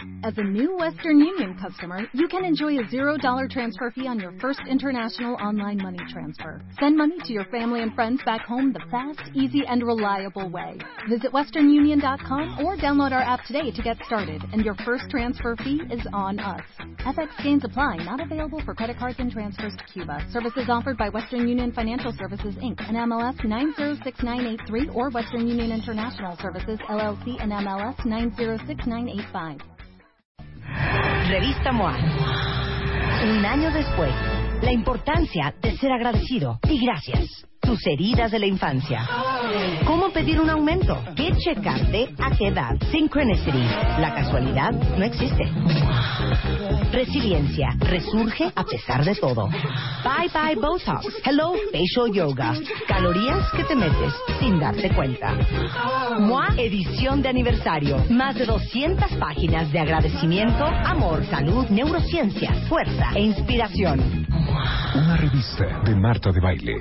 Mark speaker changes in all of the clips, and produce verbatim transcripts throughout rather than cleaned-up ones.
Speaker 1: As a new Western Union customer, you can enjoy a zero dollar transfer fee on your first international online money transfer. Send money to your family and friends back home the fast, easy, and reliable way. Visit western union dot com or download our app today to get started, and your first transfer fee is on us. F X gains apply, not available for credit cards and transfers to Cuba. Services offered by Western Union Financial Services, Incorporated and M L S nine zero six nine eight three or Western Union International Services, L L C and M L S nine zero six nine eight five.
Speaker 2: Revista M O A. Un año después, la importancia de ser agradecido y gracias. Tus heridas de la infancia. ¿Cómo pedir un aumento? ¿Qué checarte? ¿A qué edad? Synchronicity. La casualidad no existe. Resiliencia. Resurge a pesar de todo. Bye bye Botox. Hello Facial Yoga. Calorías que te metes sin darte cuenta. M O A edición de aniversario. Más de doscientas páginas de agradecimiento, amor, salud, neurociencia, fuerza e inspiración.
Speaker 3: Una revista de Marta de Baile.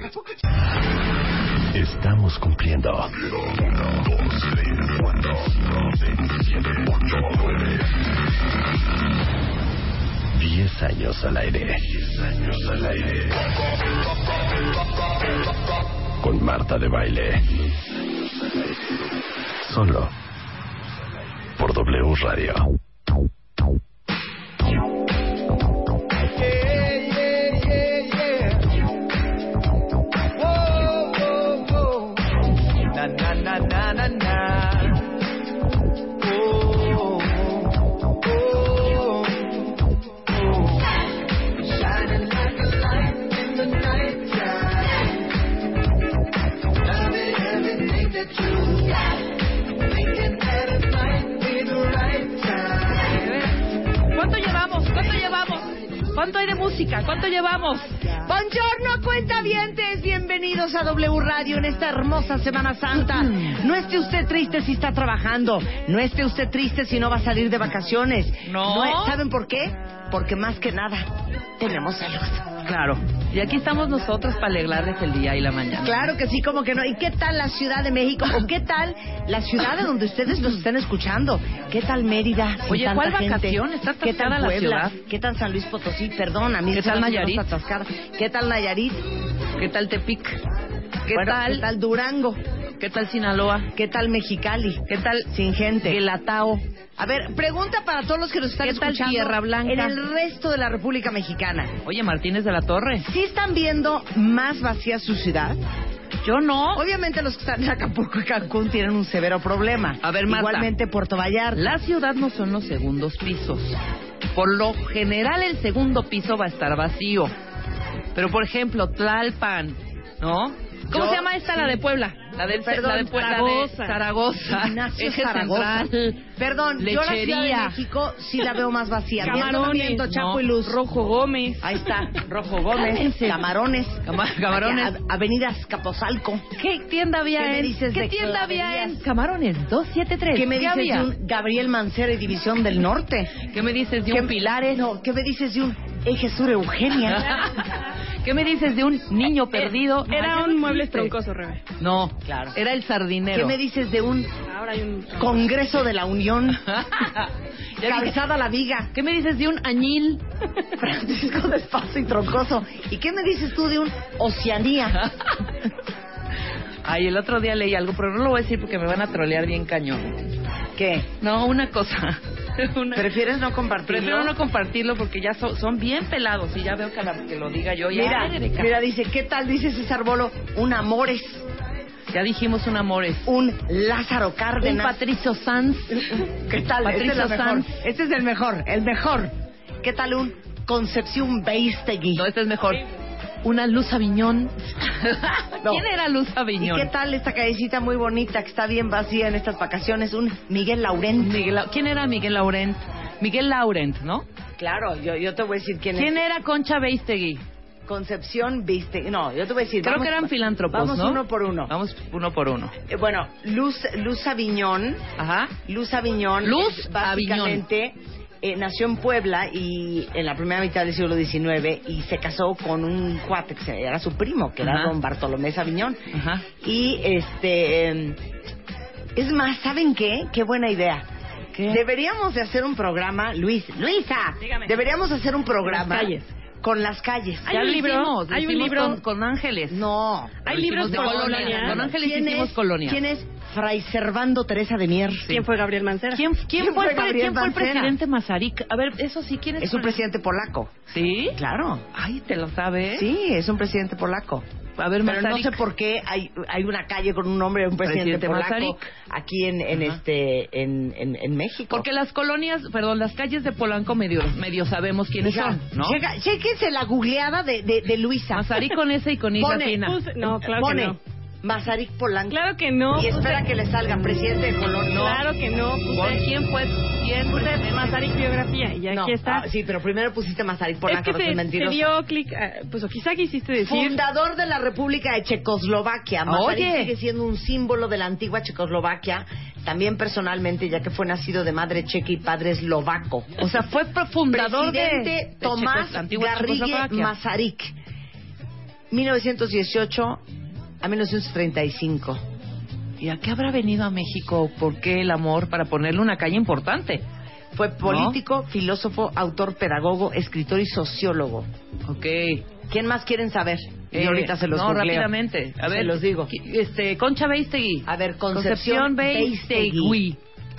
Speaker 3: Estamos cumpliendo diez años al aire. diez años al aire. Con Marta de Baile. Solo por W Radio.
Speaker 4: Na na na na na. Oh, oh, oh, oh. Shining like a light in the night time. Loving everything that you got. Thinking that it might be the right time.
Speaker 5: ¿Cuánto llevamos? ¿Cuánto llevamos? ¿Cuánto hay de música? ¿Cuánto llevamos?
Speaker 2: Buongiorno, cuentavientes, bienvenidos a W Radio en esta hermosa Semana Santa. No esté usted triste si está trabajando, no esté usted triste si no va a salir de vacaciones.
Speaker 5: No.
Speaker 2: no ¿Saben por qué? Porque más que nada tenemos salud.
Speaker 5: Claro. Y aquí estamos nosotros para alegrarles el día y la mañana.
Speaker 2: Claro que sí, como que no. ¿Y qué tal la Ciudad de México? ¿O qué tal la ciudad de donde ustedes nos estén escuchando? ¿Qué tal Mérida? Sin
Speaker 5: Oye,
Speaker 2: tanta
Speaker 5: ¿cuál
Speaker 2: gente?
Speaker 5: vacación? Está
Speaker 2: ¿Qué tal
Speaker 5: atascada la
Speaker 2: Puebla?
Speaker 5: ciudad.
Speaker 2: ¿Qué tal San Luis Potosí? Perdón, a mí
Speaker 5: ¿Qué
Speaker 2: se
Speaker 5: tal
Speaker 2: me hace
Speaker 5: Nayarit?
Speaker 2: una cosa atascada. ¿Qué tal Nayarit?
Speaker 5: ¿Qué tal Tepic? ¿Qué
Speaker 2: Bueno,
Speaker 5: tal?
Speaker 2: ¿Qué tal Durango?
Speaker 5: ¿Qué tal Sinaloa?
Speaker 2: ¿Qué tal Mexicali?
Speaker 5: ¿Qué tal
Speaker 2: Sin gente?
Speaker 5: Guelatao?
Speaker 2: A ver, pregunta para todos los que nos están
Speaker 5: ¿Qué tal
Speaker 2: escuchando
Speaker 5: Tierra Blanca?
Speaker 2: en el resto de la República Mexicana.
Speaker 5: Oye, Martínez de la Torre.
Speaker 2: ¿Sí están viendo más vacía su ciudad?
Speaker 5: Yo no.
Speaker 2: Obviamente los que están en Acapulco y Cancún tienen un severo problema.
Speaker 5: A ver, Marta.
Speaker 2: Igualmente Puerto Vallarta.
Speaker 5: La ciudad no son los segundos pisos. Por lo general el segundo piso va a estar vacío. Pero por ejemplo, Tlalpan, ¿no? ¿Cómo
Speaker 2: Yo-
Speaker 5: se llama esta,
Speaker 2: sí.
Speaker 5: la de Puebla? La del
Speaker 2: Perdón,
Speaker 5: la de Puebla,
Speaker 2: Zaragoza.
Speaker 5: de Zaragoza.
Speaker 2: Ignacio
Speaker 5: Eje
Speaker 2: Zaragoza.
Speaker 5: Central.
Speaker 2: Perdón, yo la Ciudad de
Speaker 5: Lechería.
Speaker 2: México sí la veo más vacía. Viento,
Speaker 5: Camarones,
Speaker 2: viento, Chapo
Speaker 5: no.
Speaker 2: y Luz.
Speaker 5: Rojo Gómez.
Speaker 2: Ahí está, Rojo Gómez,
Speaker 5: Cálmense.
Speaker 2: Camarones,
Speaker 5: Cama- Camarones.
Speaker 2: Ave- Avenida Azcapotzalco.
Speaker 5: ¿Qué tienda había
Speaker 2: ¿Qué me
Speaker 5: en?
Speaker 2: dices
Speaker 5: ¿Qué
Speaker 2: de
Speaker 5: tienda había en?
Speaker 2: claverías?
Speaker 5: Camarones doscientos setenta y tres.
Speaker 2: ¿Qué me dices
Speaker 5: había?
Speaker 2: de un Gabriel Mancera y División del Norte?
Speaker 5: ¿Qué me dices de
Speaker 2: ¿Qué-
Speaker 5: un Pilares?
Speaker 2: No, ¿qué me dices de un Eje Sur Eugenia?
Speaker 5: ¿Qué me dices de un niño perdido?
Speaker 6: Era
Speaker 5: Ah,
Speaker 6: un
Speaker 5: no
Speaker 6: mueble
Speaker 5: existe.
Speaker 6: troncoso, Rebe.
Speaker 5: No,
Speaker 2: Claro.
Speaker 5: era el sardinero.
Speaker 2: ¿Qué me dices de un
Speaker 6: Ahora hay un...
Speaker 2: Congreso de la Unión?
Speaker 5: Ya dije,
Speaker 2: Calzada la Viga.
Speaker 5: ¿qué me dices de un añil?
Speaker 2: Francisco de Espacio y Troncoso. ¿Y qué me dices tú de un Oceanía?
Speaker 5: Ay, el otro día leí algo, pero no lo voy a decir porque me van a trolear bien cañón.
Speaker 2: ¿Qué?
Speaker 5: No, una cosa. Una-
Speaker 2: ¿Prefieres no compartirlo?
Speaker 5: Prefiero no compartirlo porque ya so- son bien pelados y ya veo que, la- que lo diga yo. Ya,
Speaker 2: Mira,
Speaker 5: Ay, de ca-
Speaker 2: mira, dice, ¿qué tal? Dice César Bolo, un Amores,
Speaker 5: ya dijimos un Amores.
Speaker 2: un Lázaro
Speaker 5: Un
Speaker 2: Cárdenas.
Speaker 5: Patricio Sanz.
Speaker 2: ¿Qué tal? Este es,
Speaker 5: Patricio
Speaker 2: el mejor.
Speaker 5: Sanz.
Speaker 2: Este es el mejor, el mejor. ¿Qué tal un Concepción Beistegui?
Speaker 5: No, este es mejor. Una Luz Aviñón.
Speaker 2: No.
Speaker 5: ¿Quién era Luz
Speaker 2: ¿Y
Speaker 5: Aviñón?
Speaker 2: qué tal esta callecita muy bonita que está bien vacía en estas vacaciones? Un Miguel Laurent.
Speaker 5: Miguel Lau- ¿Quién era Miguel Laurent? Miguel Laurent, ¿no?
Speaker 2: Claro, yo, yo te voy a decir quién,
Speaker 5: ¿Quién
Speaker 2: es.
Speaker 5: era Concha Beistegui?
Speaker 2: Concepción Beistegui. No, yo te voy a decir.
Speaker 5: Creo
Speaker 2: vamos-
Speaker 5: que eran filántropos,
Speaker 2: Vamos
Speaker 5: ¿no?
Speaker 2: uno por uno.
Speaker 5: Vamos uno por uno.
Speaker 2: Eh, bueno, Luz, Luz Aviñón.
Speaker 5: Ajá.
Speaker 2: Luz Aviñón.
Speaker 5: Luz
Speaker 2: es básicamente eh, nació en Puebla y en la primera mitad del siglo diecinueve y se casó con un cuate que se- era su primo, que era
Speaker 5: Ajá.
Speaker 2: don Bartolomé Saviñón.
Speaker 5: Ajá.
Speaker 2: Y este, eh, es más, ¿saben qué? Qué buena idea.
Speaker 5: ¿Qué?
Speaker 2: Deberíamos de hacer un programa, Luis, Luisa,
Speaker 6: Dígame.
Speaker 2: deberíamos hacer un programa
Speaker 6: Las calles.
Speaker 2: con las calles.
Speaker 6: Hay
Speaker 5: Ya
Speaker 6: un
Speaker 5: lo
Speaker 6: libro,
Speaker 5: hicimos, lo
Speaker 6: hay un
Speaker 5: hicimos
Speaker 6: libro-
Speaker 5: con, con Ángeles.
Speaker 2: No.
Speaker 6: Hay
Speaker 5: Lo
Speaker 6: libros
Speaker 5: hicimos de
Speaker 6: por
Speaker 5: colonia.
Speaker 6: colonia.
Speaker 5: Con Ángeles
Speaker 2: ¿Quién
Speaker 5: hicimos
Speaker 2: es,
Speaker 5: colonia.
Speaker 2: ¿Quién es Fray Servando Teresa de Mier?
Speaker 6: ¿Quién fue Gabriel Mancera?
Speaker 5: ¿Quién, quién,
Speaker 2: ¿Quién
Speaker 5: fue,
Speaker 2: fue
Speaker 5: el pre-
Speaker 2: Gabriel
Speaker 5: ¿quién fue el
Speaker 2: Mancera?
Speaker 5: presidente Mazarik? A ver, eso sí, ¿quién es?
Speaker 2: Es un presidente polaco.
Speaker 5: ¿Sí?
Speaker 2: Claro.
Speaker 5: Ay, ¿te lo sabes?
Speaker 2: Sí, es un presidente polaco.
Speaker 5: A ver,
Speaker 2: Pero no
Speaker 5: Mazarik.
Speaker 2: sé por qué hay, hay una calle con un nombre de un presidente,
Speaker 5: Presidente
Speaker 2: polaco
Speaker 5: Mazarik.
Speaker 2: aquí en, en
Speaker 5: Ajá.
Speaker 2: este en, en, en México.
Speaker 5: Porque las colonias, perdón, las calles de Polanco medio, medio sabemos quiénes
Speaker 2: Hija,
Speaker 5: son, ¿no?
Speaker 2: checa- chéquense la googleada de, de, de Luisa.
Speaker 5: Mazarik con S y con I
Speaker 2: Pone,
Speaker 5: latina.
Speaker 6: Puse- no, claro
Speaker 2: Pone
Speaker 6: que no.
Speaker 2: Mazarik Polanco.
Speaker 6: Claro que no.
Speaker 2: Y espera
Speaker 6: puse-
Speaker 2: que le salga presidente de Colonia.
Speaker 6: Claro que no.
Speaker 5: ¿Con
Speaker 6: Puse,
Speaker 5: quién fue? ¿Quién?
Speaker 6: puse Mazarik biografía y aquí
Speaker 2: No,
Speaker 6: está.
Speaker 2: ah, sí, pero primero pusiste Mazarik
Speaker 6: es
Speaker 2: Polanco,
Speaker 6: que
Speaker 2: no
Speaker 6: se,
Speaker 2: seas
Speaker 6: se
Speaker 2: mentirosa.
Speaker 6: dio clic, a- pues o quizá quisiste decir.
Speaker 2: Fundador de la República de Checoslovaquia. Mazarik
Speaker 5: Oye.
Speaker 2: sigue siendo un símbolo de la antigua Checoslovaquia. También personalmente, ya que fue nacido de madre checa y padre eslovaco.
Speaker 5: O sea, fue pro- fundador de,
Speaker 2: Presidente
Speaker 5: de
Speaker 2: Tomás
Speaker 5: Checos- la antigua
Speaker 2: Garrigue
Speaker 5: Checoslovaquia.
Speaker 2: Masaryk, mil novecientos dieciocho a mil novecientos treinta y cinco.
Speaker 5: ¿Y a qué habrá venido a México? ¿Por qué el amor? Para ponerle una calle importante.
Speaker 2: Fue político, filósofo, autor, pedagogo, escritor y sociólogo.
Speaker 5: Ok.
Speaker 2: ¿Quién más quieren saber? Y
Speaker 5: Eh,
Speaker 2: ahorita se los
Speaker 5: No,
Speaker 2: googleo.
Speaker 5: rápidamente. A
Speaker 2: Se
Speaker 5: ver,
Speaker 2: los digo.
Speaker 5: qui- Este, Concha Beistegui.
Speaker 2: A ver, Concepción
Speaker 5: Beistegui.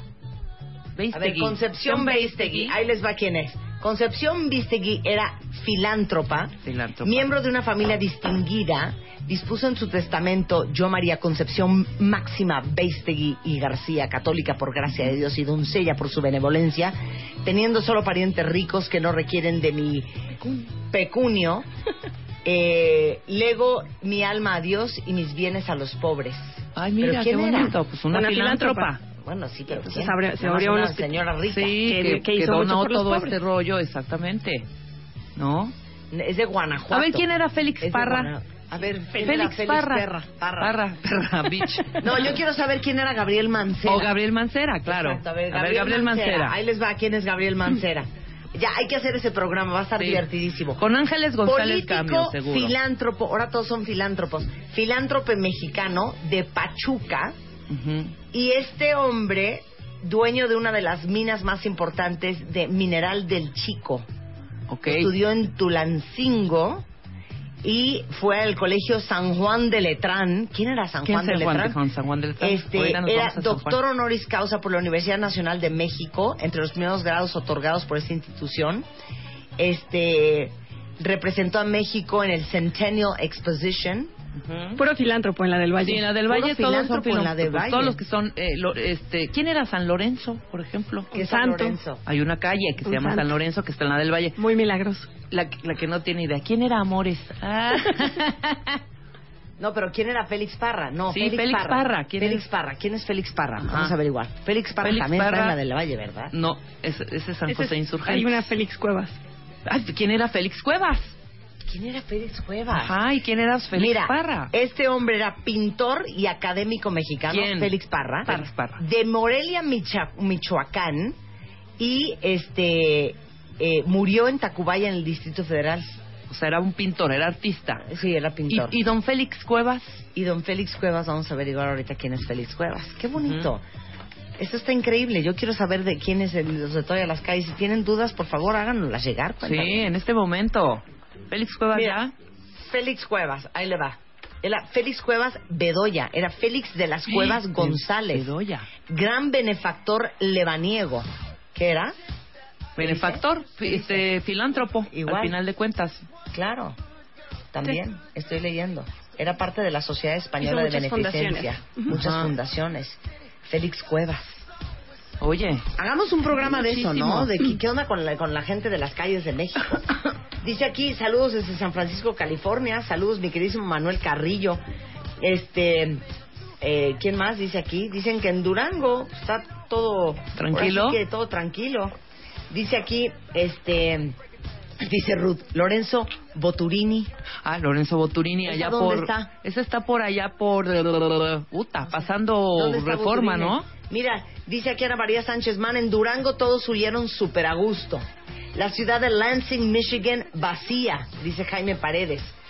Speaker 2: A ver, Concepción Beistegui. Ahí les va quién es. Concepción Beistegui era filántropa,
Speaker 5: Filántropa.
Speaker 2: miembro de una familia distinguida. Dispuso en su testamento: yo, María Concepción Máxima Beistegui y García, católica por gracia de Dios y doncella por su benevolencia, teniendo solo parientes ricos que no requieren de mi pecunio, eh, lego mi alma a Dios y mis bienes a los pobres.
Speaker 5: Ay,
Speaker 2: ¿Pero
Speaker 5: mira, qué
Speaker 2: quién era?
Speaker 5: bonito. Pues una,
Speaker 6: Una
Speaker 5: filántropa.
Speaker 6: filántropa.
Speaker 2: Bueno, sí, pero
Speaker 6: Entonces
Speaker 2: ¿quién?
Speaker 6: habría- se
Speaker 2: Nada más
Speaker 6: habría
Speaker 2: una
Speaker 6: un hospi-
Speaker 2: señora rica.
Speaker 5: Sí,
Speaker 6: Que-
Speaker 5: que,
Speaker 6: que
Speaker 5: que
Speaker 6: hizo mucho
Speaker 5: donó
Speaker 6: por los
Speaker 5: todo
Speaker 6: pobres.
Speaker 5: este rollo, exactamente. ¿No?
Speaker 2: Es de Guanajuato.
Speaker 5: A ver, ¿quién era Félix
Speaker 2: Es de
Speaker 5: Parra?
Speaker 2: Guana- A ver, ¿quién
Speaker 5: Félix,
Speaker 2: era Félix
Speaker 5: Parra.
Speaker 2: Perra? Parra.
Speaker 5: Parra, Parra, bitch.
Speaker 2: No, yo quiero saber quién era Gabriel Mancera.
Speaker 5: O Gabriel Mancera, claro.
Speaker 2: Exacto, a ver,
Speaker 5: A ver, Gabriel Mancera.
Speaker 2: Ahí les va quién es Gabriel Mancera. Ya, hay que hacer ese programa, va a estar
Speaker 5: Sí.
Speaker 2: divertidísimo.
Speaker 5: Con Ángeles González
Speaker 2: Político,
Speaker 5: Cambio, seguro.
Speaker 2: filántropo, ahora todos son filántropos. Filántrope mexicano de Pachuca.
Speaker 5: Ujú.
Speaker 2: Y este hombre, dueño de una de las minas más importantes de Mineral del Chico.
Speaker 5: Ok.
Speaker 2: Estudió en Tulancingo y fue al colegio San Juan de Letrán. ¿Quién era San
Speaker 5: ¿Quién
Speaker 2: Juan de
Speaker 5: es San Juan de-
Speaker 2: Letrán?
Speaker 5: Juan- San Juan de Letrán?
Speaker 2: Este,
Speaker 5: Ahorita nos
Speaker 2: era
Speaker 5: vamos a San Juan.
Speaker 2: doctor honoris causa por la Universidad Nacional de México, entre los primeros grados otorgados por esta institución. Este representó a México en el Centennial Exposition.
Speaker 5: Ujú.
Speaker 6: Puro filántropo en la del Valle.
Speaker 5: Sí, en la del
Speaker 2: Puro
Speaker 5: Valle todos son
Speaker 2: filántropo en la del
Speaker 5: filántropos.
Speaker 2: Valle.
Speaker 5: Todos los que son, eh, lo- este, ¿quién era San Lorenzo, por ejemplo?
Speaker 2: Que es
Speaker 6: Santo.
Speaker 2: San Lorenzo.
Speaker 5: Hay una calle que se
Speaker 6: Un
Speaker 5: llama
Speaker 6: santo.
Speaker 5: San Lorenzo que está en la del Valle.
Speaker 6: Muy milagroso.
Speaker 5: La, que- la que no tiene idea. ¿Quién era Amores? Ah.
Speaker 2: No, pero ¿quién era Félix Parra? No,
Speaker 5: Sí,
Speaker 2: Félix,
Speaker 5: Félix
Speaker 2: Parra.
Speaker 5: Parra, ¿quién
Speaker 2: Félix
Speaker 5: es?
Speaker 2: Parra. ¿Quién es Félix Parra?
Speaker 5: Ajá.
Speaker 2: Vamos a averiguar. Félix Parra
Speaker 5: Félix
Speaker 2: también está
Speaker 5: Parra-
Speaker 2: en la del Valle, ¿verdad?
Speaker 5: No, ese, ese es San
Speaker 6: Ese
Speaker 5: José
Speaker 6: es-
Speaker 5: Insurgente.
Speaker 6: Hay una Félix Cuevas.
Speaker 5: Ay, ¿quién era Félix Cuevas?
Speaker 2: ¿Quién era Félix Cuevas?
Speaker 5: Ajá, ¿y quién era Félix
Speaker 2: Mira,
Speaker 5: Parra?
Speaker 2: este hombre era pintor y académico mexicano,
Speaker 5: ¿Quién?
Speaker 2: Félix Parra,
Speaker 5: Félix Parra.
Speaker 2: de Morelia, Micha- Michoacán, y este eh, murió en Tacubaya, en el Distrito Federal.
Speaker 5: O sea, era un pintor, era artista.
Speaker 2: Sí, era
Speaker 5: ¿Y,
Speaker 2: pintor.
Speaker 5: y don Félix Cuevas?
Speaker 2: Y don Félix Cuevas, vamos a averiguar ahorita quién es Félix Cuevas. Qué bonito. Esto está increíble. Yo quiero saber de quién es el, los de todas las calles. Si tienen dudas, por favor, háganoslas llegar.
Speaker 5: Sí,
Speaker 2: cuéntanos.
Speaker 5: en este momento. Félix Cuevas
Speaker 2: Mira,
Speaker 5: ya.
Speaker 2: Félix Cuevas, ahí le va. Era Félix Cuevas Bedoya, era Félix de las Cuevas
Speaker 5: Sí,
Speaker 2: González,
Speaker 5: Bedoya.
Speaker 2: gran benefactor lebaniego. ¿Qué era?
Speaker 5: Benefactor, fi- este, filántropo,
Speaker 2: Igual.
Speaker 5: al final de cuentas.
Speaker 2: Claro, también, estoy leyendo. Era parte de la Sociedad Española
Speaker 6: Hizo
Speaker 2: de
Speaker 6: muchas
Speaker 2: Beneficencia.
Speaker 6: fundaciones.
Speaker 2: Muchas
Speaker 5: Ajá.
Speaker 2: fundaciones. Félix Cuevas.
Speaker 5: Oye,
Speaker 2: Hagamos un programa de eso, ¿no?
Speaker 5: Muchísimo.
Speaker 2: De qué, qué onda con la, con la gente de las calles de México. Dice aquí, saludos desde San Francisco, California. Saludos, mi queridísimo Manuel Carrillo. Este, eh, ¿quién más dice aquí? Dicen que en Durango está todo
Speaker 5: ¿Tranquilo?
Speaker 2: ahora sí que todo tranquilo. Dice aquí, este, dice Ruth, Lorenzo Boturini.
Speaker 5: ah, Lorenzo Boturini,
Speaker 2: ¿Esa
Speaker 5: allá
Speaker 2: dónde
Speaker 5: por...
Speaker 2: está?
Speaker 5: Ese está por allá por... Uta, pasando
Speaker 2: ¿Dónde está
Speaker 5: Reforma,
Speaker 2: Boturini?
Speaker 5: ¿no?
Speaker 2: Mira, dice aquí Ana María Sánchez Man, en Durango todos huyeron súper a gusto. La ciudad de Lansing, Michigan, vacía, dice Jaime Paredes.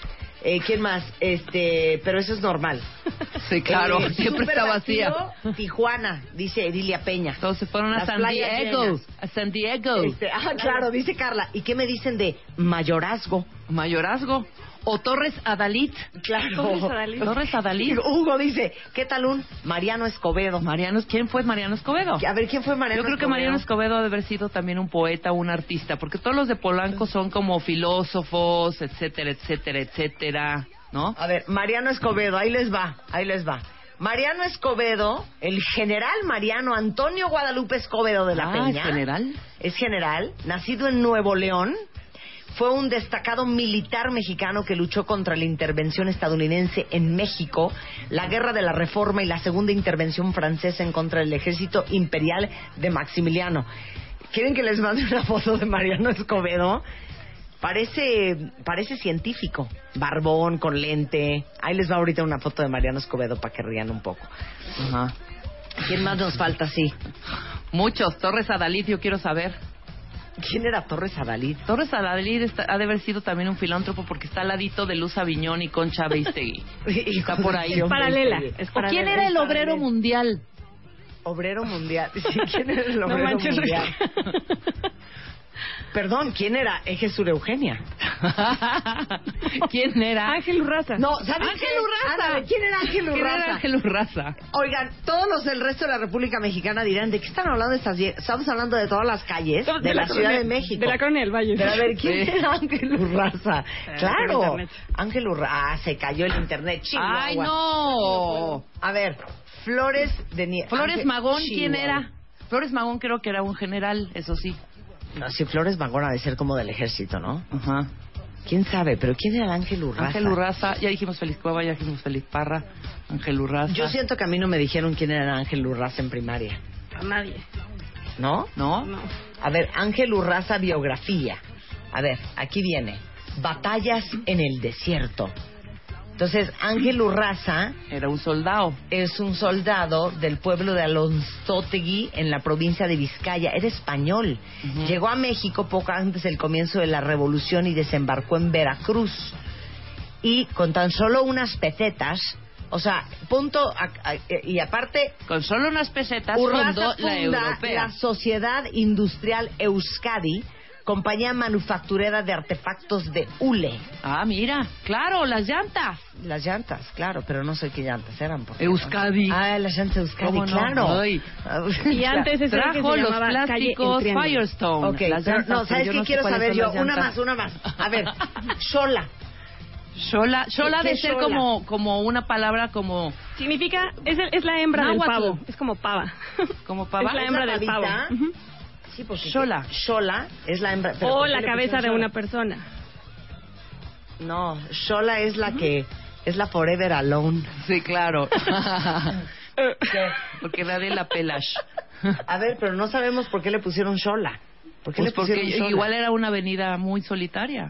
Speaker 2: Eh, ¿Quién más? Este, pero eso es normal.
Speaker 5: Sí, claro,
Speaker 2: Eh,
Speaker 5: siempre está vacía.
Speaker 2: supervacío, Tijuana, dice Edilia Peña.
Speaker 5: Todos se fueron a
Speaker 2: Las
Speaker 5: San
Speaker 2: playas
Speaker 5: Diego.
Speaker 2: llenas.
Speaker 5: A San Diego.
Speaker 2: Este, ah, claro, dice Carla. ¿Y qué me dicen de mayorazgo?
Speaker 5: Mayorazgo. O Torres Adalid.
Speaker 2: Claro.
Speaker 6: Torres Adalid.
Speaker 5: Torres Adalid.
Speaker 2: Hugo dice, ¿qué tal un Mariano Escobedo?
Speaker 5: Mariano, ¿quién fue Mariano Escobedo?
Speaker 2: A ver, ¿quién fue Mariano
Speaker 5: Yo creo que
Speaker 2: Escobedo?
Speaker 5: Mariano Escobedo ha de haber sido también un poeta, un artista, porque todos los de Polanco son como filósofos, etcétera, etcétera, etcétera, ¿no?
Speaker 2: A ver, Mariano Escobedo, ahí les va, ahí les va. Mariano Escobedo, el general Mariano Antonio Guadalupe Escobedo de la
Speaker 5: Ah,
Speaker 2: Peña.
Speaker 5: ¿es general?
Speaker 2: Es general, nacido en Nuevo León. Fue un destacado militar mexicano que luchó contra la intervención estadounidense en México, la Guerra de la Reforma y la segunda intervención francesa en contra del ejército imperial de Maximiliano. ¿Quieren que les mande una foto de Mariano Escobedo? Parece, parece científico, barbón, con lente. Ahí les va ahorita una foto de Mariano Escobedo para que rían un poco.
Speaker 5: Ajá.
Speaker 2: ¿Quién más nos falta así?
Speaker 5: Muchos. Torres Adalid, yo quiero saber.
Speaker 2: ¿Quién era Torres Adalid?
Speaker 5: Torres Adalid está- ha de haber sido también un filántropo porque está al ladito de Luz Aviñón y Concha Beistegui. Está por ahí.
Speaker 2: Hijo de
Speaker 6: Paralela.
Speaker 2: Dios.
Speaker 6: Es
Speaker 5: ¿O
Speaker 6: paralela.
Speaker 5: quién era el obrero mundial?
Speaker 2: Obrero mundial. Sí, ¿quién era el
Speaker 6: No
Speaker 2: obrero
Speaker 6: manches.
Speaker 2: mundial? Perdón, ¿quién era Eje Sur Eugenia?
Speaker 5: ¿Quién era?
Speaker 6: Ángel Urraza.
Speaker 2: No, ¿sabes
Speaker 5: Ángel
Speaker 2: qué?
Speaker 5: Urraza.
Speaker 2: Ándale, ¿quién era Ángel
Speaker 5: ¿Quién era
Speaker 2: Urraza?
Speaker 5: Ángel Urraza?
Speaker 2: Oigan, todos los del resto de la República Mexicana dirán, ¿de qué están hablando estas vie- Estamos hablando de todas las calles de, la, Ciudad
Speaker 6: colonia-
Speaker 2: de México.
Speaker 6: De la Colonia del Valle.
Speaker 2: Pero a ver, ¿quién
Speaker 5: Sí.
Speaker 2: era Ángel Urraza? Claro,
Speaker 6: internet.
Speaker 2: Ángel Urraza. Ah, se cayó el internet. Chihuahua.
Speaker 5: ¡Ay, no!
Speaker 2: A ver, Flores de Nieve.
Speaker 5: Flores Magón, ¿quién era? Flores Magón creo que era un general, eso sí.
Speaker 2: No, si Flores Magón ha de ser como del ejército, ¿no?
Speaker 5: Ajá.
Speaker 2: ¿Quién sabe? Pero ¿quién era el Ángel Urraza?
Speaker 5: Ángel Urraza, ya dijimos Félix Cueva, ya dijimos Félix Parra, Ángel Urraza.
Speaker 2: Yo siento que a mí no me dijeron quién era Ángel Urraza en primaria.
Speaker 6: A nadie.
Speaker 2: ¿No?
Speaker 5: ¿No?
Speaker 6: No.
Speaker 2: A ver, Ángel Urraza, biografía. A ver, aquí viene. Batallas en el desierto. Entonces, Ángel Urraza
Speaker 5: Era un soldado.
Speaker 2: es un soldado del pueblo de Alonzótegui en la provincia de Vizcaya. Era español.
Speaker 5: Ujú.
Speaker 2: Llegó a México poco antes del comienzo de la revolución y desembarcó en Veracruz. Y con tan solo unas pesetas, o sea, punto, a- a- y aparte,
Speaker 5: Con solo unas pesetas
Speaker 2: Urraza
Speaker 5: fundó la
Speaker 2: funda
Speaker 5: europea.
Speaker 2: la Sociedad Industrial Euskadi, compañía manufacturera de artefactos de hule.
Speaker 5: Ah, mira, claro, las llantas.
Speaker 2: Las llantas, claro, pero no sé qué llantas eran. porque-
Speaker 5: Euskadi.
Speaker 2: Ah, las llantas Euskadi,
Speaker 5: ¿Cómo no?
Speaker 2: claro.
Speaker 5: Ay.
Speaker 6: Y antes eso era que
Speaker 5: Trajo
Speaker 6: se
Speaker 5: los
Speaker 6: llamaba calle
Speaker 5: plásticos
Speaker 6: El Triángulo.
Speaker 5: Firestone.
Speaker 2: Ok,
Speaker 5: las
Speaker 2: pero
Speaker 5: llantas,
Speaker 2: no,
Speaker 5: pero
Speaker 2: ¿sabes
Speaker 5: yo
Speaker 2: qué
Speaker 5: no sé
Speaker 2: quiero
Speaker 5: cuáles
Speaker 2: saber
Speaker 5: son
Speaker 2: yo?
Speaker 5: las
Speaker 2: Una
Speaker 5: llantas.
Speaker 2: más, una más. A ver, Xola.
Speaker 5: Shola, Shola
Speaker 2: ¿Qué
Speaker 5: de
Speaker 2: es
Speaker 5: ser
Speaker 2: Xola?
Speaker 5: como, como una palabra como,
Speaker 6: Significa, es, el- es la hembra del
Speaker 5: Náhuatl.
Speaker 6: pavo. Es como pava.
Speaker 5: como pava.
Speaker 6: Es la
Speaker 2: ¿Es
Speaker 6: hembra
Speaker 2: la
Speaker 6: del pavo.
Speaker 2: pavita?
Speaker 6: Ujú.
Speaker 2: Sí, porque
Speaker 5: Xola.
Speaker 2: Xola es la hembra. pero
Speaker 6: O
Speaker 2: ¿por qué
Speaker 6: la
Speaker 2: le
Speaker 6: cabeza de
Speaker 2: pusieron
Speaker 6: una
Speaker 2: Xola?
Speaker 6: persona.
Speaker 2: No, Xola es la que es la Forever Alone.
Speaker 5: Sí, claro.
Speaker 2: ¿Qué?
Speaker 5: Porque nadie la pelash.
Speaker 2: A ver, pero no sabemos por qué le pusieron Xola. ¿Por qué
Speaker 5: Pues
Speaker 2: le pusieron
Speaker 5: porque
Speaker 2: Xola?
Speaker 5: igual era una avenida muy solitaria.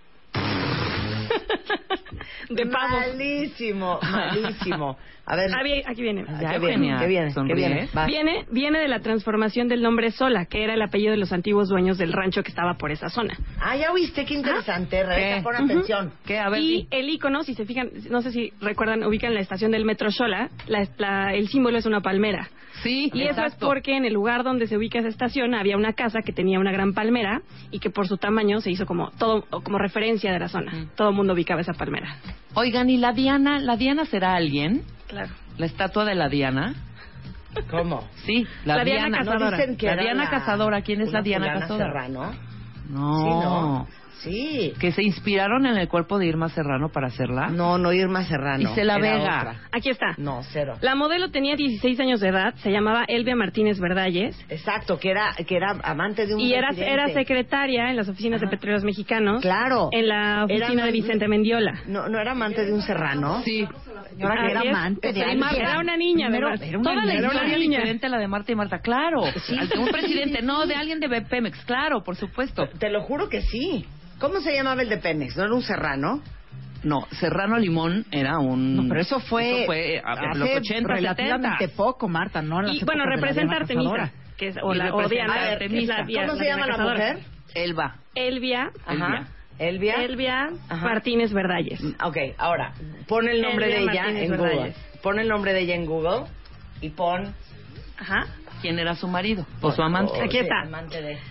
Speaker 6: De pavo.
Speaker 2: Malísimo, malísimo. A ver,
Speaker 6: Ah, bien, aquí viene.
Speaker 5: Ya,
Speaker 2: ¿qué viene?
Speaker 5: Eugenia,
Speaker 2: ¿Qué viene? ¿Qué
Speaker 5: sonríe.
Speaker 2: viene? Va.
Speaker 6: Viene, viene de la transformación del nombre Sola, que era el apellido de los antiguos dueños del rancho que estaba por esa zona.
Speaker 2: Ah, ya oíste, qué interesante. Rebeca,
Speaker 5: ¿Qué?
Speaker 2: pon
Speaker 6: Ujú.
Speaker 2: atención.
Speaker 5: ¿Qué? A ver,
Speaker 6: Y
Speaker 5: sí.
Speaker 6: el icono, si se fijan, no sé si recuerdan, ubican la estación del metro Xola, la, la- el símbolo es una palmera.
Speaker 5: Sí,
Speaker 6: Y eso es
Speaker 5: exacto.
Speaker 6: porque en el lugar donde se ubica esa estación había una casa que tenía una gran palmera y que por su tamaño se hizo como todo como referencia de la zona.
Speaker 5: Ujú.
Speaker 6: Todo el mundo ubicaba esa palmera.
Speaker 5: Oigan, ¿y la Diana? ¿La Diana será alguien?
Speaker 6: Claro.
Speaker 5: ¿La estatua de la Diana?
Speaker 2: ¿Cómo?
Speaker 5: Sí, la,
Speaker 6: La Diana
Speaker 5: Diana.
Speaker 6: Cazadora.
Speaker 2: ¿No dicen que
Speaker 5: La
Speaker 2: era
Speaker 5: Diana Cazadora, ¿quién es
Speaker 2: una
Speaker 5: la Diana
Speaker 2: fulana
Speaker 5: Cazadora?
Speaker 2: Serrano?
Speaker 5: No.
Speaker 2: Sí, ¿no? Sí.
Speaker 5: Que se inspiraron en el cuerpo de Irma Serrano para hacerla.
Speaker 2: No, no Irma Serrano.
Speaker 5: Isela
Speaker 2: era
Speaker 5: Vega.
Speaker 2: otra.
Speaker 6: Aquí está.
Speaker 2: No, cero.
Speaker 6: La modelo tenía dieciséis años de edad, se llamaba Elvia Martínez Verdalles
Speaker 2: Exacto, que era que era amante de un
Speaker 6: y era,
Speaker 2: presidente.
Speaker 6: era secretaria en las oficinas
Speaker 2: Ajá.
Speaker 6: de Petróleos Mexicanos.
Speaker 2: Claro.
Speaker 6: En la
Speaker 2: Era
Speaker 6: oficina de
Speaker 2: man-
Speaker 6: Vicente Mendiola.
Speaker 2: No, no era amante de un serrano.
Speaker 5: Sí.
Speaker 2: Señora, que
Speaker 6: Así
Speaker 2: era
Speaker 6: es.
Speaker 2: amante de
Speaker 6: Era
Speaker 2: alguien.
Speaker 6: Era una niña,
Speaker 5: Primero,
Speaker 6: ¿verdad?
Speaker 5: era una,
Speaker 6: Toda la
Speaker 5: era una
Speaker 6: historia
Speaker 5: niña
Speaker 6: niña.
Speaker 5: diferente a la de Marta y Marta, claro. Al de un presidente, no, de alguien de Pemex, claro, por supuesto.
Speaker 2: Te lo juro que sí. ¿Cómo se llamaba el de Pemex? ¿No era un serrano?
Speaker 5: No, Serrano Limón era un...
Speaker 7: No, pero eso fue,
Speaker 5: eso fue a- en
Speaker 7: hace
Speaker 5: los ochenta,
Speaker 7: relativamente
Speaker 5: setenta.
Speaker 7: poco, Marta, ¿no? En las
Speaker 6: Y bueno,
Speaker 7: épocas de la
Speaker 6: representa a
Speaker 7: Diana
Speaker 6: Artemisa,
Speaker 7: Cazadora.
Speaker 6: que es, o,
Speaker 5: Y
Speaker 6: la, o
Speaker 5: representa
Speaker 6: Diana,
Speaker 5: a
Speaker 6: que es
Speaker 5: Artemisa.
Speaker 6: la Dia-
Speaker 2: ¿Cómo se
Speaker 6: Diana
Speaker 2: llama la
Speaker 6: Cazadora.
Speaker 2: mujer?
Speaker 5: Elba.
Speaker 6: Elvia
Speaker 2: Ajá.
Speaker 5: Elvia.
Speaker 2: Elvia.
Speaker 6: Elvia
Speaker 2: Ajá.
Speaker 6: Martínez Verdalles.
Speaker 2: Ok, ahora, pon el nombre
Speaker 6: Elvia
Speaker 2: de ella
Speaker 6: Martínez
Speaker 2: en Google.
Speaker 6: Verdalles.
Speaker 2: Pon el nombre de ella en Google y pon...
Speaker 6: Ajá.
Speaker 5: ¿Quién era su marido? ¿O su amante?
Speaker 2: o-
Speaker 6: Aquí
Speaker 2: sí,
Speaker 6: está.
Speaker 2: amante de...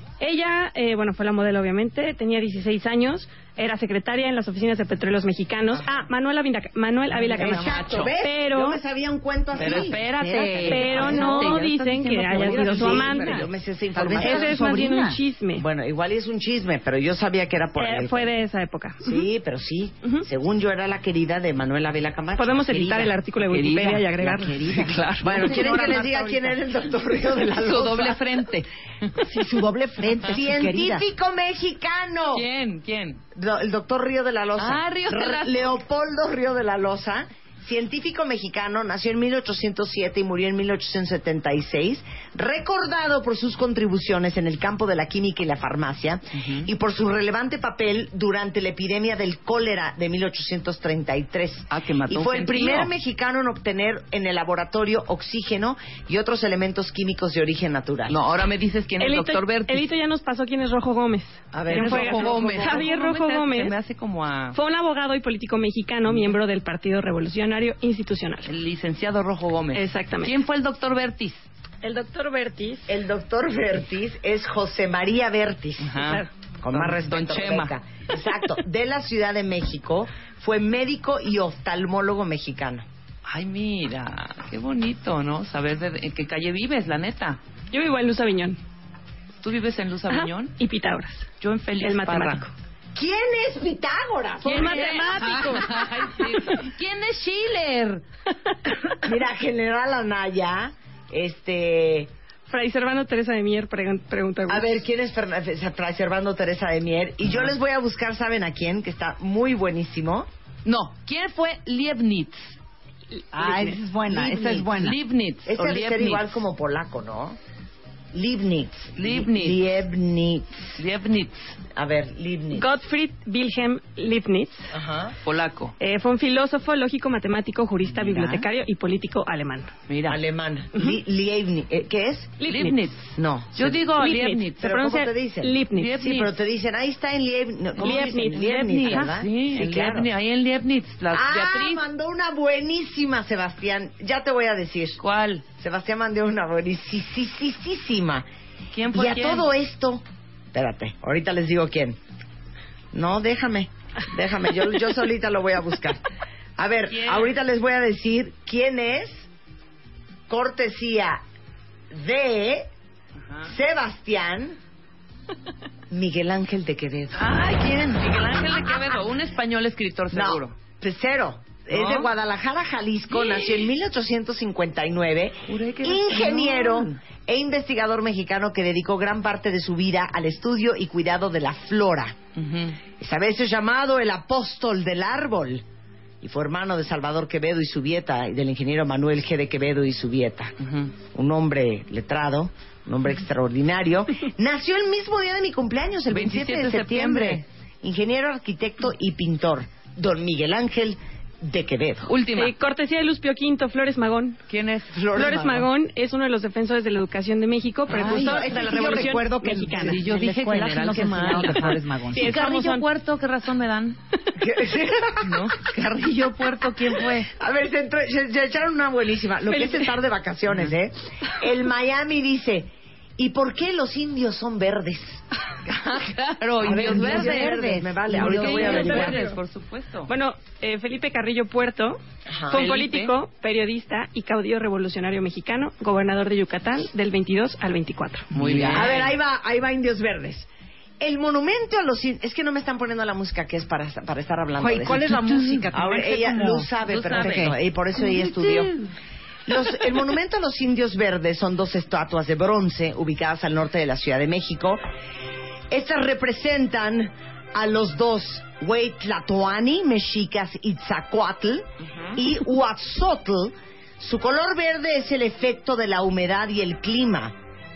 Speaker 6: Ella, eh, bueno, fue la modelo, obviamente. Tenía dieciséis años. Era secretaria en las oficinas de Petróleos Mexicanos. Ah, Manuel Ávila, Manuel Ávila Camacho.
Speaker 2: Exacto, ¿ves?
Speaker 6: Pero-
Speaker 2: Yo me sabía un cuento así.
Speaker 5: Pero espérate.
Speaker 6: Pero
Speaker 5: Espérate,
Speaker 6: no
Speaker 5: ya estás
Speaker 6: dicen que
Speaker 5: diciendo
Speaker 6: haya
Speaker 5: que
Speaker 6: sido
Speaker 5: sí,
Speaker 6: su amante.
Speaker 2: pero yo me sé esa
Speaker 5: Tal vez
Speaker 2: información.
Speaker 6: Ese es
Speaker 5: su
Speaker 6: más bien un
Speaker 5: sobrina.
Speaker 6: chisme.
Speaker 2: Bueno, igual es un chisme, pero yo sabía que era por
Speaker 6: Eh,
Speaker 2: él.
Speaker 6: fue de esa época.
Speaker 2: Sí, pero sí.
Speaker 6: Ujú.
Speaker 2: Según yo era la querida de Manuel Ávila Camacho.
Speaker 6: Podemos
Speaker 2: La
Speaker 6: editar
Speaker 2: querida.
Speaker 6: el artículo de
Speaker 2: Querida,
Speaker 6: Wikipedia y
Speaker 2: la
Speaker 6: agregarlo.
Speaker 2: querida.
Speaker 5: Sí, claro.
Speaker 2: Bueno, ¿quieren que
Speaker 6: Ahora
Speaker 2: les
Speaker 6: más
Speaker 2: diga
Speaker 6: ahorita.
Speaker 2: quién era el doctor Río de la
Speaker 5: Su
Speaker 2: Loza?
Speaker 5: doble frente.
Speaker 7: Sí, su doble frente, su querida.
Speaker 2: Científico mexicano.
Speaker 5: ¿Quién? ¿Quién?
Speaker 2: Do- el doctor Río de la Loza.
Speaker 5: Ah, Río de la-
Speaker 2: R- Leopoldo Río de la Loza, científico mexicano, nació en mil ochocientos siete y murió en mil ochocientos setenta y seis, recordado por sus contribuciones en el campo de la química y la farmacia
Speaker 5: Ujú.
Speaker 2: y por su relevante papel durante la epidemia del cólera de mil ochocientos treinta y tres.
Speaker 5: Ah, que mató
Speaker 2: y
Speaker 5: un
Speaker 2: fue el
Speaker 5: gentío.
Speaker 2: primer mexicano en obtener en el laboratorio oxígeno y otros elementos químicos de origen natural.
Speaker 5: No, ahora me dices quién es el
Speaker 6: Elito,
Speaker 5: doctor Berti.
Speaker 6: Elito ya nos pasó quién es Rojo Gómez.
Speaker 2: A ver,
Speaker 6: ¿Quién
Speaker 2: ¿quién
Speaker 6: fue?
Speaker 2: es Rojo Gómez?
Speaker 6: Javier Rojo
Speaker 5: se-
Speaker 6: Gómez.
Speaker 5: Se me hace como a...
Speaker 6: Fue un abogado y político mexicano, miembro del Partido Revolucionario Institucional.
Speaker 5: El licenciado Rojo Gómez.
Speaker 6: Exactamente.
Speaker 5: ¿Quién fue el doctor Bertis?
Speaker 6: El doctor Bertis.
Speaker 2: El doctor Bertis es José María Bertis.
Speaker 5: Ajá.
Speaker 2: Con
Speaker 5: Don-
Speaker 2: más respeto,
Speaker 5: Don Chema.
Speaker 2: Rebeca. Exacto. De la Ciudad de México. Fue médico y oftalmólogo mexicano.
Speaker 5: Ay, mira, qué bonito, ¿no? Saber de en qué calle vives, la neta.
Speaker 6: Yo vivo en Luz Aviñón.
Speaker 5: ¿Tú vives en Luz
Speaker 6: Ajá.
Speaker 5: Aviñón?
Speaker 6: Y Pitágoras.
Speaker 5: Yo en Félix
Speaker 6: El
Speaker 5: Parra.
Speaker 6: matemático.
Speaker 2: ¿Quién es Pitágoras?
Speaker 6: ¿Quién
Speaker 2: Hombre,
Speaker 6: matemático?
Speaker 5: Ay, sí. ¿Quién es Schiller?
Speaker 2: Mira, General Anaya. Este.
Speaker 6: Fray Servando Teresa de Mier pregun- pregunta.
Speaker 2: A ver, ¿quién es Ferna- Fray Servando Teresa de Mier? Y yo les voy a buscar, ¿saben a quién? Que está muy buenísimo.
Speaker 5: No, ¿quién fue Leibniz?
Speaker 7: Ah, esa es buena, esa es buena.
Speaker 5: Leibniz.
Speaker 2: Ese
Speaker 5: o
Speaker 2: debe ser
Speaker 5: Leibniz.
Speaker 2: igual como polaco, ¿no? Leibniz.
Speaker 5: Leibniz.
Speaker 2: Leibniz.
Speaker 5: Leibniz,
Speaker 2: A ver, Leibniz.
Speaker 6: Gottfried Wilhelm Leibniz.
Speaker 2: Ajá.
Speaker 5: polaco.
Speaker 6: Eh, fue un filósofo, lógico, matemático, jurista,
Speaker 5: Mira.
Speaker 6: bibliotecario y político alemán.
Speaker 5: Mira.
Speaker 2: Alemán. Li- Leibniz. Eh, ¿Qué es?
Speaker 5: Leibniz.
Speaker 2: No.
Speaker 5: Yo
Speaker 2: Se-
Speaker 5: digo
Speaker 6: Leibniz.
Speaker 5: Leibniz.
Speaker 6: Se
Speaker 2: ¿Pero
Speaker 6: pronuncia
Speaker 2: cómo te dicen?
Speaker 6: Leibniz.
Speaker 2: Sí, pero te dicen, ahí está en Leibniz. No, ¿cómo
Speaker 6: Leibniz.
Speaker 2: dicen? Leibniz,
Speaker 5: Ajá,
Speaker 2: ¿verdad?
Speaker 5: sí, en
Speaker 2: claro.
Speaker 5: Leibniz, ahí en Leibniz, la
Speaker 2: Ah,
Speaker 5: Beatriz.
Speaker 2: mandó una buenísima, Sebastián. Ya te voy a decir.
Speaker 5: ¿Cuál?
Speaker 2: Sebastián mandó una buenísima.
Speaker 5: ¿Quién
Speaker 2: Y
Speaker 5: fue
Speaker 2: a
Speaker 5: quién?
Speaker 2: todo esto... Espérate, ahorita les digo quién. No, déjame. Déjame, yo, yo solita lo voy a buscar. A ver,
Speaker 5: ¿Quién?
Speaker 2: ahorita les voy a decir quién es, cortesía de
Speaker 5: Ajá.
Speaker 2: Sebastián Miguel Ángel de Quevedo.
Speaker 5: Ay, ¿quién? Miguel Ángel de Quevedo, un español escritor seguro.
Speaker 2: No, pues cero. Es
Speaker 5: ¿No?
Speaker 2: de Guadalajara, Jalisco,
Speaker 5: Sí.
Speaker 2: nació en mil ochocientos cincuenta y nueve,
Speaker 5: Juré que era
Speaker 2: ingeniero
Speaker 5: español.
Speaker 2: e investigador mexicano que dedicó gran parte de su vida al estudio y cuidado de la flora.
Speaker 5: Ujú.
Speaker 2: Es a veces llamado el apóstol del árbol. Y fue hermano de Salvador Quevedo y Subieta y del ingeniero Manuel G. de Quevedo y Subieta.
Speaker 5: Ujú.
Speaker 2: Un hombre letrado, un hombre extraordinario. Nació el mismo día de mi cumpleaños, el veintisiete de septiembre. Ingeniero, arquitecto y pintor. Don Miguel Ángel de Quevedo.
Speaker 5: Última.
Speaker 6: Eh, cortesía de Luz Pío Quinto, Flores Magón.
Speaker 5: ¿Quién es?
Speaker 6: Flores, Magón. es uno de los defensores de la educación de México, precursor
Speaker 7: Ay,
Speaker 6: de la
Speaker 7: sí, yo
Speaker 6: Revolución
Speaker 7: recuerdo que
Speaker 6: Mexicana.
Speaker 5: Sí, yo
Speaker 7: en la
Speaker 5: dije
Speaker 7: escuela
Speaker 5: general,
Speaker 7: nos
Speaker 5: qué mal.
Speaker 7: enseñaron de Flores Magón.
Speaker 6: Sí,
Speaker 5: ¿Y
Speaker 6: es
Speaker 5: Carrillo
Speaker 6: famosón.
Speaker 5: Puerto qué razón me dan? ¿No? Carrillo Puerto, ¿quién fue?
Speaker 2: A ver, se, entró- se- se echaron una buenísima. Lo que es estar de vacaciones, ¿eh? El Miami dice, ¿y por qué los indios son verdes?
Speaker 5: Claro,
Speaker 2: A ver,
Speaker 5: indios
Speaker 2: indios
Speaker 5: verdes.
Speaker 2: verdes, me vale,
Speaker 5: Indios
Speaker 2: ahorita voy a
Speaker 5: verdes,
Speaker 2: averiguar.
Speaker 5: por supuesto.
Speaker 6: Bueno, eh, Felipe Carrillo Puerto
Speaker 2: Ajá.
Speaker 6: fue un
Speaker 5: Felipe.
Speaker 6: político, periodista y caudillo revolucionario mexicano, gobernador de Yucatán del veintidós al veinticuatro.
Speaker 5: Muy bien.
Speaker 2: A ver, ahí va, ahí va Indios Verdes. El monumento a los indios... Es que no me están poniendo la música que es para, para estar hablando
Speaker 7: Oye,
Speaker 2: de
Speaker 7: ¿cuál
Speaker 2: eso.
Speaker 7: es la música?
Speaker 2: Ahora
Speaker 7: Tendría que
Speaker 2: ella
Speaker 7: como-
Speaker 2: Luz sabe
Speaker 5: Luz
Speaker 2: perfecto,
Speaker 5: sabe.
Speaker 2: y por eso ella estudió. Los, el monumento a los indios verdes son dos estatuas de bronce ubicadas al norte de la Ciudad de México. Estas representan a los dos Hueytlatoani, mexicas Itzacuatl, y Huatzotl. Su color verde es el efecto de la humedad y el clima.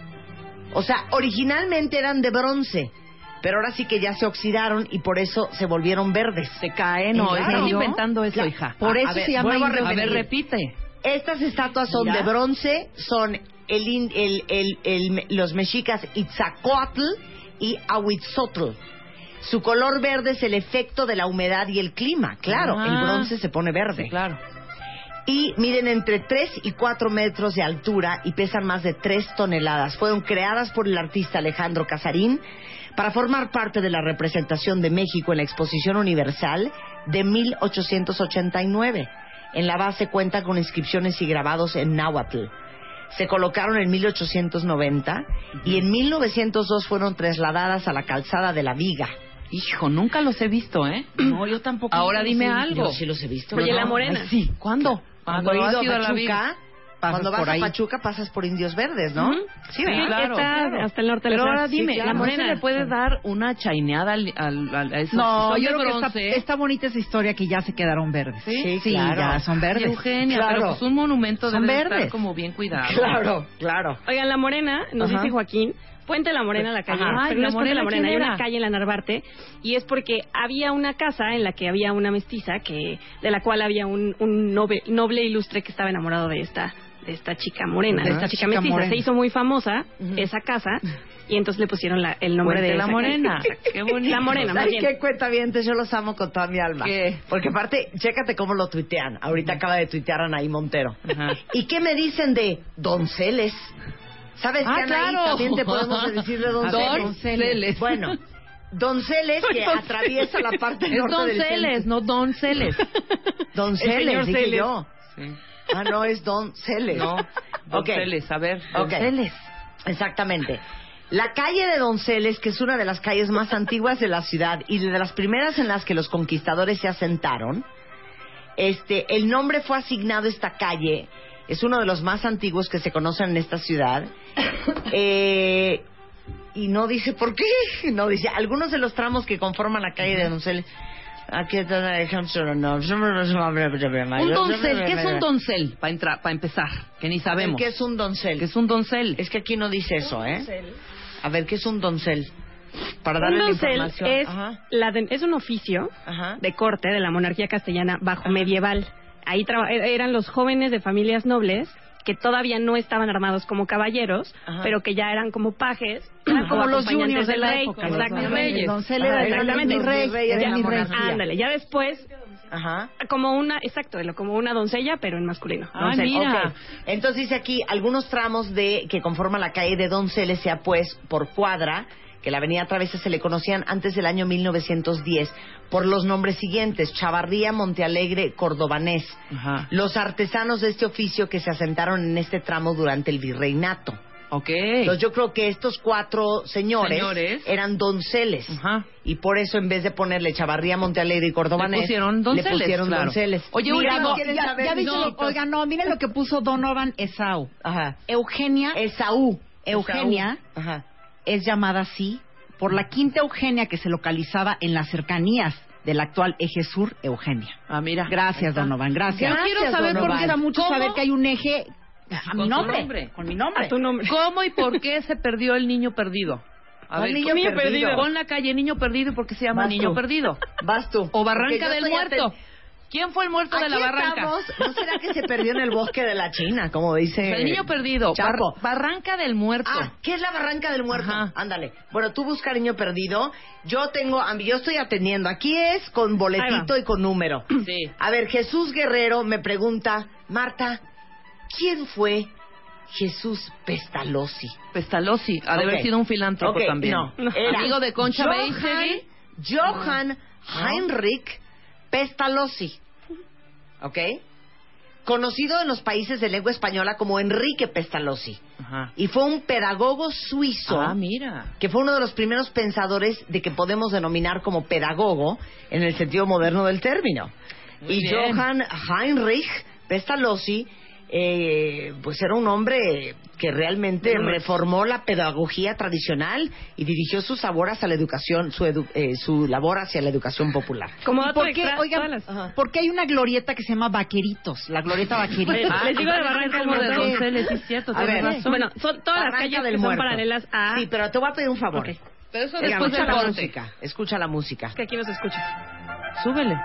Speaker 2: O sea, originalmente eran de bronce, pero ahora sí que ya se oxidaron y por eso se volvieron verdes.
Speaker 5: Se cae, no,
Speaker 2: Claro.
Speaker 5: estás inventando eso,
Speaker 2: Claro.
Speaker 5: hija.
Speaker 7: Por
Speaker 2: A-
Speaker 7: eso
Speaker 2: a ver,
Speaker 7: se llama
Speaker 2: vuelvo a
Speaker 7: indio.
Speaker 5: A ver,
Speaker 2: repetir.
Speaker 5: repite.
Speaker 2: Estas estatuas son
Speaker 7: Mira.
Speaker 2: de bronce, son el, in- el, el, el- los mexicas Itzacuatl y Ahuitzotl. Su color verde es el efecto de la humedad y el clima. Claro,
Speaker 5: Ah.
Speaker 2: el bronce se pone verde.
Speaker 5: Sí, claro.
Speaker 2: Y miden entre tres y cuatro metros de altura y pesan más de tres toneladas. Fueron creadas por el artista Alejandro Casarín para formar parte de la representación de México en la Exposición Universal de mil ochocientos ochenta y nueve. En la base cuenta con inscripciones y grabados en náhuatl. Se colocaron en mil ochocientos noventa y en mil novecientos dos fueron trasladadas a la calzada de la Viga.
Speaker 5: Hijo, nunca los he visto, ¿eh?
Speaker 7: No, yo tampoco.
Speaker 5: Ahora
Speaker 7: los
Speaker 5: dime
Speaker 7: he
Speaker 5: algo.
Speaker 2: Yo sí los he visto.
Speaker 6: Oye,
Speaker 2: ¿no?
Speaker 6: la morena.
Speaker 2: Ay, sí.
Speaker 5: ¿Cuándo?
Speaker 2: Cuando
Speaker 5: ¿Cuándo
Speaker 2: has
Speaker 5: has
Speaker 2: ido
Speaker 5: ido
Speaker 2: a
Speaker 5: a la Viga?
Speaker 2: Pachuca,
Speaker 7: Pasas
Speaker 2: cuando vas
Speaker 7: por
Speaker 2: a
Speaker 7: ahí.
Speaker 2: Pachuca pasas por Indios Verdes, ¿no?
Speaker 6: Ujú.
Speaker 2: Sí,
Speaker 5: Sí,
Speaker 2: ¿verdad?
Speaker 5: claro.
Speaker 6: Está
Speaker 2: claro.
Speaker 6: hasta el norte de la
Speaker 5: Pero
Speaker 6: ciudad.
Speaker 5: ahora dime,
Speaker 6: Sí,
Speaker 5: ¿la
Speaker 6: claro.
Speaker 5: morena le puede dar una chaineada al, al, al- a esos
Speaker 7: No,
Speaker 5: son
Speaker 7: yo
Speaker 5: de
Speaker 7: creo que está,
Speaker 5: bronce?
Speaker 7: está bonita esa historia que ya se quedaron verdes.
Speaker 2: Sí, claro.
Speaker 7: ya son
Speaker 5: Ay,
Speaker 7: verdes.
Speaker 5: Eugenia,
Speaker 2: Claro.
Speaker 5: pero pues un monumento
Speaker 7: Son
Speaker 5: debe de
Speaker 7: verdes.
Speaker 5: estar como bien cuidado.
Speaker 2: Claro, claro.
Speaker 6: Oigan, La Morena, nos
Speaker 2: Ajá.
Speaker 6: dice Joaquín, Puente La Morena, la calle.
Speaker 5: Ajá. Ay,
Speaker 6: Pero no
Speaker 5: La
Speaker 6: es Puente La
Speaker 5: Morena,
Speaker 6: Morena, hay
Speaker 5: ¿quién
Speaker 6: una
Speaker 5: era?
Speaker 6: calle en la Narvarte, y es porque había una casa en la que había una mestiza, que de la cual había un, un noble, noble ilustre que estaba enamorado de esta de esta chica morena,
Speaker 7: De
Speaker 6: de
Speaker 7: esta
Speaker 6: esta chica
Speaker 7: chica
Speaker 6: mestiza.
Speaker 7: morena.
Speaker 6: Se hizo muy famosa esa casa, y entonces le pusieron la- el nombre
Speaker 5: Puente
Speaker 6: de
Speaker 5: La
Speaker 6: esa
Speaker 5: Morena.
Speaker 6: calle.
Speaker 5: Qué bonito.
Speaker 6: La Morena, más
Speaker 2: ¿Sabes
Speaker 6: bien.
Speaker 2: qué cuentavientes? Yo los amo con toda mi alma.
Speaker 5: ¿Qué?
Speaker 2: Porque aparte, chécate cómo lo tuitean. Ahorita acaba de tuitear Anaí Montero.
Speaker 5: Ajá.
Speaker 2: ¿Y qué me dicen de donceles? ¿Sabes
Speaker 5: Ah,
Speaker 2: qué, Anaí?
Speaker 5: claro.
Speaker 2: También te podemos decirle donceles.
Speaker 5: Donceles.
Speaker 2: Bueno, donceles que atraviesa la parte
Speaker 5: Es
Speaker 2: norte del
Speaker 5: Donceles,
Speaker 2: centro.
Speaker 5: no Donceles.
Speaker 6: El
Speaker 2: Donceles,
Speaker 6: señor
Speaker 2: dije
Speaker 6: Celes.
Speaker 2: yo.
Speaker 5: Sí.
Speaker 2: Ah, no, es donceles.
Speaker 5: No,
Speaker 2: Ok.
Speaker 5: Donceles, a ver.
Speaker 2: Ok.
Speaker 5: Donceles.
Speaker 2: Exactamente. La calle de Donceles, que es una de las calles más antiguas de la ciudad y de las primeras en las que los conquistadores se asentaron, este, el nombre fue asignado a esta calle, es uno de los más antiguos que se conocen en esta ciudad, eh, y no dice por qué, no dice, algunos de los tramos que conforman la calle de Donceles. Aquí está el ejemplo, no.
Speaker 5: Un doncel, ¿qué es un doncel? Para entrar, para empezar, que ni sabemos.
Speaker 2: ¿Qué es un doncel?
Speaker 5: ¿Qué es un doncel?
Speaker 2: Es que aquí no dice eso, ¿eh? A ver, ¿qué es un doncel? Para
Speaker 6: Un
Speaker 2: darle la
Speaker 6: doncel
Speaker 2: información.
Speaker 6: es,
Speaker 2: Ajá,
Speaker 6: la de- es un oficio
Speaker 2: ajá.
Speaker 6: de corte de la monarquía castellana bajo medieval. Ahí traba- eran los jóvenes de familias nobles que todavía no estaban armados como caballeros,
Speaker 2: Ajá.
Speaker 6: pero que ya eran como pajes,
Speaker 7: Eran
Speaker 6: o
Speaker 7: como los
Speaker 6: acompañantes
Speaker 7: juniors de
Speaker 6: del
Speaker 7: la
Speaker 6: rey.
Speaker 7: época.
Speaker 6: Exactamente.
Speaker 5: los reyes.
Speaker 7: El doncel
Speaker 2: Ajá,
Speaker 7: era
Speaker 6: exactamente.
Speaker 7: mi rey,
Speaker 2: rey
Speaker 7: era
Speaker 2: de la
Speaker 7: mi rey.
Speaker 2: monarquía.
Speaker 6: Ándale, ya después
Speaker 2: Ajá.
Speaker 6: como una, exacto, como una doncella, pero en masculino.
Speaker 5: Ah,
Speaker 2: Doncel,
Speaker 5: mira.
Speaker 2: ok. Entonces dice aquí, algunos tramos de que conforman la calle de Donceles, sea pues por cuadra, que la avenida Travesa se le conocían antes del año mil novecientos diez por los nombres siguientes: Chavarría, Montealegre, Cordobanés.
Speaker 5: Ajá.
Speaker 2: Los artesanos de este oficio que se asentaron en este tramo durante el virreinato.
Speaker 5: Ok.
Speaker 2: Entonces yo creo que estos cuatro señores,
Speaker 5: Señores.
Speaker 2: eran donceles.
Speaker 5: Ajá.
Speaker 2: Y por eso en vez de ponerle Chavarría, Montealegre y Cordobanés,
Speaker 5: Le pusieron donceles,
Speaker 2: le pusieron
Speaker 5: claro.
Speaker 2: donceles.
Speaker 5: Oye,
Speaker 7: Mira,
Speaker 5: último-
Speaker 7: no,
Speaker 2: ¿quieren
Speaker 7: ya,
Speaker 2: saber
Speaker 7: ya
Speaker 2: mis
Speaker 7: viste lo-
Speaker 2: hijitos?
Speaker 7: oigan, no, miren lo que puso Donovan Esau.
Speaker 2: Ajá.
Speaker 7: Eugenia,
Speaker 2: Esaú.
Speaker 7: Eugenia
Speaker 2: Esaú. Ajá.
Speaker 7: es llamada así por la quinta Eugenia que se localizaba en las cercanías del actual eje sur Eugenia.
Speaker 5: Ah, mira.
Speaker 7: Gracias, Donovan, gracias.
Speaker 5: Yo quiero saber
Speaker 7: Me
Speaker 5: por qué-
Speaker 7: gusta mucho
Speaker 5: ¿cómo?
Speaker 7: saber que hay un eje a
Speaker 5: Con
Speaker 7: mi
Speaker 5: tu
Speaker 7: nombre,
Speaker 5: nombre.
Speaker 7: con mi nombre.
Speaker 6: A tu nombre.
Speaker 5: ¿Cómo y por qué se perdió el niño perdido? A
Speaker 2: ¿Cuál niño
Speaker 5: ¿cómo-
Speaker 2: perdido?
Speaker 5: Pon la calle Niño Perdido, ¿y por qué se llama
Speaker 2: Vas
Speaker 5: Niño
Speaker 2: tú.
Speaker 5: Perdido?
Speaker 2: Vas tú.
Speaker 5: O
Speaker 2: Porque
Speaker 5: Barranca
Speaker 2: yo
Speaker 5: del
Speaker 2: estoy
Speaker 5: Muerto.
Speaker 2: aten-
Speaker 5: ¿Quién fue el muerto de
Speaker 2: Aquí
Speaker 5: la barranca?
Speaker 2: estamos. ¿No será que se perdió en el bosque de la China, como dice
Speaker 5: El niño perdido.
Speaker 2: Chapo?
Speaker 5: Bar- Barranca del Muerto.
Speaker 2: Ah, ¿qué es la Barranca del Muerto?
Speaker 5: Ajá.
Speaker 2: Ándale. Bueno, tú busca niño perdido. Yo tengo, a mí- yo estoy atendiendo. Aquí es con
Speaker 6: Ahí
Speaker 2: boletito
Speaker 6: va.
Speaker 2: y con número.
Speaker 5: Sí.
Speaker 2: A ver, Jesús Guerrero me pregunta, Marta, ¿quién fue Jesús Pestalozzi?
Speaker 5: Pestalozzi. Ha de
Speaker 2: Ok.
Speaker 5: haber sido un filántropo
Speaker 2: Ok,
Speaker 5: también.
Speaker 2: no.
Speaker 6: No.
Speaker 2: Era
Speaker 5: Amigo de Concha
Speaker 2: Johann-
Speaker 5: Beisegui.
Speaker 2: Johann Heinrich Pestalozzi. ¿Ok? Conocido en los países de lengua española como Enrique Pestalozzi.
Speaker 5: Ajá.
Speaker 2: Y fue un pedagogo suizo
Speaker 5: Ah, mira.
Speaker 2: que fue uno de los primeros pensadores de que podemos denominar como pedagogo en el sentido moderno del término.
Speaker 5: Muy
Speaker 2: y
Speaker 5: bien.
Speaker 2: Johann Heinrich Pestalozzi, eh, pues era un hombre que realmente reformó la pedagogía tradicional y dirigió su labor hacia la educación, su, edu- eh, su labor hacia la educación popular.
Speaker 6: Como
Speaker 7: ¿Y
Speaker 6: dato
Speaker 7: por qué,
Speaker 6: extra,
Speaker 7: oigan,
Speaker 6: todas las-
Speaker 2: Ajá.
Speaker 7: por qué hay una glorieta que se llama Vaqueritos? La glorieta Vaqueritos.
Speaker 6: Les- les digo de Barranca del
Speaker 5: Como de
Speaker 6: Muerto.
Speaker 5: Donceles, sí es cierto.
Speaker 2: A
Speaker 5: tienes
Speaker 2: ver,
Speaker 5: razón.
Speaker 6: Bueno, son todas las
Speaker 2: Barranca
Speaker 6: calles
Speaker 2: del
Speaker 6: que
Speaker 2: Muerto.
Speaker 6: son paralelas a...
Speaker 2: Sí, pero te voy a pedir un favor.
Speaker 6: Ok.
Speaker 5: Pero eso
Speaker 2: Escucha
Speaker 5: después del
Speaker 2: la
Speaker 5: corte.
Speaker 2: música. Escucha la música.
Speaker 6: Que aquí nos escucha.
Speaker 5: Súbele.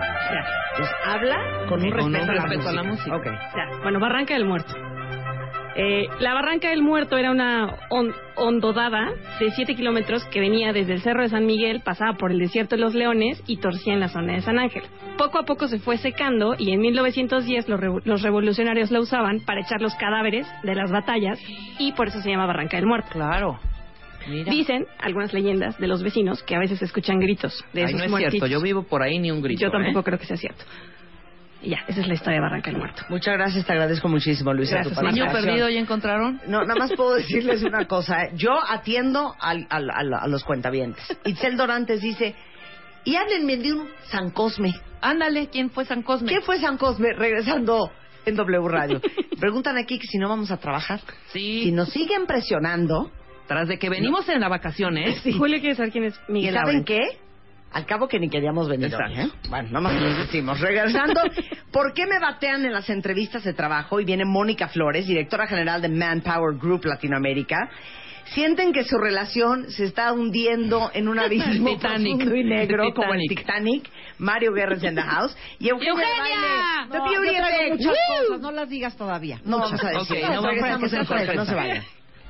Speaker 6: Ya,
Speaker 2: Pues habla con un
Speaker 5: Con un
Speaker 2: respeto, a, la
Speaker 5: respeto a la
Speaker 2: música.
Speaker 5: música.
Speaker 2: Ok.
Speaker 6: ya. Bueno, Barranca del Muerto. Eh, la Barranca del Muerto era una on- hondodada de siete kilómetros que venía desde el Cerro de San Miguel, pasaba por el Desierto de los Leones y torcía en la zona de San Ángel. Poco a poco se fue secando y en mil novecientos diez los, revo- los revolucionarios la usaban para echar los cadáveres de las batallas y por eso se llama Barranca del Muerto.
Speaker 5: Claro. Mira.
Speaker 6: Dicen algunas leyendas de los vecinos que a veces se escuchan gritos de
Speaker 5: Ay,
Speaker 6: esos
Speaker 5: no es
Speaker 6: muertitos.
Speaker 5: cierto, yo vivo por ahí ni un grito.
Speaker 6: Yo tampoco
Speaker 5: ¿eh?
Speaker 6: creo que sea cierto. Y ya, esa es la historia de Barranca del Muerto.
Speaker 7: Muchas gracias, te agradezco muchísimo, Luisa.
Speaker 6: Gracias,
Speaker 7: tu
Speaker 5: ¿Niño
Speaker 7: participación.
Speaker 5: perdido ya encontraron?
Speaker 7: No, nada más puedo decirles una cosa. ¿eh? Yo atiendo al, al, al, a los cuentavientes. Itzel Dorantes dice, y háblenme de un San Cosme.
Speaker 5: Ándale, ¿quién fue San Cosme?
Speaker 7: ¿Quién fue San Cosme? Regresando en W Radio. Preguntan aquí que si no vamos a trabajar.
Speaker 5: Sí.
Speaker 7: Si nos siguen presionando...
Speaker 5: Tras de que venimos en la vacación, ¿eh?
Speaker 7: Sí.
Speaker 6: Julio quiere saber quién es
Speaker 7: ¿Y
Speaker 6: Miguel
Speaker 7: saben
Speaker 6: Aure.
Speaker 7: qué? Al cabo que ni queríamos venir
Speaker 5: Exacto.
Speaker 7: hoy, ¿eh? Bueno, nada más les decimos. Regresando, ¿por qué me batean en las entrevistas de trabajo? Y viene Mónica Flores, directora general de Manpower Group Latinoamérica. Sienten que su relación se está hundiendo en un abismo
Speaker 5: Titanic.
Speaker 7: profundo y negro
Speaker 5: Titanic.
Speaker 7: como el Titanic. Mario Guerres in the house. Y Eugenia,
Speaker 5: ¡Eugenia!
Speaker 7: Baile, The
Speaker 5: No,
Speaker 7: Beauty
Speaker 5: yo traigo
Speaker 7: Effect.
Speaker 5: muchas
Speaker 7: ¡Woo!
Speaker 5: cosas,
Speaker 7: No las digas todavía.
Speaker 5: No
Speaker 7: Muchas
Speaker 5: vamos a
Speaker 7: gracias.
Speaker 5: decir. Ok, no vamos a
Speaker 7: Regresamos
Speaker 5: decir
Speaker 7: en breve,
Speaker 5: sorpresa.
Speaker 7: no se vayan.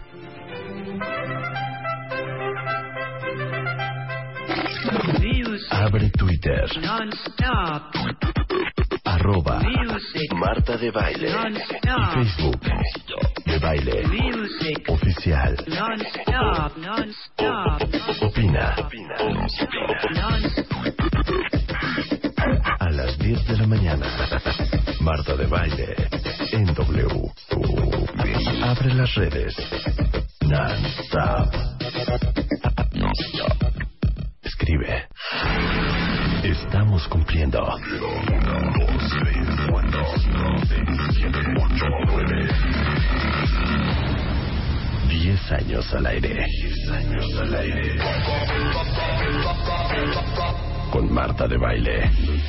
Speaker 3: Abre Twitter. Arroba Marta de Baile. Y Facebook de Baile Oficial. Opina. A las diez de la mañana. Marta de Baile en W. Abre las redes. Non-stop. Escribe. Estamos cumpliendo. Diez años al aire. Diez años al aire. Con Marta de Baile.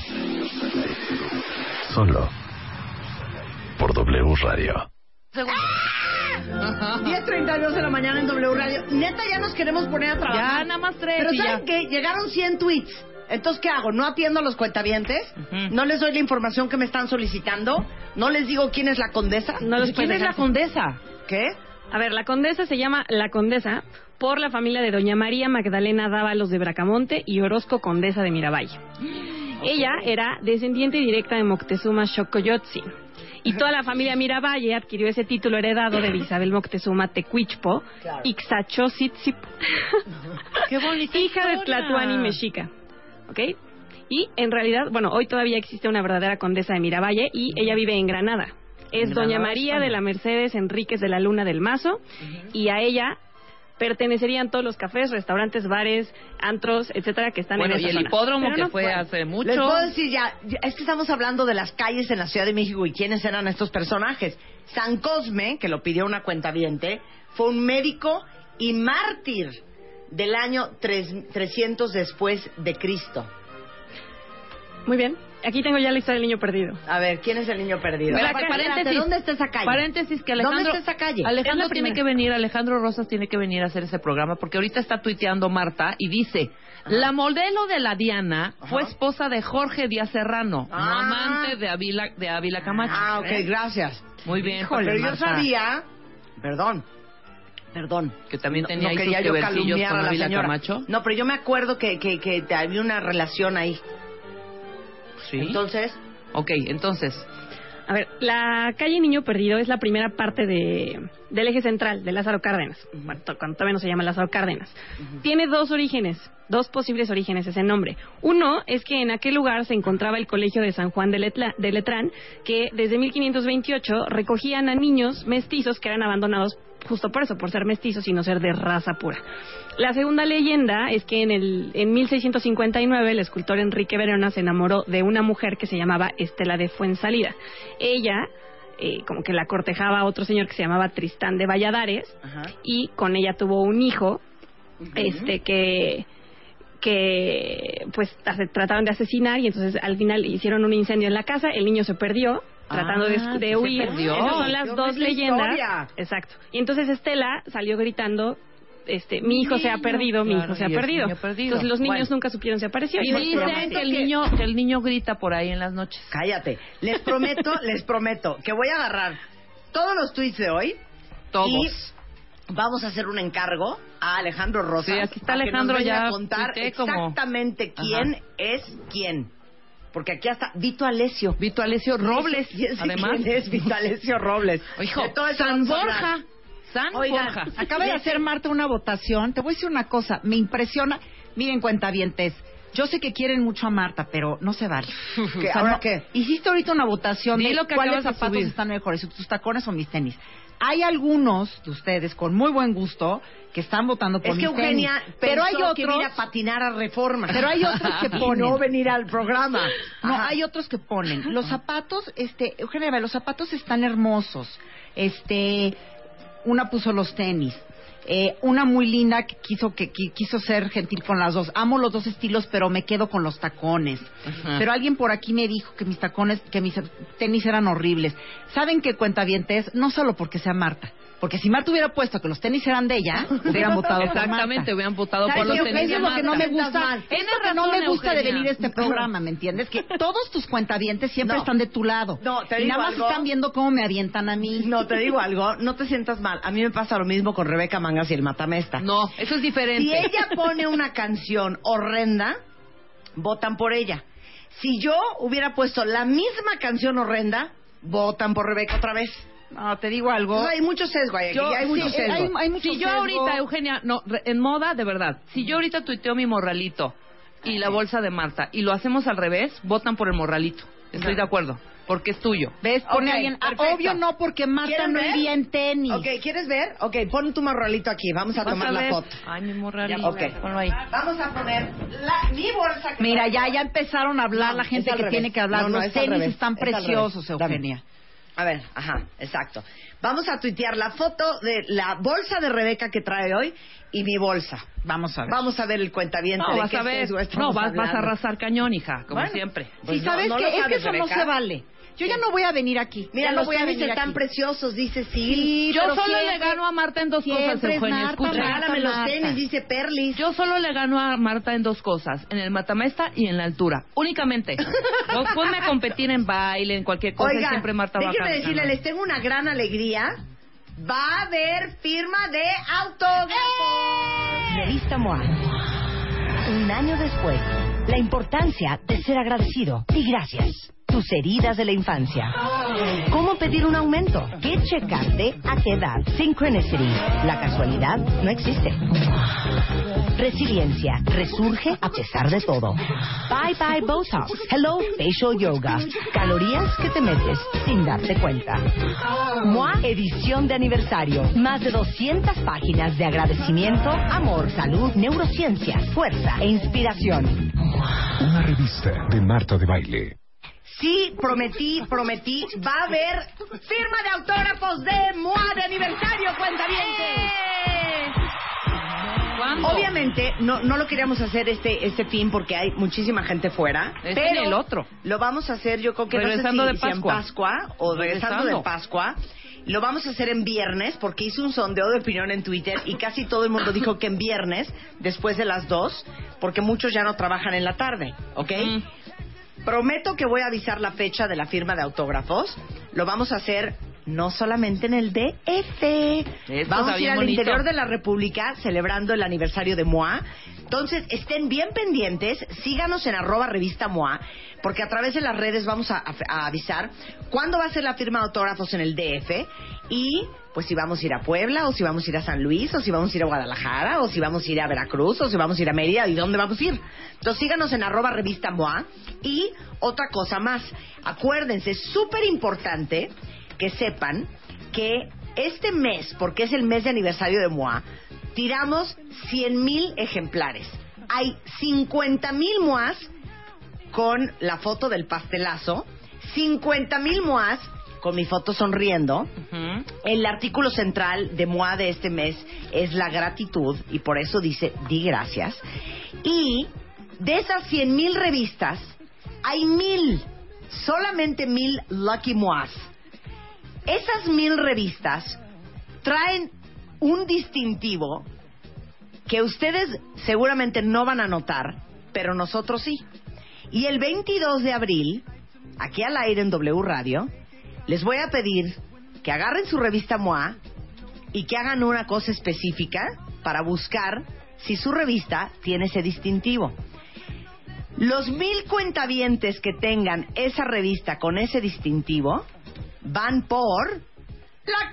Speaker 3: Solo por W Radio.
Speaker 7: diez treinta y dos de la mañana en W Radio. Neta, ya nos queremos poner a trabajar.
Speaker 5: Ya, nada más tres.
Speaker 7: Pero
Speaker 5: y
Speaker 7: ¿saben
Speaker 5: ya.
Speaker 7: qué? Llegaron cien tweets. Entonces, ¿qué hago? ¿No atiendo a los cuentavientes?
Speaker 5: Ujú.
Speaker 7: ¿No les doy la información que me están solicitando? ¿No les digo quién es la condesa?
Speaker 6: No los
Speaker 5: ¿Quién
Speaker 6: puede
Speaker 5: es la
Speaker 6: dejar.
Speaker 5: condesa?
Speaker 7: ¿Qué?
Speaker 6: A ver, la condesa se llama la condesa por la familia de doña María Magdalena Dávalos de Bracamonte y Orozco Condesa de Miravalle. Ella era descendiente directa de Moctezuma Xocoyotzin. Y toda la familia Miravalle adquirió ese título heredado de Isabel Moctezuma Tecuichpo,
Speaker 7: Claro.
Speaker 6: Ixtachozitzip,
Speaker 5: Qué bonita
Speaker 6: hija de
Speaker 5: historia.
Speaker 6: Tlatuani Mexica. ¿Ok? Y en realidad, bueno, hoy todavía existe una verdadera condesa de Miravalle y ella vive en Granada. Es
Speaker 7: En
Speaker 6: doña
Speaker 7: Granada,
Speaker 6: María
Speaker 7: España.
Speaker 6: de la Mercedes Enríquez de la Luna del Mazo y a ella pertenecerían todos los cafés, restaurantes, bares, antros, etcétera, que están
Speaker 5: Bueno,
Speaker 6: en
Speaker 5: y
Speaker 6: esa
Speaker 5: el
Speaker 6: zona.
Speaker 5: hipódromo
Speaker 6: Pero
Speaker 5: que
Speaker 6: no,
Speaker 5: fue
Speaker 6: bueno,
Speaker 5: hace mucho.
Speaker 7: Les puedo decir ya, ya- es que estamos hablando de las calles en la Ciudad de México y quiénes eran estos personajes. San Cosme, que lo pidió una cuentaviente, fue un médico y mártir del año tres- trescientos después de Cristo.
Speaker 6: Muy bien. Aquí tengo ya la historia del niño perdido.
Speaker 7: A ver, ¿quién es el niño perdido?
Speaker 5: Espera,
Speaker 7: Espérate,
Speaker 5: paréntesis.
Speaker 7: ¿dónde está esa calle?
Speaker 5: Paréntesis, que Alejandro...
Speaker 7: ¿Dónde está esa calle?
Speaker 5: Alejandro
Speaker 6: Es la
Speaker 5: tiene
Speaker 6: primera.
Speaker 5: que venir, Alejandro Rosas tiene que venir a hacer ese programa, porque ahorita está tuiteando Marta y dice...
Speaker 7: Ajá.
Speaker 5: La modelo de la Diana
Speaker 7: Ajá.
Speaker 5: fue esposa de Jorge Díaz Serrano, no
Speaker 7: Ah.
Speaker 5: amante de Ávila, de Ávila Camacho.
Speaker 7: Ah, ok,
Speaker 5: ¿Eh?
Speaker 7: gracias.
Speaker 5: Muy bien,
Speaker 7: Híjole, pero yo
Speaker 5: Marta.
Speaker 7: sabía... Perdón. Perdón.
Speaker 5: Que también
Speaker 7: No-
Speaker 5: tenía ahí
Speaker 7: no
Speaker 5: sus
Speaker 7: quería yo
Speaker 5: quevercillos
Speaker 7: calumniar
Speaker 5: con
Speaker 7: a la
Speaker 5: Ávila
Speaker 7: señora.
Speaker 5: Camacho.
Speaker 7: No, pero yo me acuerdo que, que, que había una relación ahí.
Speaker 5: Sí.
Speaker 7: Entonces,
Speaker 5: Ok, entonces...
Speaker 6: A ver, la calle Niño Perdido es la primera parte de, del eje central de Lázaro Cárdenas, bueno, to- cuando todavía no se llama Lázaro Cárdenas. Tiene dos orígenes, dos posibles orígenes ese nombre. Uno es que en aquel lugar se encontraba el colegio de San Juan de, Letla- de Letrán, que desde mil quinientos veintiocho recogían a niños mestizos que eran abandonados justo por eso, por ser mestizos y no ser de raza pura. La segunda leyenda es que en, el, en mil seiscientos cincuenta y nueve el escultor Enrique Verona se enamoró de una mujer que se llamaba Estela de Fuensalida. Ella, eh, como que la cortejaba a otro señor que se llamaba Tristán de Valladares,
Speaker 7: ajá.
Speaker 6: y con ella tuvo un hijo, este que que pues ase- trataron de asesinar y entonces al final hicieron un incendio en la casa, el niño se perdió tratando de,
Speaker 5: Ah,
Speaker 6: de
Speaker 5: se
Speaker 6: huir.
Speaker 5: perdió.
Speaker 6: Esas son las
Speaker 7: Dios,
Speaker 6: dos
Speaker 7: esa
Speaker 6: leyendas.
Speaker 7: historia.
Speaker 6: Exacto. Y entonces Estela salió gritando, este, mi hijo se ha
Speaker 5: Niño,
Speaker 6: perdido, mi
Speaker 5: claro,
Speaker 6: hijo se ha
Speaker 5: y es
Speaker 6: perdido.
Speaker 5: niño perdido.
Speaker 6: Entonces los niños
Speaker 5: Bueno.
Speaker 6: nunca supieron si apareció.
Speaker 5: Y
Speaker 6: por eso se llama
Speaker 5: dicen
Speaker 6: así.
Speaker 5: que el niño, que el niño grita por ahí en las noches.
Speaker 7: Cállate. Les prometo, les prometo que voy a agarrar todos los tweets de hoy
Speaker 5: Todos.
Speaker 7: Y vamos a hacer un encargo a Alejandro Rosas.
Speaker 5: Sí, aquí está
Speaker 7: a que
Speaker 5: Alejandro,
Speaker 7: nos venga
Speaker 5: ya
Speaker 7: a contar
Speaker 5: tuiteé como-
Speaker 7: exactamente quién
Speaker 5: Ajá.
Speaker 7: es quién. Porque aquí hasta Vito Alessio.
Speaker 5: Vito Alessio Robles,
Speaker 7: ¿Y ese
Speaker 5: además.
Speaker 7: quién es Vito Alessio Robles?
Speaker 5: Hijo,
Speaker 7: De todo eso
Speaker 5: San
Speaker 7: vamos a hablar.
Speaker 5: Borja. San
Speaker 8: Oigan,
Speaker 5: Borja.
Speaker 8: acaba de hacer Marta una votación. Te voy a decir una cosa, me impresiona. Miren, cuentavientes, yo sé que quieren mucho a Marta, pero no se vale.
Speaker 7: ¿Qué? ¿Ahora qué?
Speaker 8: Hiciste ahorita una votación
Speaker 5: Di
Speaker 8: de
Speaker 5: lo que
Speaker 8: cuáles
Speaker 5: acabas de
Speaker 8: zapatos
Speaker 5: subir.
Speaker 8: están mejores, si tus tacones o mis tenis. Hay algunos de ustedes con muy buen gusto que están votando por
Speaker 7: Es que
Speaker 8: mis
Speaker 7: Eugenia
Speaker 8: tenis. Pero hay
Speaker 7: pensó que
Speaker 8: otros,
Speaker 7: iba a patinar a Reforma.
Speaker 8: pero hay otros que
Speaker 7: Y
Speaker 8: ponen.
Speaker 7: no venir al programa.
Speaker 8: No,
Speaker 7: Ajá.
Speaker 8: hay otros que ponen. Los zapatos, este, Eugenia, los zapatos están hermosos. Este, una puso los tenis. Eh, una muy linda que quiso que qui- quiso ser gentil con las dos. Amo los dos estilos, pero me quedo con los tacones.
Speaker 5: Ajá.
Speaker 8: Pero alguien por aquí me dijo que mis tacones, que mis tenis eran horribles. ¿Saben qué, cuentavientes? No solo porque sea Marta. Porque si Marta hubiera puesto que los tenis eran de ella, hubieran votado por Marta.
Speaker 5: Exactamente, hubieran votado
Speaker 8: ¿Sabes
Speaker 5: por los
Speaker 8: qué,
Speaker 5: tenis
Speaker 8: Eugenia?
Speaker 5: de
Speaker 8: Es lo que no
Speaker 5: Marta.
Speaker 8: me gusta.
Speaker 7: Mal.
Speaker 8: Es
Speaker 5: Tienes
Speaker 8: lo que no
Speaker 5: razón,
Speaker 8: me gusta de
Speaker 5: Eugenia.
Speaker 8: venir a este programa, ¿me entiendes? Que todos tus cuentavientes siempre
Speaker 7: No.
Speaker 8: están de tu lado.
Speaker 7: No, te
Speaker 8: y
Speaker 7: digo
Speaker 8: nada más
Speaker 7: algo.
Speaker 8: están viendo cómo me avientan a mí.
Speaker 7: No, te digo algo, no te sientas mal. A mí me pasa lo mismo con Rebeca Mangas y el Matamesta.
Speaker 5: No, eso es diferente.
Speaker 7: Si ella pone una canción horrenda, votan por ella. Si yo hubiera puesto la misma canción horrenda, votan por Rebeca otra vez.
Speaker 8: No, te digo algo.
Speaker 7: Entonces, hay mucho sesgo ahí.
Speaker 5: Yo-
Speaker 7: hay mucho
Speaker 8: sí,
Speaker 7: sesgo.
Speaker 8: hay- hay mucho
Speaker 5: Si yo
Speaker 8: sesgo.
Speaker 5: ahorita, Eugenia, no, re- en moda, de verdad, si yo ahorita tuiteo mi morralito y la bolsa de Marta y lo hacemos al revés, votan por el morralito. Estoy de acuerdo, porque es tuyo.
Speaker 8: ¿Ves? Pone
Speaker 7: Ok,
Speaker 8: alguien. ah,
Speaker 7: perfecto.
Speaker 8: obvio no, porque Marta
Speaker 7: ¿Quieren
Speaker 8: no
Speaker 7: ver?
Speaker 8: iría en tenis.
Speaker 7: Ok, ¿quieres ver? Ok, pon tu morralito aquí. Vamos a
Speaker 5: Vas
Speaker 7: tomar
Speaker 5: a
Speaker 7: la
Speaker 5: ver.
Speaker 7: foto.
Speaker 5: Ay, mi morralito.
Speaker 7: Ok.
Speaker 5: Ponlo ahí.
Speaker 7: Vamos a poner la, mi bolsa. que
Speaker 8: Mira,
Speaker 7: traigo.
Speaker 8: ya, ya empezaron a hablar
Speaker 7: No,
Speaker 8: la gente
Speaker 7: es al
Speaker 8: que
Speaker 7: revés.
Speaker 8: tiene que hablar.
Speaker 7: No, no,
Speaker 8: Los
Speaker 7: es al
Speaker 8: tenis
Speaker 7: revés.
Speaker 8: están
Speaker 7: Es al
Speaker 8: preciosos,
Speaker 7: revés. Dame.
Speaker 8: Eugenia.
Speaker 7: A ver, ajá, exacto. Vamos a tuitear la foto de la bolsa de Rebeca que trae hoy y mi bolsa.
Speaker 8: Vamos a ver.
Speaker 7: Vamos a ver el cuentaviente
Speaker 5: No,
Speaker 7: de
Speaker 5: vas
Speaker 7: qué
Speaker 5: a ver.
Speaker 7: sesgo
Speaker 5: No,
Speaker 7: estamos
Speaker 5: vas, vas a
Speaker 7: hablando.
Speaker 5: arrasar cañón, hija, como
Speaker 7: Bueno,
Speaker 5: siempre.
Speaker 7: pues
Speaker 8: sí,
Speaker 7: no,
Speaker 8: ¿sabes
Speaker 7: no
Speaker 8: qué?
Speaker 7: lo
Speaker 8: Es que
Speaker 7: sabes,
Speaker 8: eso no
Speaker 7: Rebeca.
Speaker 8: se vale. Yo ya no voy a venir aquí.
Speaker 7: Mira,
Speaker 8: Ya
Speaker 7: los
Speaker 8: no voy a
Speaker 7: tenis
Speaker 8: venir
Speaker 7: están
Speaker 8: aquí.
Speaker 7: preciosos, dice Sil.
Speaker 8: Sí,
Speaker 5: Yo
Speaker 8: pero
Speaker 5: solo le
Speaker 8: siempre-
Speaker 5: gano a Marta en dos cosas,
Speaker 8: siempre es
Speaker 5: Eugenia.
Speaker 8: Marta,
Speaker 5: Escucha.
Speaker 8: Marta.
Speaker 7: Regálame los
Speaker 8: Marta.
Speaker 7: tenis, dice Perlis.
Speaker 5: Yo solo le gano a Marta en dos cosas, en el matamesta y en la altura, únicamente. No, ponme a competir en baile, en cualquier cosa, y
Speaker 7: Oigan,
Speaker 5: siempre Marta va a
Speaker 7: déjenme
Speaker 5: ganar.
Speaker 7: decirles, les tengo una gran alegría. Va a haber firma de autógrafos.
Speaker 2: Revista M O A. Un año después, la importancia de ser agradecido y gracias. Tus heridas de la infancia. ¿Cómo pedir un aumento? ¿Qué checarte? ¿A qué edad? Synchronicity. La casualidad no existe. Resiliencia. Resurge a pesar de todo. Bye bye Botox. Hello Facial Yoga. Calorías que te metes sin darte cuenta. M O A edición de aniversario. Más de doscientas páginas de agradecimiento, amor, salud, neurociencia, fuerza e inspiración.
Speaker 3: Una revista de Marta de Baile.
Speaker 7: Sí, prometí, prometí, va a haber firma de autógrafos de M O A de aniversario, cuentavientes.
Speaker 5: ¿Cuándo?
Speaker 7: Obviamente no, no lo queríamos hacer este este fin porque hay muchísima gente fuera,
Speaker 5: Es
Speaker 7: pero
Speaker 5: en el otro.
Speaker 7: lo vamos a hacer yo creo que
Speaker 5: Regresando
Speaker 7: no sé
Speaker 5: de
Speaker 7: si, si en
Speaker 5: Pascua.
Speaker 7: Pascua o regresando,
Speaker 5: Regresando.
Speaker 7: de Pascua. Lo vamos a hacer en viernes porque hice un sondeo de opinión en Twitter y casi todo el mundo dijo que en viernes, después de las dos, porque muchos ya no trabajan en la tarde, ¿ok?
Speaker 5: Mm.
Speaker 7: Prometo que voy a avisar la fecha de la firma de autógrafos. Lo vamos a hacer no solamente en el D F.
Speaker 5: Esto
Speaker 7: Vamos
Speaker 5: está
Speaker 7: a ir
Speaker 5: bien
Speaker 7: al
Speaker 5: bonito.
Speaker 7: interior de la República celebrando el aniversario de M O A. Entonces, estén bien pendientes, síganos en arroba revista M O A, porque a través de las redes vamos a, a- a avisar cuándo va a ser la firma de autógrafos en el D F y pues si vamos a ir a Puebla, o si vamos a ir a San Luis, o si vamos a ir a Guadalajara, o si vamos a ir a Veracruz, o si vamos a ir a Mérida, y dónde vamos a ir. Entonces síganos en arroba revista M O A. Y otra cosa más, acuérdense, es súper importante que sepan que este mes, porque es el mes de aniversario de M O A, tiramos cien mil ejemplares. Hay cincuenta mil M O As con la foto del pastelazo, cincuenta mil M O As con mi foto sonriendo.
Speaker 5: Ujú.
Speaker 7: El artículo central de M O A de este mes es la gratitud y por eso dice di gracias. Y de esas cien mil revistas hay mil, solamente mil Lucky M O As. Esas mil revistas traen un distintivo que ustedes seguramente no van a notar, pero nosotros sí. Y el veintidós de abril, aquí al aire en W Radio, les voy a pedir que agarren su revista M O A, y que hagan una cosa específica para buscar si su revista tiene ese distintivo. Los mil cuentavientes que tengan esa revista con ese distintivo van por la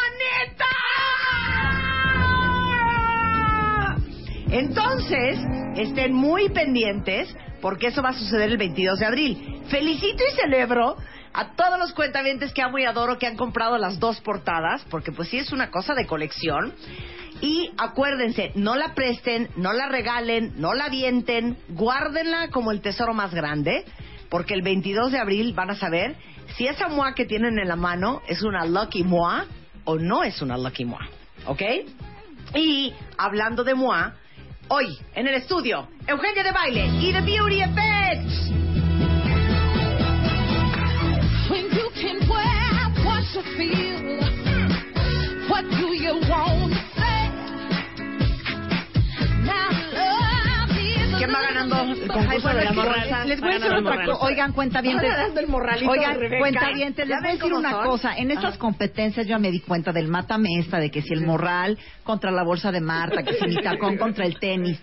Speaker 7: Camuaneta. Entonces, estén muy pendientes porque eso va a suceder el veintidós de abril. Felicito y celebro a todos los cuentavientes que amo y adoro que han comprado las dos portadas, porque pues sí es una cosa de colección. Y acuérdense, no la presten, no la regalen, no la avienten, guárdenla como el tesoro más grande, porque el veintidós de abril van a saber si esa M O A que tienen en la mano es una Lucky M O A o no es una Lucky M O A, ¿ok? Y hablando de M O A, hoy en el estudio, Eugenia de Baile y The Beauty Effect.
Speaker 4: When you can wear what you feel, what do you want to say? Now love is
Speaker 7: ¿Quién va ganando el concurso de la morral?
Speaker 8: Les voy a decir otra cosa. Oigan, cuentavientes. Oigan, cuentavientes, les voy a decir una cosa. En estas competencias yo me di cuenta del mátame esta, de que si el morral contra la bolsa de Marta, que si mi tacón contra el tenis.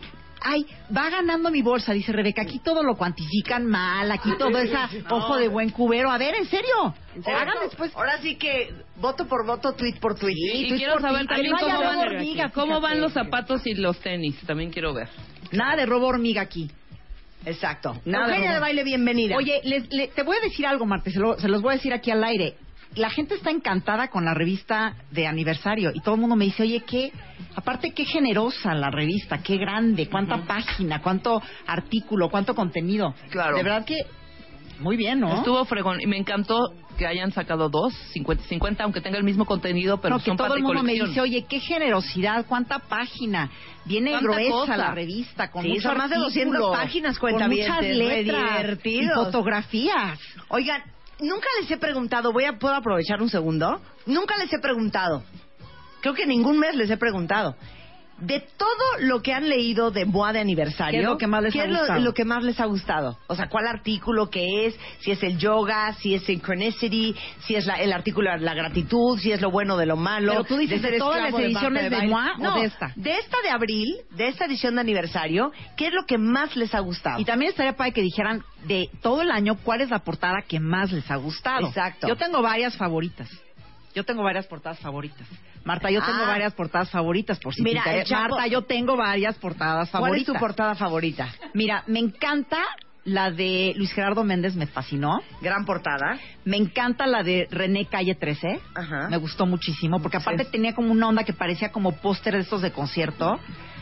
Speaker 8: Ay, va ganando mi bolsa, dice Rebeca. Aquí todo lo cuantifican mal, aquí todo es a ojo de buen cubero. A ver, ¿en serio? Hagan después.
Speaker 7: Ahora sí que voto por voto, tweet por tweet.
Speaker 5: Sí, y
Speaker 8: tweet
Speaker 5: quiero
Speaker 8: por
Speaker 5: saber
Speaker 8: tweet,
Speaker 5: también
Speaker 8: que no
Speaker 5: cómo,
Speaker 8: haya
Speaker 5: van,
Speaker 8: robo hormiga,
Speaker 5: cómo
Speaker 8: fíjate.
Speaker 5: van los zapatos y los tenis. También quiero ver.
Speaker 8: Nada de robo hormiga aquí.
Speaker 7: Exacto.
Speaker 8: Nada de
Speaker 7: Eugenia
Speaker 8: robo.
Speaker 7: de Baile, bienvenida.
Speaker 8: Oye, les, le- te voy a decir algo, Marta, se, lo- se los voy a decir aquí al aire. La gente está encantada con la revista de aniversario y todo el mundo me dice, oye, qué, aparte qué generosa la revista, qué grande, cuánta página, cuánto artículo, cuánto contenido.
Speaker 5: Claro.
Speaker 8: De verdad que muy bien, ¿no?
Speaker 5: Estuvo fregón y me encantó que hayan sacado dos, cincuenta cincuenta, aunque tenga el mismo contenido, pero
Speaker 8: no, que
Speaker 5: son
Speaker 8: todo
Speaker 5: parte
Speaker 8: el mundo me
Speaker 5: colección.
Speaker 8: dice, oye, qué generosidad, cuánta página, viene
Speaker 5: ¿Cuánta
Speaker 8: gruesa
Speaker 5: cosa?
Speaker 8: la revista, con
Speaker 7: Sí,
Speaker 8: mucho
Speaker 7: son más de
Speaker 8: artículo,
Speaker 7: doscientas páginas,
Speaker 8: con muchas
Speaker 7: cuentavientes, re
Speaker 8: letras y
Speaker 7: divertidos.
Speaker 8: fotografías.
Speaker 7: Oigan, nunca les he preguntado, voy a, ¿puedo aprovechar un segundo? Nunca les he preguntado. Creo que ningún mes les he preguntado. De todo lo que han leído de M O A de aniversario,
Speaker 8: ¿Qué es lo que más les
Speaker 7: ¿qué
Speaker 8: ha
Speaker 7: es lo-
Speaker 8: gustado?
Speaker 7: lo que más les ha gustado? O sea, ¿cuál artículo que es? Si es el yoga, si es synchronicity, si es la- el artículo de la gratitud, si es lo bueno de lo malo.
Speaker 8: Pero tú dices,
Speaker 7: ser
Speaker 8: ¿de todas
Speaker 7: esclavo
Speaker 8: las
Speaker 7: Marta
Speaker 8: ediciones de
Speaker 7: Baile.
Speaker 8: M O A o
Speaker 7: No,
Speaker 8: de esta?
Speaker 7: de esta de abril, de esta edición de aniversario, ¿qué es lo que más les ha gustado?
Speaker 8: Y también estaría para que dijeran de todo el año cuál es la portada que más les ha gustado.
Speaker 7: Exacto.
Speaker 8: Yo tengo varias favoritas. Yo tengo varias portadas favoritas. Marta, yo tengo
Speaker 7: Ah.
Speaker 8: varias portadas favoritas, por si
Speaker 7: Mira,
Speaker 8: te
Speaker 7: el
Speaker 8: interesa.
Speaker 7: Chapo-
Speaker 8: Marta, yo tengo varias portadas
Speaker 7: ¿Cuál
Speaker 8: favoritas.
Speaker 7: es tu portada favorita?
Speaker 8: Mira, me encanta la de Luis Gerardo Méndez, me fascinó.
Speaker 7: Gran portada.
Speaker 8: Me encanta la de René Calle trece.
Speaker 7: Ajá.
Speaker 8: Me gustó muchísimo, porque aparte
Speaker 7: Sí.
Speaker 8: tenía como una onda que parecía como póster de estos de concierto.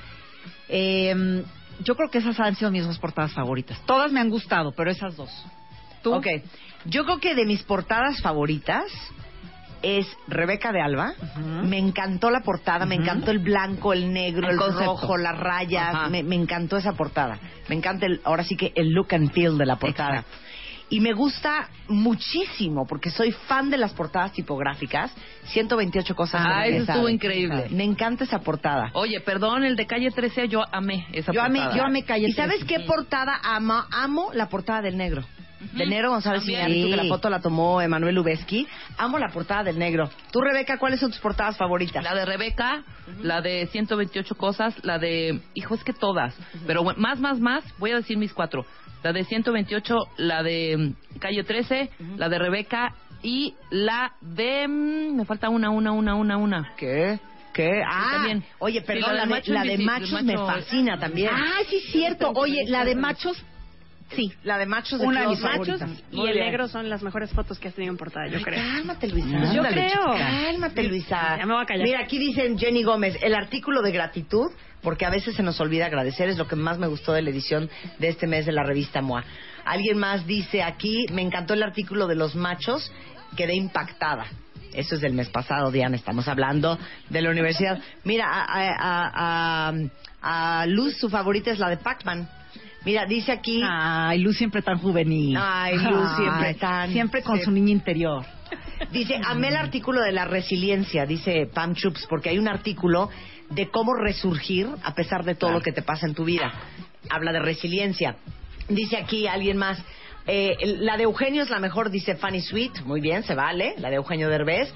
Speaker 8: Eh, yo creo que esas han sido mis dos portadas favoritas. Todas me han gustado, pero esas dos. ¿Tú?
Speaker 7: Ok. Yo creo que de mis portadas favoritas es Rebeca de Alba.
Speaker 8: Ujú.
Speaker 7: Me encantó la portada, me
Speaker 8: Ujú.
Speaker 7: encantó el blanco, el negro,
Speaker 5: El
Speaker 7: el,
Speaker 5: concepto.
Speaker 7: rojo, las rayas.
Speaker 5: Ajá.
Speaker 7: Me, me encantó esa portada. Me encanta el, ahora sí que el look and feel de la portada.
Speaker 8: Exacto.
Speaker 7: Y me gusta muchísimo, porque soy fan de las portadas tipográficas. ciento veintiocho cosas. que
Speaker 5: Ah,
Speaker 7: nadie
Speaker 5: eso estuvo
Speaker 7: sabe.
Speaker 5: increíble.
Speaker 7: Me encanta esa portada.
Speaker 5: Oye, perdón, el de Calle trece, yo amé esa
Speaker 8: Yo amé,
Speaker 5: portada.
Speaker 8: yo amé Calle
Speaker 7: ¿Y sabes
Speaker 8: trece.
Speaker 7: qué portada amo? Amo la portada del negro. De Negro González
Speaker 5: También.
Speaker 7: Iñárritu, que la
Speaker 8: Sí.
Speaker 7: foto la tomó Emanuel Lubezki. Amo la portada del negro. Tú, Rebeca, ¿cuáles son tus portadas favoritas?
Speaker 5: La de Rebeca, la de ciento veintiocho cosas, la de... Hijo, es que todas. Pero bueno, más, más, más, voy a decir mis cuatro. La de ciento veintiocho, la de mm, Calle trece, la de Rebeca y la de... mm, me falta una, una, una, una, una.
Speaker 7: ¿Qué? ¿Qué? Ah,
Speaker 5: también.
Speaker 7: oye,
Speaker 5: Sí,
Speaker 7: perdón,
Speaker 5: la
Speaker 7: la,
Speaker 5: del
Speaker 7: de,
Speaker 5: macho
Speaker 7: la de
Speaker 5: invisi-
Speaker 7: machos
Speaker 5: del
Speaker 7: me
Speaker 5: macho-
Speaker 7: fascina también.
Speaker 8: Ah, sí, es cierto. Oye, la de machos, sí.
Speaker 7: La de machos de
Speaker 8: Una de mis
Speaker 7: Close Up.
Speaker 6: Machos
Speaker 8: favoritas.
Speaker 6: y
Speaker 7: Muy
Speaker 6: el
Speaker 7: bien.
Speaker 6: negro son las mejores fotos que has tenido en portada, yo
Speaker 7: Ay,
Speaker 6: creo.
Speaker 7: Cálmate, Luisa.
Speaker 6: Yo
Speaker 7: Ándale,
Speaker 6: creo.
Speaker 7: chica. Cálmate, Luisa.
Speaker 6: Ya me voy a callar.
Speaker 7: Mira, aquí dicen Jenny Gómez, el artículo de gratitud, porque a veces se nos olvida agradecer, es lo que más me gustó de la edición de este mes de la revista M O A. Alguien más dice aquí, me encantó el artículo de los machos, quedé impactada. Eso es del mes pasado, Diana, estamos hablando de la universidad. Mira, a, a, a, a Luz, su favorita es la de Pac-Man. Mira, dice aquí...
Speaker 8: Ay, Luz siempre tan juvenil.
Speaker 7: Ay, Luz siempre
Speaker 8: Ay,
Speaker 7: tan-
Speaker 8: Siempre con
Speaker 7: sí.
Speaker 8: su niña interior.
Speaker 7: Dice, amé el artículo de la resiliencia, dice Pam Chups, porque hay un artículo de cómo resurgir a pesar de todo lo que te pasa en tu vida. Habla de resiliencia. Dice aquí alguien más, Eh, la de Eugenio es la mejor, dice Funny Sweet. Muy bien, se vale. La de Eugenio Derbez.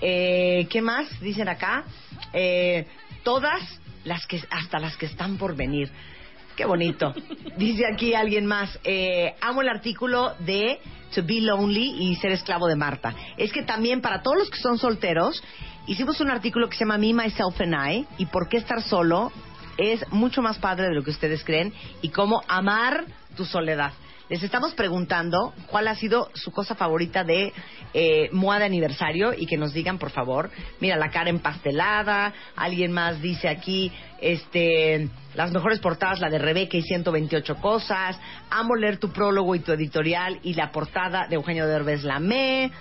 Speaker 7: Eh, ¿Qué más dicen acá? Eh, todas las que, hasta las que están por venir. Qué bonito. Dice aquí alguien más. Eh, amo el artículo de To Be Lonely y Ser Esclavo de Marta. Es que también para todos los que son solteros, hicimos un artículo que se llama Me, Myself and I, y por qué estar solo es mucho más padre de lo que ustedes creen, y cómo amar tu soledad. Les estamos preguntando cuál ha sido su cosa favorita de eh, M O A de aniversario, y que nos digan, por favor. Mira, la cara empastelada. Alguien más dice aquí, este, las mejores portadas, la de Rebeca y ciento veintiocho cosas. Amo leer tu prólogo y tu editorial, y la portada de Eugenio Derbez la amé.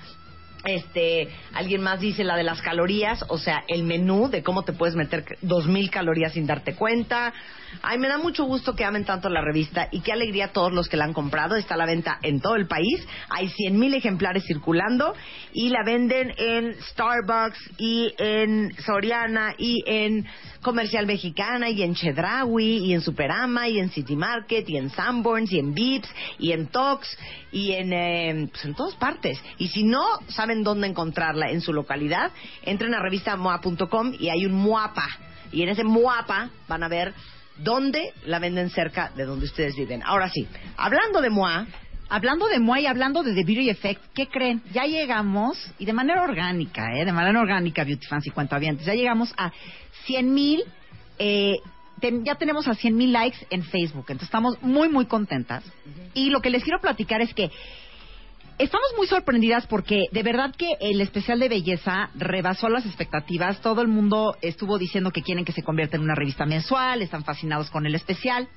Speaker 7: Este, alguien más dice la de las calorías, o sea, el menú de cómo te puedes meter dos mil calorías sin darte cuenta. Ay, me da mucho gusto que amen tanto la revista, y qué alegría a todos los que la han comprado. Está a la venta en todo el país, hay cien mil ejemplares circulando, y la venden en Starbucks y en Soriana y en Comercial Mexicana y en Chedraui y en Superama y en City Market y en Sanborns y en Vips y en Tox y en, eh, pues en todas partes. Y si no saben dónde encontrarla en su localidad, entren a revista moa punto com y hay un Moapa, y en ese Moapa van a ver dónde la venden cerca de donde ustedes viven. Ahora sí, hablando de M O A,
Speaker 8: hablando de M O A y hablando de The Beauty Effect, ¿qué creen? Ya llegamos, y de manera orgánica, ¿eh? De manera orgánica, Beauty Fans y cuentavientes, ya llegamos a cien mil, eh, ten, ya tenemos a cien mil likes en Facebook, entonces estamos muy, muy contentas. Uh-huh. Y lo que les quiero platicar es que estamos muy sorprendidas porque de verdad que el especial de belleza rebasó las expectativas. Todo el mundo estuvo diciendo que quieren que se convierta en una revista mensual, están fascinados con el especial.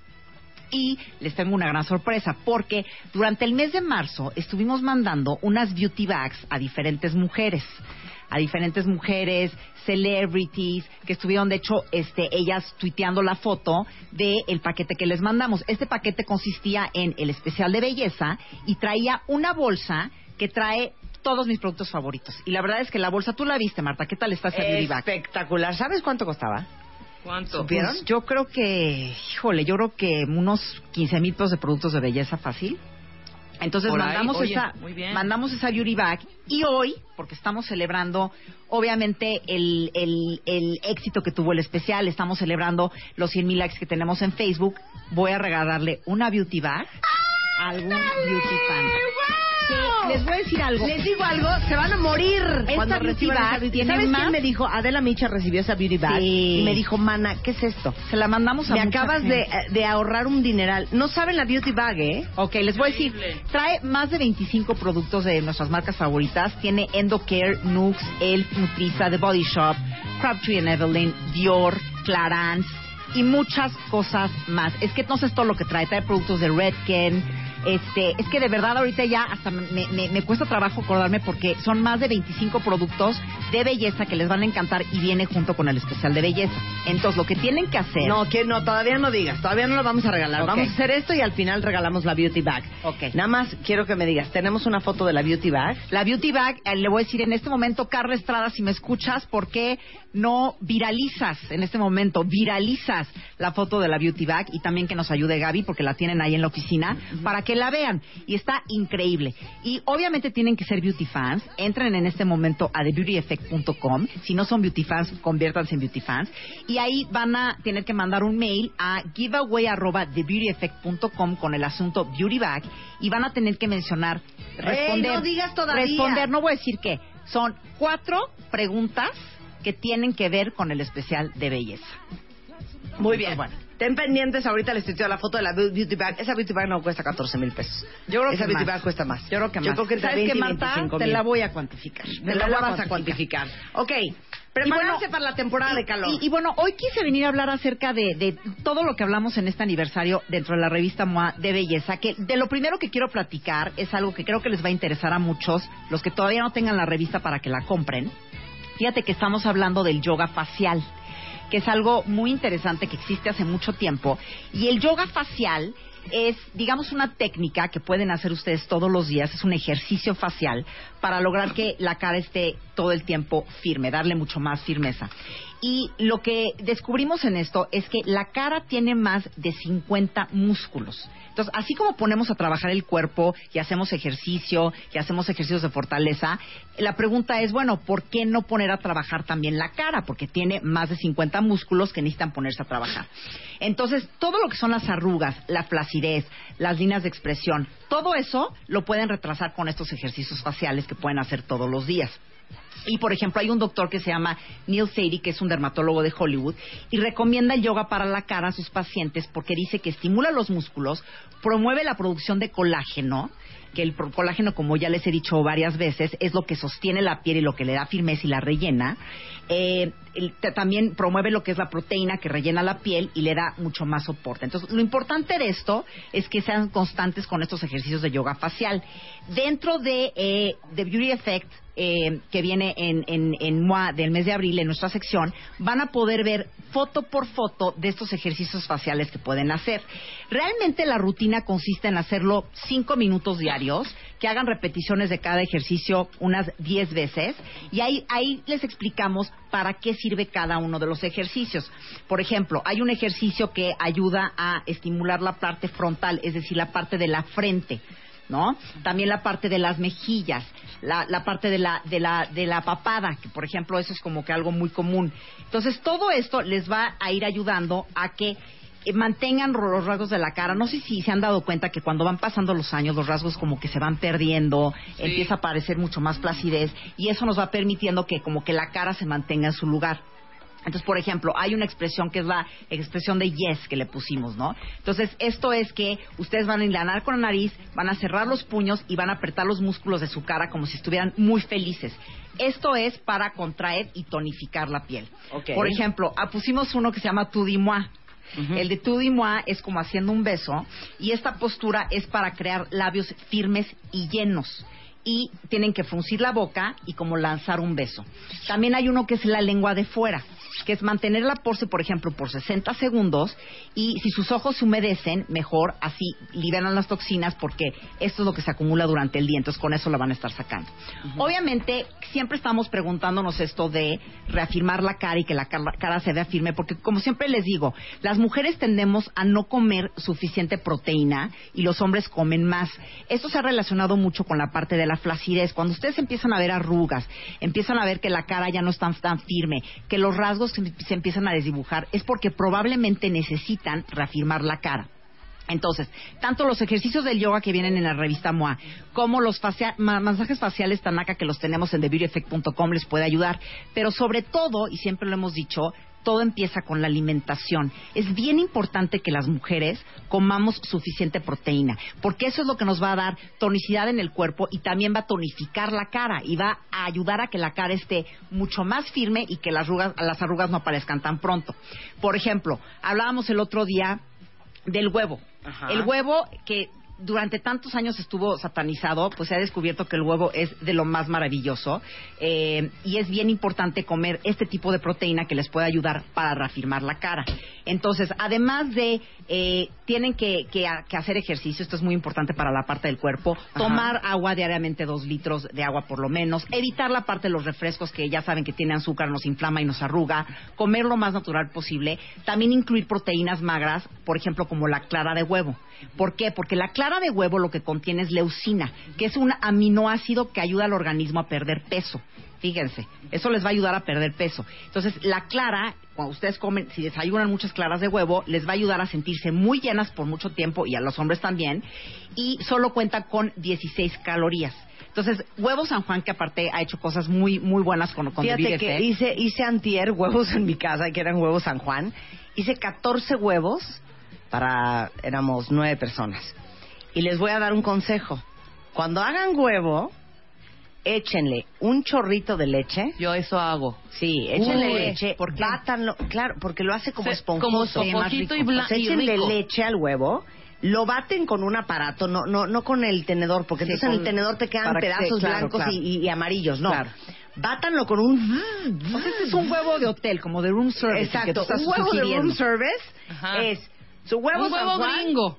Speaker 8: Y les tengo una gran sorpresa, porque durante el mes de marzo estuvimos mandando unas beauty bags a diferentes mujeres, a diferentes mujeres, celebrities, que estuvieron, de hecho, este, ellas tuiteando la foto del paquete que les mandamos. Este paquete consistía en el especial de belleza y traía una bolsa que trae todos mis productos favoritos. Y la verdad es que la bolsa, tú la viste, Marta, ¿qué tal está esa beauty bag?
Speaker 7: Espectacular. ¿Sabes cuánto costaba?
Speaker 5: ¿Cuánto?
Speaker 7: ¿Supieron?
Speaker 8: Pues yo creo que, híjole, yo creo que unos quince mil pesos de productos de belleza fácil. Entonces
Speaker 5: Por
Speaker 8: mandamos
Speaker 5: ahí, oye,
Speaker 8: esa
Speaker 5: muy bien.
Speaker 8: mandamos esa beauty bag, y hoy, porque estamos celebrando obviamente el, el, el éxito que tuvo el especial, estamos celebrando los cien mil likes que tenemos en Facebook, voy a regalarle una beauty bag a algún beauty fan. Que les voy a decir algo.
Speaker 7: Les digo algo, se van a morir
Speaker 8: Esta
Speaker 7: cuando
Speaker 8: beauty
Speaker 7: reciban
Speaker 8: bag
Speaker 7: esa beauty.
Speaker 8: tiene
Speaker 7: ¿Sabes
Speaker 8: más?
Speaker 7: quién me dijo? Adela Micha recibió esa beauty bag,
Speaker 8: Sí.
Speaker 7: y me dijo, mana, ¿qué es esto?
Speaker 8: Se la mandamos a
Speaker 7: Me
Speaker 8: mucha
Speaker 7: acabas de,
Speaker 8: gente.
Speaker 7: de ahorrar un dineral. No saben la beauty bag, ¿eh?
Speaker 8: Ok, les voy a decir,
Speaker 5: Increíble.
Speaker 8: trae más de veinticinco productos de nuestras marcas favoritas. Tiene Endocare, Nux, Elf, Nutriza, The Body Shop, Crabtree and Evelyn, Dior, Clarins y muchas cosas más. Es que no sé todo lo que trae. Trae productos de Redken. Este, es que de verdad ahorita ya hasta me, me, me cuesta trabajo acordarme, porque son más de veinticinco productos de belleza que les van a encantar, y viene junto con el especial de belleza. Entonces lo que tienen que hacer...
Speaker 7: No, que no, todavía no digas, todavía no lo vamos a regalar.
Speaker 8: Ok.
Speaker 7: Vamos a hacer esto y al final regalamos la beauty bag.
Speaker 8: Ok.
Speaker 7: Nada más quiero que me digas, ¿tenemos una foto de la beauty bag?
Speaker 8: La beauty bag, eh, le voy a decir en este momento, Carla Estrada, si me escuchas, ¿por qué no viralizas en este momento? Viralizas la foto de la beauty bag, y también que nos ayude Gaby, porque la tienen ahí en la oficina, uh-huh, para que la vean. Y está increíble. Y obviamente tienen que ser beauty fans. Entren en este momento a the beauty effect punto com. Si no son beauty fans, conviértanse en beauty fans. Y ahí van a tener que mandar un mail a giveaway arroba the beauty effect punto com con el asunto beauty bag, y van a tener que mencionar, responder.
Speaker 7: ¡Ey, no digas todavía!
Speaker 8: Responder, no voy a decir qué. Son cuatro preguntas que tienen que ver con el especial de belleza.
Speaker 7: Muy bien.
Speaker 8: Bueno.
Speaker 7: Ten pendientes, ahorita les tuiteo la foto de la beauty bag. Esa beauty bag no cuesta catorce mil pesos.
Speaker 8: Yo creo
Speaker 7: Esa
Speaker 8: que
Speaker 7: beauty
Speaker 8: más.
Speaker 7: bag cuesta más.
Speaker 8: Yo creo que más.
Speaker 7: Yo creo que entre
Speaker 8: ¿Sabes
Speaker 7: veinte
Speaker 8: qué,
Speaker 7: y
Speaker 8: Marta?
Speaker 7: veinticinco
Speaker 8: Te
Speaker 7: mil.
Speaker 8: la voy a cuantificar.
Speaker 7: Te la, vas a cuantificar. Ok. Prepárense para la temporada de calor.
Speaker 8: Y, y bueno, hoy quise venir a hablar acerca de, de todo lo que hablamos en este aniversario dentro de la revista M O A de belleza, que de lo primero que quiero platicar es algo que creo que les va a interesar a muchos, los que todavía no tengan la revista para que la compren. Fíjate que estamos hablando del yoga facial, que es algo muy interesante que existe hace mucho tiempo. Y el yoga facial es, digamos, una técnica que pueden hacer ustedes todos los días. Es un ejercicio facial para lograr que la cara esté todo el tiempo firme, darle mucho más firmeza. Y lo que descubrimos en esto es que la cara tiene más de cincuenta músculos. Entonces, así como ponemos a trabajar el cuerpo y hacemos ejercicio, y hacemos ejercicios de fortaleza, la pregunta es, bueno, ¿por qué no poner a trabajar también la cara? Porque tiene más de cincuenta músculos que necesitan ponerse a trabajar. Entonces, todo lo que son las arrugas, la flacidez, las líneas de expresión, todo eso lo pueden retrasar con estos ejercicios faciales que pueden hacer todos los días. Y, por ejemplo, hay un doctor que se llama Neil Sadie, que es un dermatólogo de Hollywood, y recomienda el yoga para la cara a sus pacientes porque dice que estimula los músculos, promueve la producción de colágeno, que el colágeno, como ya les he dicho varias veces, es lo que sostiene la piel y lo que le da firmeza y la rellena. Eh, el, también promueve lo que es la proteína que rellena la piel y le da mucho más soporte. Entonces, lo importante de esto es que sean constantes con estos ejercicios de yoga facial. Dentro de eh, The Beauty Effect, eh, que viene en, en, en M O A del mes de abril, en nuestra sección, van a poder ver foto por foto de estos ejercicios faciales que pueden hacer. Realmente la rutina consiste en hacerlo cinco minutos diarios, que hagan repeticiones de cada ejercicio unas diez veces, y ahí, ahí les explicamos para qué sirve cada uno de los ejercicios. Por ejemplo, hay un ejercicio que ayuda a estimular la parte frontal, es decir, la parte de la frente, ¿no? También la parte de las mejillas, la, la parte de la, de la, de la papada, que por ejemplo eso es como que algo muy común. Entonces todo esto les va a ir ayudando a que eh, mantengan los rasgos de la cara. No sé si se han dado cuenta que cuando van pasando los años los rasgos como que se van perdiendo, sí. Empieza a aparecer mucho más placidez y eso nos va permitiendo que como que la cara se mantenga en su lugar. Entonces, por ejemplo, hay una expresión que es la expresión de yes que le pusimos, ¿no? Entonces, esto es que ustedes van a enlanar con la nariz, van a cerrar los puños y van a apretar los músculos de su cara como si estuvieran muy felices. Esto es para contraer y tonificar la piel. Okay. Por ejemplo, pusimos uno que se llama Tout de Moi. Uh-huh. El de Tout de Moi es como haciendo un beso y esta postura es para crear labios firmes y llenos. Y tienen que fruncir la boca y como lanzar un beso. También hay uno que es la lengua de fuera, que es mantener la pose, por ejemplo, por sesenta segundos y si sus ojos se humedecen, mejor, así liberan las toxinas porque esto es lo que se acumula durante el día, entonces con eso la van a estar sacando. Uh-huh. Obviamente, siempre estamos preguntándonos esto de reafirmar la cara y que la cara, cara se vea firme, porque como siempre les digo, las mujeres tendemos a no comer suficiente proteína y los hombres comen más. Esto se ha relacionado mucho con la parte de la flacidez. Cuando ustedes empiezan a ver arrugas, empiezan a ver que la cara ya no está tan firme, que los rasgos se, se empiezan a desdibujar, es porque probablemente necesitan reafirmar la cara. Entonces, tanto los ejercicios del yoga que vienen en la revista M O A, como los facia- masajes faciales Tanaka que los tenemos en the beauty effect punto com les puede ayudar. Pero sobre todo, y siempre lo hemos dicho, todo empieza con la alimentación. Es bien importante que las mujeres comamos suficiente proteína, porque eso es lo que nos va a dar tonicidad en el cuerpo y también va a tonificar la cara y va a ayudar a que la cara esté mucho más firme y que las arrugas, las arrugas no aparezcan tan pronto. Por ejemplo, hablábamos el otro día del huevo. Ajá. El huevo que durante tantos años estuvo satanizado, pues se ha descubierto que el huevo es de lo más maravilloso eh, y es bien importante comer este tipo de proteína que les puede ayudar para reafirmar la cara. Entonces, además de eh, tienen que, que, que hacer ejercicio, esto es muy importante para la parte del cuerpo, tomar Ajá. agua diariamente, dos litros de agua por lo menos, evitar la parte de los refrescos que ya saben que tienen azúcar, nos inflama y nos arruga, comer lo más natural posible, también incluir proteínas magras, por ejemplo, como la clara de huevo. ¿Por qué? Porque la clara de huevo lo que contiene es leucina, que es un aminoácido que ayuda al organismo a perder peso. Fíjense, eso les va a ayudar a perder peso. Entonces, la clara, cuando ustedes comen, si desayunan muchas claras de huevo, les va a ayudar a sentirse muy llenas por mucho tiempo, y a los hombres también, y solo cuenta con dieciséis calorías. Entonces, Huevo San Juan, que aparte ha hecho cosas muy muy buenas con, con
Speaker 7: Fíjate que hice, hice antier huevos en mi casa, que eran huevos San Juan. Hice catorce huevos para, éramos nueve personas. Y les voy a dar un consejo. Cuando hagan huevo, échenle un chorrito de leche.
Speaker 5: Yo eso hago.
Speaker 7: Sí, échenle
Speaker 5: Uy,
Speaker 7: leche,
Speaker 5: ¿por qué?
Speaker 7: bátanlo, claro, porque lo hace como
Speaker 5: Se,
Speaker 7: esponjoso.
Speaker 5: Como esponjito y, bla-
Speaker 7: o sea,
Speaker 5: y
Speaker 7: échenle
Speaker 5: rico.
Speaker 7: leche al huevo, lo baten con un aparato, no no no con el tenedor, porque
Speaker 8: Sí,
Speaker 7: entonces en
Speaker 8: con-
Speaker 7: el tenedor te quedan
Speaker 8: para que
Speaker 7: pedazos
Speaker 8: se- claro,
Speaker 7: blancos
Speaker 8: claro.
Speaker 7: Y, y amarillos, no.
Speaker 8: Claro.
Speaker 7: Bátanlo con un...
Speaker 8: O sea, este es un huevo de hotel, como de room service. que tú
Speaker 7: Exacto,
Speaker 8: estás
Speaker 7: un huevo
Speaker 8: sugiriendo.
Speaker 7: de room service
Speaker 5: Ajá.
Speaker 7: es su huevo
Speaker 5: Un huevo
Speaker 7: San Juan,
Speaker 5: gringo.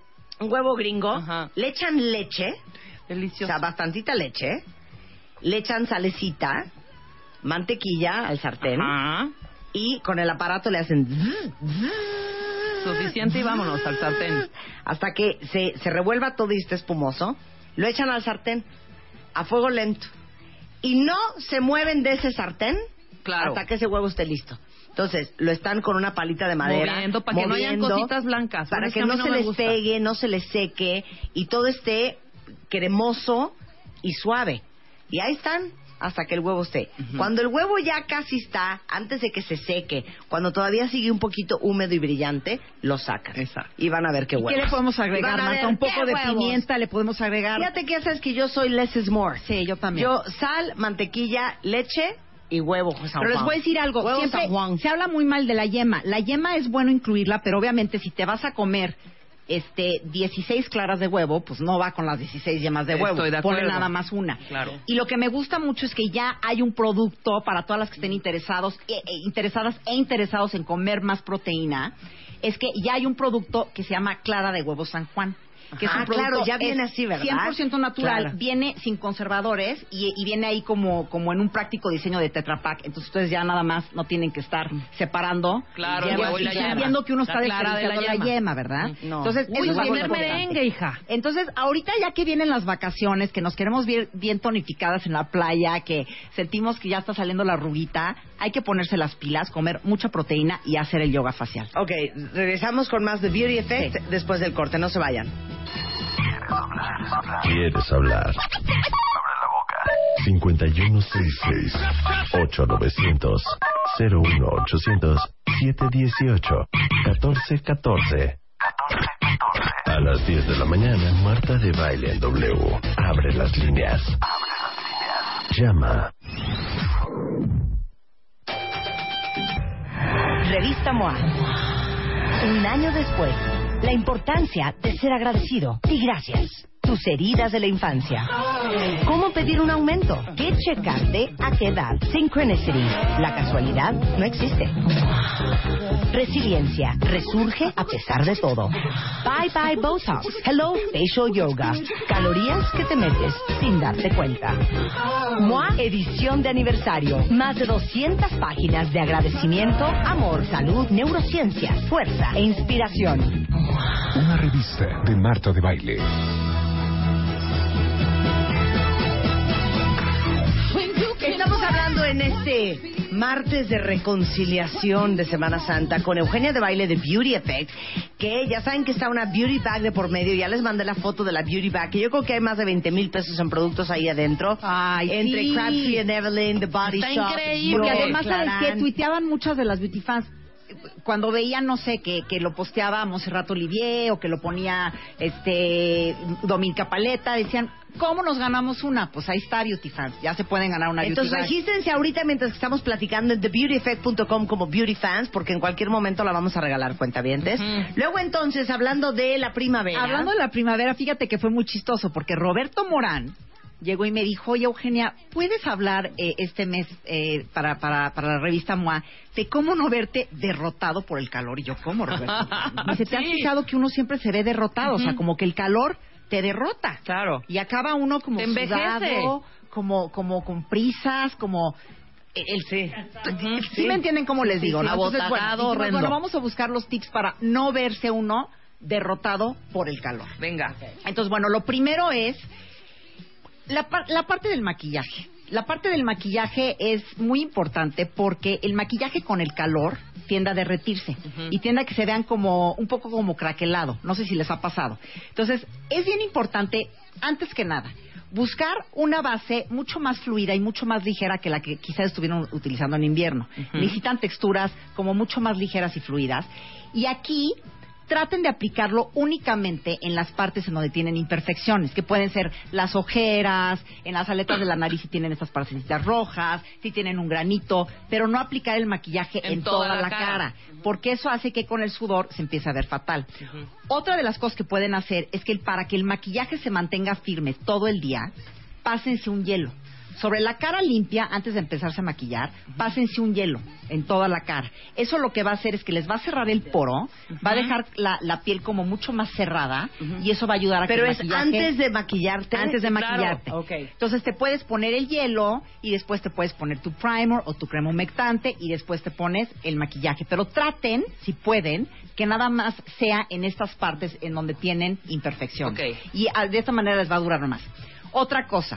Speaker 7: un huevo gringo,
Speaker 5: Ajá.
Speaker 7: le echan leche,
Speaker 5: Delicioso.
Speaker 7: o sea, bastantita leche, le echan salecita, mantequilla al sartén
Speaker 5: Ajá.
Speaker 7: y con el aparato le hacen
Speaker 5: Suficiente y vámonos al sartén.
Speaker 7: hasta que se, se revuelva todo y esté espumoso. Lo echan al sartén a fuego lento y no se mueven de ese sartén
Speaker 5: Claro.
Speaker 7: hasta que ese huevo esté listo. Entonces, lo están con una palita de madera
Speaker 5: Moviendo para que no hayan
Speaker 7: moviendo,
Speaker 5: cositas blancas.
Speaker 7: para
Speaker 5: Bueno, es
Speaker 7: que
Speaker 5: a mí
Speaker 7: no se
Speaker 5: me
Speaker 7: les
Speaker 5: gusta.
Speaker 7: pegue, no se les seque y todo esté cremoso y suave. Y ahí están hasta que el huevo esté.
Speaker 5: Ujú.
Speaker 7: Cuando el huevo ya casi está, antes de que se seque, cuando todavía sigue un poquito húmedo y brillante, lo sacan.
Speaker 5: Exacto.
Speaker 7: Y van a ver qué
Speaker 8: ¿Y
Speaker 7: huevo.
Speaker 8: qué le podemos agregar,
Speaker 7: Y van a
Speaker 8: Marta?
Speaker 7: ver
Speaker 8: Un poco
Speaker 7: qué
Speaker 8: de
Speaker 7: huevos.
Speaker 8: pimienta le podemos agregar.
Speaker 7: Fíjate que ya sabes que yo soy less is more.
Speaker 8: Sí, yo también.
Speaker 7: Yo sal, mantequilla, leche y huevo San
Speaker 8: Pero les
Speaker 7: Juan.
Speaker 8: voy a decir algo,
Speaker 7: Huevo
Speaker 8: siempre
Speaker 7: San Juan.
Speaker 8: se habla muy mal de la yema. La yema es bueno incluirla, pero obviamente si te vas a comer este dieciséis claras de huevo, pues no va con las dieciséis yemas de huevo.
Speaker 5: Estoy de
Speaker 8: Ponle
Speaker 5: acuerdo.
Speaker 8: nada más una.
Speaker 5: Claro.
Speaker 8: Y lo que me gusta mucho es que ya hay un producto para todas las que estén interesados, e, e, interesadas e interesados en comer más proteína. Es que ya hay un producto que se llama clara de huevo San Juan. Que es
Speaker 7: Ah,
Speaker 8: un producto,
Speaker 7: claro, ya viene
Speaker 8: es
Speaker 7: así, ¿verdad?
Speaker 8: cien por ciento natural,
Speaker 7: Claro.
Speaker 8: viene sin conservadores y, y viene ahí como, como en un práctico diseño de Tetra Pak. Entonces ustedes ya nada más no tienen que estar separando.
Speaker 5: Claro,
Speaker 8: y
Speaker 5: el huevo y la yema.
Speaker 8: viendo que uno
Speaker 5: La
Speaker 8: está
Speaker 5: clara de la
Speaker 8: desperdiciando la
Speaker 5: yema.
Speaker 8: yema, ¿verdad?
Speaker 7: No.
Speaker 8: Entonces,
Speaker 5: Uy,
Speaker 8: eso es
Speaker 5: viene
Speaker 8: algo
Speaker 5: el
Speaker 8: importante.
Speaker 5: merengue, hija.
Speaker 8: Entonces, ahorita ya que vienen las vacaciones, que nos queremos ver bien tonificadas en la playa, que sentimos que ya está saliendo la arruguita, hay que ponerse las pilas, comer mucha proteína y hacer el yoga facial.
Speaker 7: Ok, regresamos con más de Beauty Effect
Speaker 8: Sí.
Speaker 7: después del corte. No se vayan.
Speaker 3: ¿Quieres hablar? Abre la boca. cincuenta y uno sesenta y seis, ocho novecientos, cero uno ochocientos, siete dieciocho, catorce catorce. A las diez de la mañana, Marta de Baile en W. Abre las líneas. Llama.
Speaker 2: Revista M O A. Un año después, la importancia de ser agradecido y gracias. Tus heridas de la infancia. ¿Cómo pedir un aumento? ¿Qué checarte? ¿A qué edad? Synchronicity. La casualidad no existe. Resiliencia. Resurge a pesar de todo. Bye bye Botox. Hello Facial Yoga. Calorías que te metes sin darte cuenta. M O A edición de aniversario. Más de doscientas páginas de agradecimiento, amor, salud, neurociencia, fuerza e inspiración.
Speaker 9: Una revista de Marta de Baile.
Speaker 7: Estamos hablando en este martes de reconciliación de Semana Santa con Eugenia de Baile de Beauty Effect, que ya saben que está una beauty bag de por medio. Ya les mandé la foto de la beauty bag, que yo creo que hay más de veinte mil pesos en productos ahí adentro.
Speaker 8: Ay,
Speaker 7: entre
Speaker 8: sí.
Speaker 7: Crabtree and Evelyn, The Body
Speaker 5: Está
Speaker 7: Shop.
Speaker 5: increíble.
Speaker 8: Porque
Speaker 7: Dior,
Speaker 8: además, ¿sabes qué?
Speaker 7: Clarins.
Speaker 8: Tuiteaban muchas de las beauty fans. Cuando veían, no sé, que, que lo posteaba Monserrat Olivier o que lo ponía este Dominica Paleta, decían, ¿cómo nos ganamos una? Pues ahí está Beauty Fans, ya se pueden ganar una
Speaker 7: Entonces
Speaker 8: Beauty Bag.
Speaker 7: regístrense ahorita mientras que estamos platicando en the beauty effect punto com como Beauty Fans, porque en cualquier momento la vamos a regalar, cuentavientes.
Speaker 5: Ujú.
Speaker 7: Luego entonces, hablando de la primavera.
Speaker 8: Hablando de la primavera, fíjate que fue muy chistoso, porque Roberto Morán llegó y me dijo, oye, Eugenia, ¿puedes hablar eh, este mes eh, para, para, para la revista M O A de cómo no verte derrotado por el calor? Y yo, ¿cómo, Roberto? Me dice, ¿te has
Speaker 5: Sí.
Speaker 8: fijado que uno siempre se ve derrotado? O sea,
Speaker 5: Ujú.
Speaker 8: como que el calor te derrota.
Speaker 5: Claro.
Speaker 8: Y acaba uno como
Speaker 5: Te envejece.
Speaker 8: sudado, como, como con prisas, como... El,
Speaker 5: Sí.
Speaker 8: ¿Sí, ¿Sí me entienden cómo les
Speaker 5: Sí,
Speaker 8: digo?
Speaker 5: sí,
Speaker 8: ¿no? Entonces, bueno,
Speaker 5: abotagado,
Speaker 8: dijimos,
Speaker 5: horrendo.
Speaker 8: bueno, vamos a buscar los tips para no verse uno derrotado por el calor.
Speaker 5: Venga.
Speaker 8: Entonces, bueno, lo primero es la, par- la parte del maquillaje. La parte del maquillaje es muy importante porque el maquillaje con el calor tiende a derretirse
Speaker 5: Ujú.
Speaker 8: y tiende a que se vean como un poco como craquelado. No sé si les ha pasado. Entonces, es bien importante, antes que nada, buscar una base mucho más fluida y mucho más ligera que la que quizás estuvieron utilizando en invierno.
Speaker 5: Ujú.
Speaker 8: Necesitan texturas como mucho más ligeras y fluidas. Y aquí traten de aplicarlo únicamente en las partes en donde tienen imperfecciones, que pueden ser las ojeras, en las aletas de la nariz si tienen estas partecitas rojas, si tienen un granito, pero no aplicar el maquillaje en,
Speaker 5: En
Speaker 8: toda,
Speaker 5: toda
Speaker 8: la
Speaker 5: la
Speaker 8: cara,
Speaker 5: cara.
Speaker 8: porque eso hace que con el sudor se empiece a ver fatal.
Speaker 5: Ujú.
Speaker 8: Otra de las cosas que pueden hacer es que el- para que el maquillaje se mantenga firme todo el día, pásense un hielo. Sobre la cara limpia, antes de empezarse a maquillar, pásense un hielo en toda la cara. Eso lo que va a hacer es que les va a cerrar el poro, uh-huh. va a dejar la, la piel como mucho más cerrada, uh-huh. y eso va a ayudar a
Speaker 7: Pero
Speaker 8: que
Speaker 7: es
Speaker 8: el maquillaje...
Speaker 7: antes de maquillarte.
Speaker 8: Antes de
Speaker 7: Claro.
Speaker 8: maquillarte.
Speaker 7: Okay.
Speaker 8: Entonces te puedes poner el hielo y después te puedes poner tu primer o tu crema humectante y después te pones el maquillaje. Pero traten, si pueden, que nada más sea en estas partes en donde tienen imperfección.
Speaker 5: Okay.
Speaker 8: Y ah, de esta manera les va a durar más. Otra cosa.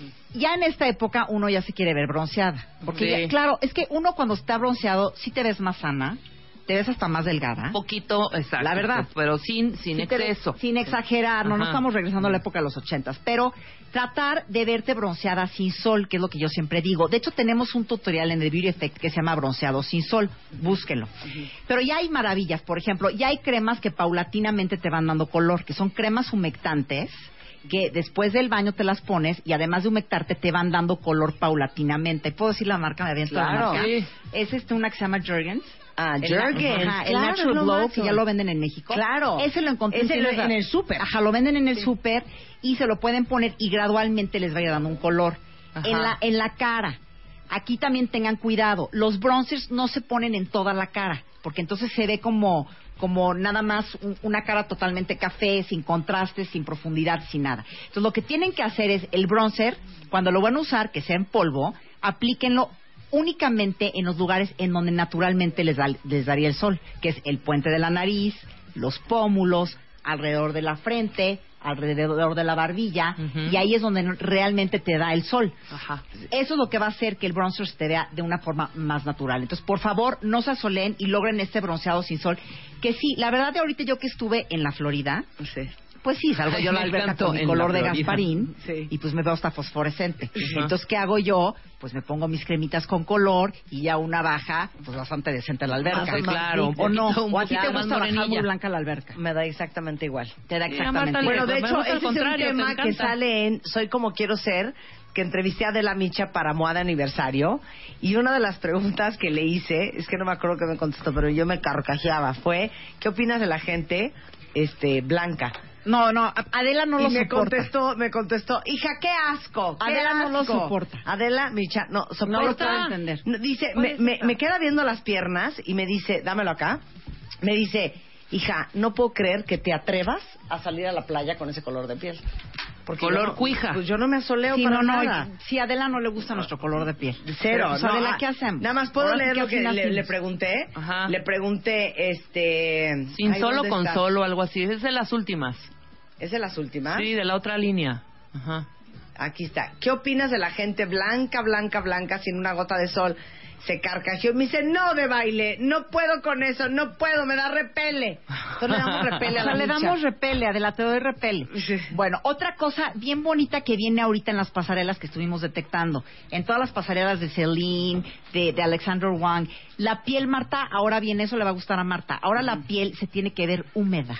Speaker 8: Ya en esta época uno ya se quiere ver bronceada. Porque
Speaker 5: Sí.
Speaker 8: ya, claro, es que uno cuando está bronceado sí te ves más sana, te ves hasta más delgada.
Speaker 5: Un poquito, exacto.
Speaker 8: La verdad.
Speaker 5: Pero sin, sin
Speaker 8: Sí te ves-
Speaker 5: exceso.
Speaker 8: sin exagerar, no, no
Speaker 5: Ajá.
Speaker 8: estamos regresando a la época de los ochentas, pero tratar de verte bronceada sin sol, que es lo que yo siempre digo. De hecho, tenemos un tutorial en el Beauty Effect que se llama Bronceado sin sol, búsquenlo. Uh-huh. Pero ya hay maravillas, por ejemplo, ya hay cremas que paulatinamente te van dando color, que son cremas humectantes, que después del baño te las pones y además de humectarte te van dando color paulatinamente. ¿Puedo decir la marca? ¿Me aviento la
Speaker 7: Claro.
Speaker 8: marca?
Speaker 5: Sí.
Speaker 8: Es este una que se llama Jergens.
Speaker 7: Ah,
Speaker 8: El-
Speaker 7: Jergens.
Speaker 8: ajá, el
Speaker 7: Claro,
Speaker 8: Natural
Speaker 7: lo
Speaker 8: Glow,
Speaker 7: máximo.
Speaker 8: que ya lo venden en México.
Speaker 7: Claro.
Speaker 8: Ese lo encontré
Speaker 7: Ese
Speaker 8: en
Speaker 7: lo-
Speaker 8: tiendas-
Speaker 7: en el súper.
Speaker 8: Ajá, lo venden en el súper y se lo pueden poner y gradualmente les va a ir dando un color.
Speaker 5: Ajá.
Speaker 8: En la, en la cara. Aquí también tengan cuidado. Los bronzers no se ponen en toda la cara, porque entonces se ve como, como nada más un- una cara totalmente café, sin contrastes, sin profundidad, sin nada. Entonces lo que tienen que hacer es el bronzer, cuando lo van a usar, que sea en polvo, aplíquenlo únicamente en los lugares en donde naturalmente les, da, les daría el sol, que es el puente de la nariz, los pómulos, alrededor de la frente, alrededor de la barbilla,
Speaker 5: Ujú.
Speaker 8: y ahí es donde no- realmente te da el sol.
Speaker 5: Ajá.
Speaker 8: Eso es lo que va a hacer que el bronzer se te vea de una forma más natural. Entonces, por favor, no se asoleen y logren este bronceado sin sol. Que sí, la verdad de ahorita yo que estuve en la Florida,
Speaker 7: Sí.
Speaker 8: pues sí, salgo
Speaker 5: Ay,
Speaker 8: yo a la
Speaker 5: me
Speaker 8: alberca
Speaker 5: encantó,
Speaker 8: con mi
Speaker 5: en
Speaker 8: color
Speaker 5: la
Speaker 8: de
Speaker 5: Florida.
Speaker 8: Gasparín
Speaker 7: Sí.
Speaker 8: y pues me veo hasta fosforescente.
Speaker 5: Ajá.
Speaker 8: Entonces, ¿qué hago yo? Pues me pongo mis cremitas con color y ya una baja, pues bastante decente a la alberca.
Speaker 5: Más, claro, un
Speaker 8: o no,
Speaker 5: poquito, un
Speaker 8: o a ti te
Speaker 5: poquito más
Speaker 8: gusta bajar muy
Speaker 5: morenilla.
Speaker 8: blanca la alberca.
Speaker 7: Me da exactamente igual.
Speaker 8: Te da
Speaker 5: Sí,
Speaker 8: exactamente
Speaker 5: Marta,
Speaker 8: igual.
Speaker 7: Bueno, de
Speaker 5: Me
Speaker 7: hecho,
Speaker 5: gusta al
Speaker 7: ese es un
Speaker 5: contrario, te
Speaker 7: tema que
Speaker 5: encanta.
Speaker 7: sale en Soy como quiero ser, que entrevisté a Adela Micha para Moa de Aniversario, y una de las preguntas que le hice, es que no me acuerdo que me contestó, pero yo me carcajeaba, fue, ¿qué opinas de la gente este blanca?
Speaker 8: No, no, Adela no
Speaker 7: y
Speaker 8: lo
Speaker 7: me
Speaker 8: soporta.
Speaker 7: contestó, me contestó, hija, qué asco, qué
Speaker 8: Adela no lo
Speaker 7: asco".
Speaker 8: soporta.
Speaker 7: Adela Micha, no, soporta.
Speaker 8: No lo puedo entender.
Speaker 7: No, dice,
Speaker 5: ¿Cuál
Speaker 7: me,
Speaker 5: es
Speaker 7: me,
Speaker 5: esa?
Speaker 7: me queda viendo las piernas y me dice, dámelo acá, me dice, hija, no puedo creer que te atrevas a salir a la playa con ese color de piel. Porque
Speaker 5: Color
Speaker 7: yo no-
Speaker 5: cuija.
Speaker 7: Pues yo no me asoleo
Speaker 8: Sí,
Speaker 7: para
Speaker 8: no, no,
Speaker 7: nada.
Speaker 8: si a Adela no le gusta nuestro color de piel.
Speaker 7: Cero.
Speaker 8: Pero, pues,
Speaker 7: no,
Speaker 8: Adela,
Speaker 7: ah,
Speaker 8: ¿qué hacemos?
Speaker 7: Nada más puedo
Speaker 8: Ahora sí
Speaker 7: leer
Speaker 8: que
Speaker 7: lo
Speaker 8: al
Speaker 7: que
Speaker 8: final
Speaker 7: le,
Speaker 8: sí.
Speaker 7: le pregunté.
Speaker 5: Ajá.
Speaker 7: Le pregunté, este...
Speaker 5: Sin
Speaker 7: ay,
Speaker 5: sol o
Speaker 7: ¿dónde
Speaker 5: con
Speaker 7: está?
Speaker 5: sol o algo así. Es de las últimas.
Speaker 7: ¿Es de las últimas?
Speaker 5: Sí, de la otra línea. Ajá.
Speaker 7: Aquí está. ¿Qué opinas de la gente blanca, blanca, blanca, sin una gota de sol? Se carcajeó y me dice, no de baile, no puedo con eso, no puedo, me da repele. Entonces le damos repele
Speaker 8: O
Speaker 7: a
Speaker 8: sea,
Speaker 7: la
Speaker 8: le
Speaker 7: Micha.
Speaker 8: damos repele, Adela, te doy repele.
Speaker 7: Sí.
Speaker 8: Bueno, otra cosa bien bonita que viene ahorita en las pasarelas que estuvimos detectando. En todas las pasarelas de Celine, de, de Alexander Wang. La piel, Marta, ahora bien, eso le va a gustar a Marta. Ahora la piel se tiene que ver húmeda.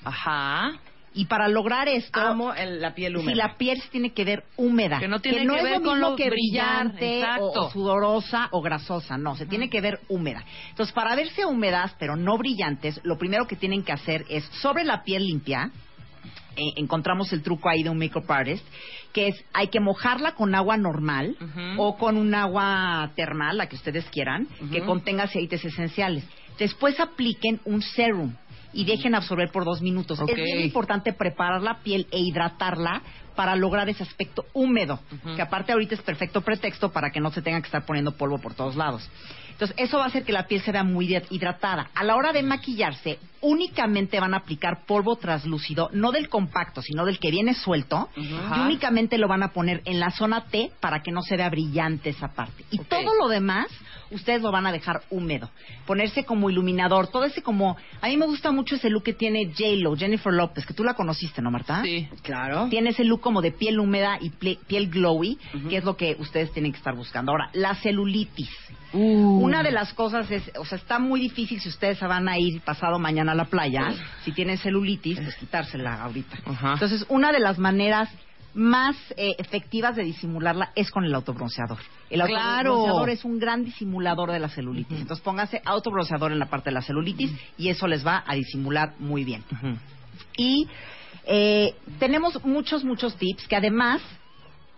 Speaker 5: Ajá.
Speaker 8: Y para lograr esto...
Speaker 7: Amo el- la piel húmeda.
Speaker 8: Si la piel se tiene que ver húmeda.
Speaker 5: Que no tiene que
Speaker 8: es
Speaker 5: ver
Speaker 8: lo
Speaker 5: con
Speaker 8: mismo
Speaker 5: lo
Speaker 8: que
Speaker 5: brillar,
Speaker 8: brillante
Speaker 5: exacto.
Speaker 8: o, o sudorosa o grasosa. No, se tiene que ver húmeda. Entonces, para verse húmedas, pero no brillantes, lo primero que tienen que hacer es, sobre la piel limpia, eh, encontramos el truco ahí de un makeup artist, que es, hay que mojarla con agua normal
Speaker 5: Ujú.
Speaker 8: o con un agua termal, la que ustedes quieran, que
Speaker 5: Ujú.
Speaker 8: contenga aceites esenciales. Después apliquen un serum y dejen absorber por dos minutos.
Speaker 5: Ok.
Speaker 8: Es bien importante preparar la piel e hidratarla para lograr ese aspecto húmedo,
Speaker 5: Ujú.
Speaker 8: que aparte ahorita es perfecto pretexto para que no se tenga que estar poniendo polvo por todos lados. Entonces, eso va a hacer que la piel se vea muy hidratada. A la hora de maquillarse, únicamente van a aplicar polvo translúcido, no del compacto, sino del que viene suelto, y
Speaker 5: Ajá.
Speaker 8: únicamente lo van a poner en la zona T para que no se vea brillante esa parte. Y
Speaker 5: Ok.
Speaker 8: todo lo demás, ustedes lo van a dejar húmedo. Ponerse como iluminador, todo ese como... A mí me gusta mucho ese look que tiene J-Lo, Jennifer López, que tú la conociste, ¿no, Marta?
Speaker 5: Sí.
Speaker 7: Claro.
Speaker 8: Tiene ese look como de piel húmeda y ple- piel glowy,
Speaker 7: Ujú.
Speaker 8: que es lo que ustedes tienen que estar buscando. Ahora, la celulitis.
Speaker 5: Uh.
Speaker 8: Una de las cosas es, o sea, está muy difícil si ustedes se van a ir pasado mañana a la playa, si tienen celulitis, pues quitársela ahorita.
Speaker 5: Ajá.
Speaker 8: Entonces, una de las maneras más eh, efectivas de disimularla es con el autobronceador. El
Speaker 5: Claro.
Speaker 8: autobronceador es un gran disimulador de la celulitis. Entonces, pónganse autobronceador en la parte de la celulitis y eso les va a disimular muy bien.
Speaker 5: Ujú.
Speaker 8: Y eh, tenemos muchos, muchos tips que además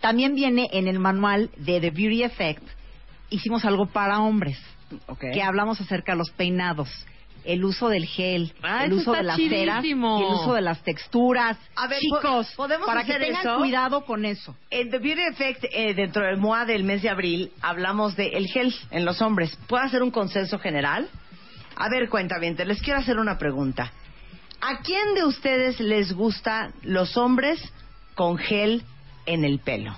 Speaker 8: También viene en el manual de The Beauty Effect, hicimos algo para hombres,
Speaker 7: Okay.
Speaker 8: que hablamos acerca de los peinados, el uso del gel,
Speaker 5: Ah,
Speaker 8: el
Speaker 5: eso
Speaker 8: uso
Speaker 5: está
Speaker 8: de las ceras y el
Speaker 5: chidísimo.
Speaker 8: uso de las texturas.
Speaker 7: A ver,
Speaker 8: chicos,
Speaker 7: po- ¿podemos
Speaker 8: para que
Speaker 7: hacer
Speaker 8: tengan
Speaker 7: eso?
Speaker 8: cuidado con eso.
Speaker 7: En The Beauty Effect, eh, dentro del M O A del mes de abril, hablamos de el gel en los hombres. ¿Puedo hacer un consenso general? A ver, cuentavientes, les quiero hacer una pregunta. ¿A quién de ustedes les gustan los hombres con gel en el pelo?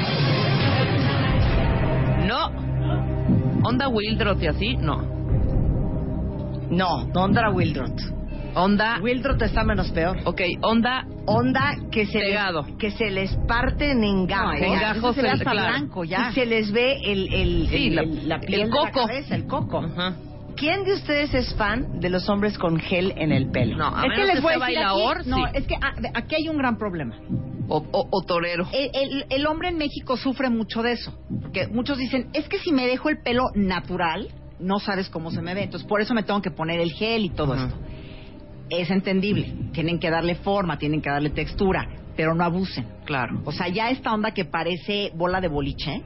Speaker 5: No. Onda Wildrot y así, no.
Speaker 7: No, no onda Wildrot.
Speaker 5: Onda...
Speaker 7: Wildrot está menos peor.
Speaker 5: Ok, onda...
Speaker 7: Onda que se
Speaker 5: Pegado.
Speaker 7: les, que se les parten en gajos.
Speaker 5: en gajos
Speaker 8: Eso se ve
Speaker 5: el-
Speaker 8: hasta
Speaker 5: claro.
Speaker 8: blanco ya.
Speaker 7: Y se les ve el, el,
Speaker 5: Sí,
Speaker 7: el-
Speaker 5: la-
Speaker 7: el- la piel
Speaker 5: el
Speaker 7: de la
Speaker 5: coco.
Speaker 7: cabeza, el coco.
Speaker 5: Ajá.
Speaker 7: ¿Quién de ustedes es fan de los hombres con gel en el pelo?
Speaker 5: No, a
Speaker 8: Es que
Speaker 5: menos
Speaker 8: les voy a
Speaker 5: sea
Speaker 8: decir
Speaker 5: bailador,
Speaker 8: aquí, no,
Speaker 5: sí.
Speaker 8: es que ah, aquí hay un gran problema.
Speaker 5: O, o, o torero.
Speaker 8: El, el- el hombre en México sufre mucho de eso, porque muchos dicen, es que si me dejo el pelo natural, no sabes cómo se me ve, entonces por eso me tengo que poner el gel y todo
Speaker 5: Ajá.
Speaker 8: esto. Es entendible, tienen que darle forma, tienen que darle textura, pero no abusen.
Speaker 5: Claro.
Speaker 8: O sea, ya esta onda que parece bola de boliche,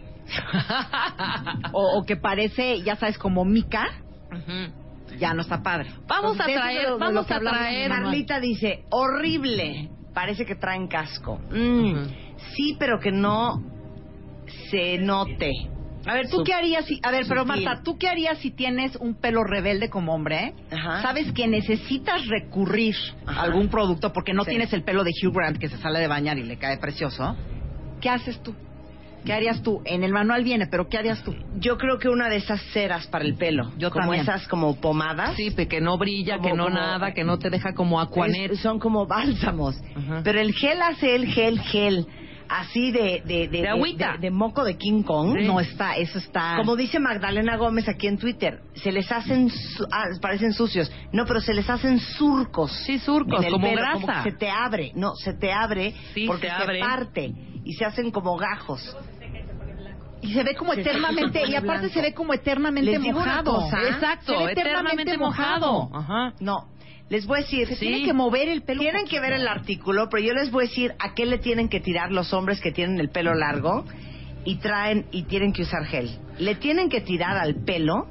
Speaker 8: o, o que parece, ya sabes, como mica,
Speaker 5: Ujú.
Speaker 8: ya no está padre.
Speaker 5: Vamos a
Speaker 8: Entonces, de eso
Speaker 5: traer,
Speaker 8: de lo- de lo
Speaker 5: vamos
Speaker 8: que
Speaker 5: a
Speaker 8: hablamos en
Speaker 5: traer...
Speaker 8: el manual.
Speaker 7: Carlita dice, horrible. Parece que traen casco. Mm,
Speaker 5: Ujú.
Speaker 7: Sí, pero que no se note.
Speaker 8: A ver, ¿tú
Speaker 5: Su-
Speaker 8: qué harías si... A ver, pero
Speaker 7: sutil.
Speaker 8: Marta, ¿tú qué harías si tienes un pelo rebelde como hombre?
Speaker 7: Ajá.
Speaker 8: Sabes que necesitas recurrir
Speaker 7: Ajá.
Speaker 8: a algún producto porque no
Speaker 7: Sí.
Speaker 8: tienes el pelo de Hugh Grant que se sale de bañar y le cae precioso. ¿Qué haces tú? ¿Qué harías tú? En el manual viene, pero ¿qué harías tú?
Speaker 7: Yo creo que una de esas ceras para el pelo.
Speaker 8: Yo
Speaker 7: como
Speaker 8: también.
Speaker 7: esas como pomadas.
Speaker 5: Sí, pe- que no brilla,
Speaker 7: Como-
Speaker 5: que no
Speaker 7: como-
Speaker 5: nada, que no te deja como Aquanet.
Speaker 7: Es- son como bálsamos.
Speaker 5: Ajá.
Speaker 7: Pero el gel hace el gel, gel. Así de... De, de,
Speaker 5: De agüita.
Speaker 7: de- de moco de King Kong.
Speaker 8: No está, eso está...
Speaker 7: Como dice Magdalena Gómez aquí en Twitter, se les hacen, su- ah, parecen sucios, no, pero se les hacen surcos.
Speaker 5: Sí, surcos,
Speaker 7: en el
Speaker 5: como
Speaker 7: pelo,
Speaker 5: grasa.
Speaker 7: Como que se te abre, no, se te abre
Speaker 5: Sí,
Speaker 7: porque
Speaker 5: se
Speaker 7: se,
Speaker 5: abre.
Speaker 7: parte y se hacen como gajos.
Speaker 8: Y se ve como
Speaker 7: Se-
Speaker 8: eternamente...
Speaker 7: se pone
Speaker 8: Y aparte
Speaker 7: blanco.
Speaker 8: se ve como eternamente
Speaker 7: Les digo una
Speaker 8: mojado.
Speaker 7: cosa.
Speaker 5: Exacto,
Speaker 8: Se ve
Speaker 5: eternamente mojado. Ajá.
Speaker 7: No, les voy a decir,
Speaker 8: Se
Speaker 5: Sí.
Speaker 8: tiene que mover el pelo.
Speaker 7: tienen que ver el artículo, pero yo les voy a decir a qué le tienen que tirar los hombres que tienen el pelo largo y traen y tienen que usar gel. Le tienen que tirar al pelo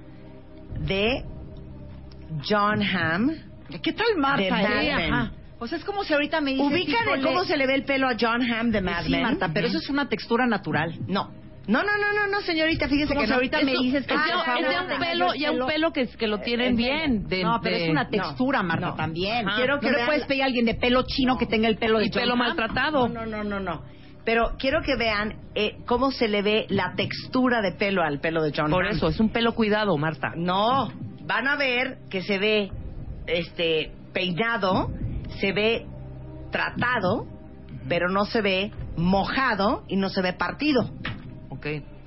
Speaker 7: de John Hamm.
Speaker 8: ¿Qué tal
Speaker 7: De
Speaker 8: Marta?
Speaker 7: Mad
Speaker 8: eh?
Speaker 7: Men.
Speaker 8: Ajá. O sea, es como si ahorita me dices...
Speaker 7: ¿Ubican
Speaker 8: híjole,
Speaker 7: cómo se le ve el pelo a John Hamm de Mad
Speaker 8: Sí,
Speaker 7: Men?
Speaker 8: Marta, pero eso es una textura natural.
Speaker 7: No. No, no, no, no, no, señorita, fíjese
Speaker 8: Como
Speaker 7: que
Speaker 8: si
Speaker 7: no.
Speaker 8: ahorita me
Speaker 7: Eso-
Speaker 8: dices que
Speaker 5: Es
Speaker 8: por
Speaker 5: de,
Speaker 8: favor,
Speaker 5: es de un
Speaker 8: tenga
Speaker 5: pelo,
Speaker 8: yo el
Speaker 5: ya un
Speaker 8: pelo-
Speaker 5: pelo que, que lo tienen
Speaker 7: Es-
Speaker 5: bien. De,
Speaker 8: no, pero
Speaker 5: de-
Speaker 8: es una textura,
Speaker 7: no,
Speaker 8: Marta,
Speaker 7: no.
Speaker 8: también.
Speaker 5: Ajá.
Speaker 7: Quiero
Speaker 8: No
Speaker 7: que
Speaker 8: le
Speaker 7: vean
Speaker 8: puedes
Speaker 7: la-
Speaker 8: pedir a alguien de pelo chino que tenga el pelo de
Speaker 5: Y
Speaker 8: John
Speaker 5: pelo
Speaker 8: Hamm.
Speaker 5: maltratado.
Speaker 7: No, no, no, no. Pero quiero que vean eh, cómo se le ve la textura de pelo al pelo de John
Speaker 5: Por
Speaker 7: Hamm.
Speaker 5: eso, es un pelo cuidado, Marta.
Speaker 7: No, van a ver que se ve este peinado, se ve tratado, pero no se ve mojado y no se ve partido.
Speaker 5: Ok.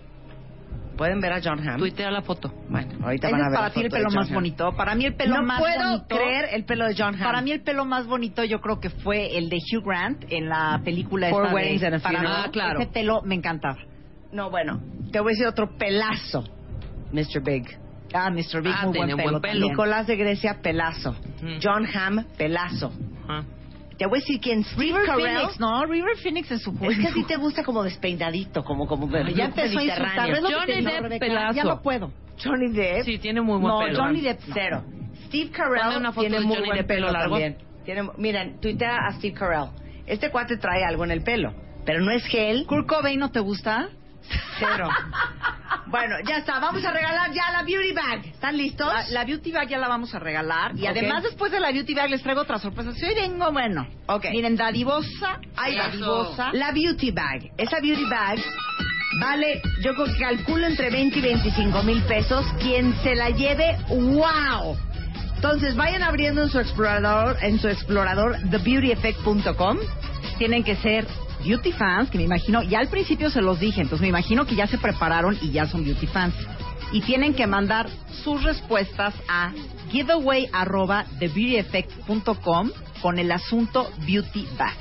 Speaker 7: ¿Pueden ver a John Hamm?
Speaker 5: Tuitea la foto.
Speaker 7: Bueno, ahorita
Speaker 8: Ese
Speaker 7: van a
Speaker 8: es
Speaker 7: ver
Speaker 8: para
Speaker 7: la
Speaker 8: ti el
Speaker 7: foto de
Speaker 8: pelo
Speaker 7: John
Speaker 8: más
Speaker 7: Hamm.
Speaker 8: bonito. Para mí el pelo
Speaker 7: no
Speaker 8: más
Speaker 7: puedo
Speaker 8: bonito...
Speaker 7: creer el pelo de John Hamm.
Speaker 8: Para mí el pelo más bonito yo creo que fue el de Hugh Grant en la película
Speaker 7: Four
Speaker 8: esta de-
Speaker 7: Weddings and a
Speaker 8: para
Speaker 7: Funeral.
Speaker 8: mí,
Speaker 5: Ah, claro.
Speaker 8: Ese pelo me encantaba.
Speaker 7: No, bueno, te voy a decir otro pelazo, mister Big.
Speaker 8: Ah, mister Big,
Speaker 5: Ah,
Speaker 8: muy
Speaker 5: tiene
Speaker 8: buen pelo,
Speaker 5: buen pelo.
Speaker 8: también.
Speaker 7: Nicolás de Grecia, pelazo.
Speaker 5: Ujú.
Speaker 7: John Hamm, pelazo.
Speaker 5: Ajá.
Speaker 7: Te voy a decir quién, Steve
Speaker 8: River
Speaker 7: Carell.
Speaker 8: Phoenix, ¿no? River Phoenix en su
Speaker 7: Es que a ti te gusta como despeinadito, como como
Speaker 8: Ay, ya empezó a insultar. ¿Ves lo que
Speaker 5: Johnny
Speaker 8: te digo,
Speaker 5: Depp,
Speaker 8: Rebeca?
Speaker 5: pelazo.
Speaker 8: Ya no puedo.
Speaker 7: Johnny Depp.
Speaker 5: Sí, tiene muy buen
Speaker 7: no,
Speaker 5: pelo.
Speaker 7: Johnny Depp cero. Steve
Speaker 5: Ponme
Speaker 7: Carell
Speaker 5: una foto
Speaker 7: tiene
Speaker 5: de
Speaker 7: muy
Speaker 5: Johnny
Speaker 7: buen
Speaker 5: Depp
Speaker 7: pelo
Speaker 5: pelo largo.
Speaker 7: también. Tiene, miren, tuitea a Steve Carell. Este cuate trae algo en el pelo, pero no es gel.
Speaker 8: ¿Kurt Cobain no te gusta?
Speaker 7: Cero. Bueno, ya está. Vamos a regalar ya la beauty bag. ¿Están listos?
Speaker 8: La, la beauty bag ya la vamos a regalar. Y
Speaker 7: Ok.
Speaker 8: además, después de la beauty bag, les traigo otra sorpresa. Si hoy vengo, bueno.
Speaker 7: Ok.
Speaker 8: Miren, dadivosa.
Speaker 7: Ahí va.
Speaker 8: dadivosa.
Speaker 7: La beauty bag. Esa beauty bag vale, yo creo que calculo entre veinte y veinticinco mil pesos. Quien se la lleve, ¡wow! Entonces vayan abriendo en su explorador, en su explorador, the beauty effect punto com.
Speaker 8: Tienen que ser beauty fans, que me imagino, ya al principio se los dije, entonces me imagino que ya se prepararon y ya son beauty fans. Y tienen que mandar sus respuestas a giveaway arroba the beauty effect punto com con el asunto beauty bag.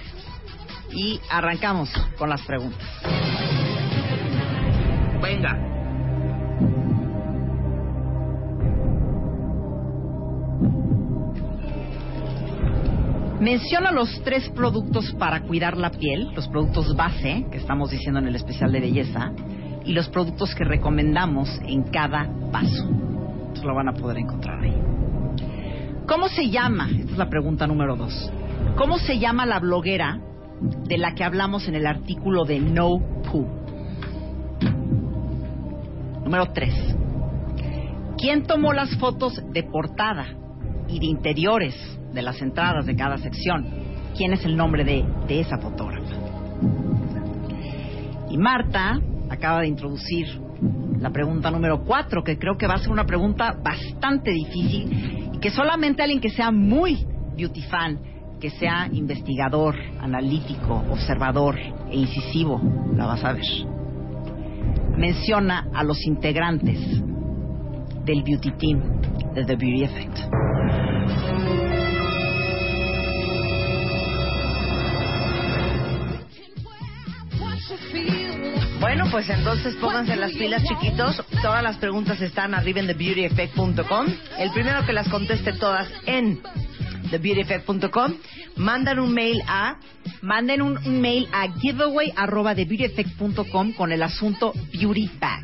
Speaker 8: Y arrancamos con las preguntas.
Speaker 5: Venga.
Speaker 8: Menciona los tres productos para cuidar la piel, los productos base, que estamos diciendo en el especial de belleza, y los productos que recomendamos en cada paso. Entonces lo van a poder encontrar ahí. ¿Cómo se llama? Esta es la pregunta número dos. ¿Cómo se llama la bloguera de la que hablamos en el artículo de No Poo? Número tres. ¿Quién tomó las fotos de portada y de interiores de las entradas de cada sección? ¿Quién es el nombre de, de esa fotógrafa? Y Marta acaba de introducir la pregunta número cuatro, que creo que va a ser una pregunta bastante difícil y que solamente alguien que sea muy beauty fan, que sea investigador, analítico, observador e incisivo, la va a saber. Menciona a los integrantes del beauty team de The Beauty Effect.
Speaker 7: Bueno, pues entonces pónganse las pilas, chiquitos. Todas las preguntas están arriba en the beauty effect punto com. El primero que las conteste todas en the beauty effect punto com, mandan un mail a
Speaker 8: manden un, un mail a giveaway arroba the beauty effect punto com con el asunto Beauty Bag.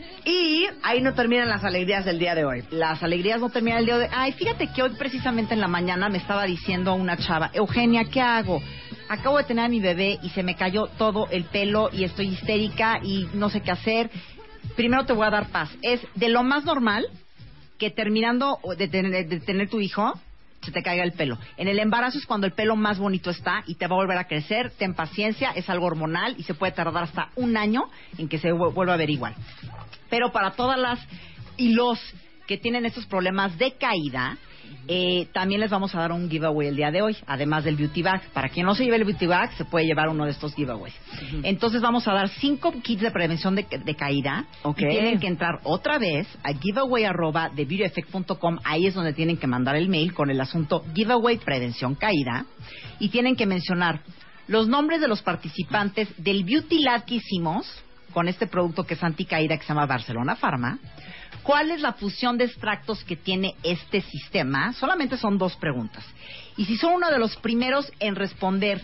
Speaker 7: Y ahí no terminan las alegrías del día de hoy.
Speaker 8: Las alegrías no terminan el día de hoy. Ay, fíjate que hoy precisamente en la mañana me estaba diciendo una chava, Eugenia, ¿qué hago? Acabo de tener a mi bebé y se me cayó todo el pelo y estoy histérica y no sé qué hacer. Primero te voy a dar paz. Es de lo más normal que terminando de tener, de tener tu hijo se te caiga el pelo. En el embarazo es cuando el pelo más bonito está y te va a volver a crecer. Ten paciencia, es algo hormonal y se puede tardar hasta un año en que se vuelva a ver igual. Pero para todas las y los que tienen estos problemas de caída, eh, también les vamos a dar un giveaway el día de hoy, además del beauty bag. Para quien no se lleve el beauty bag, se puede llevar uno de estos giveaways. Uh-huh. Entonces vamos a dar cinco kits de prevención de, de caída. Okay. Y tienen que entrar otra vez a giveaway arroba the beauty effect punto com. Ahí es donde tienen que mandar el mail con el asunto giveaway prevención caída. Y tienen que mencionar los nombres de los participantes del beauty lab que hicimos con este producto que es anticaída, que se llama Barcelona Pharma. ¿Cuál es la fusión de extractos que tiene este sistema? Solamente son dos preguntas. Y si son uno de los primeros en responder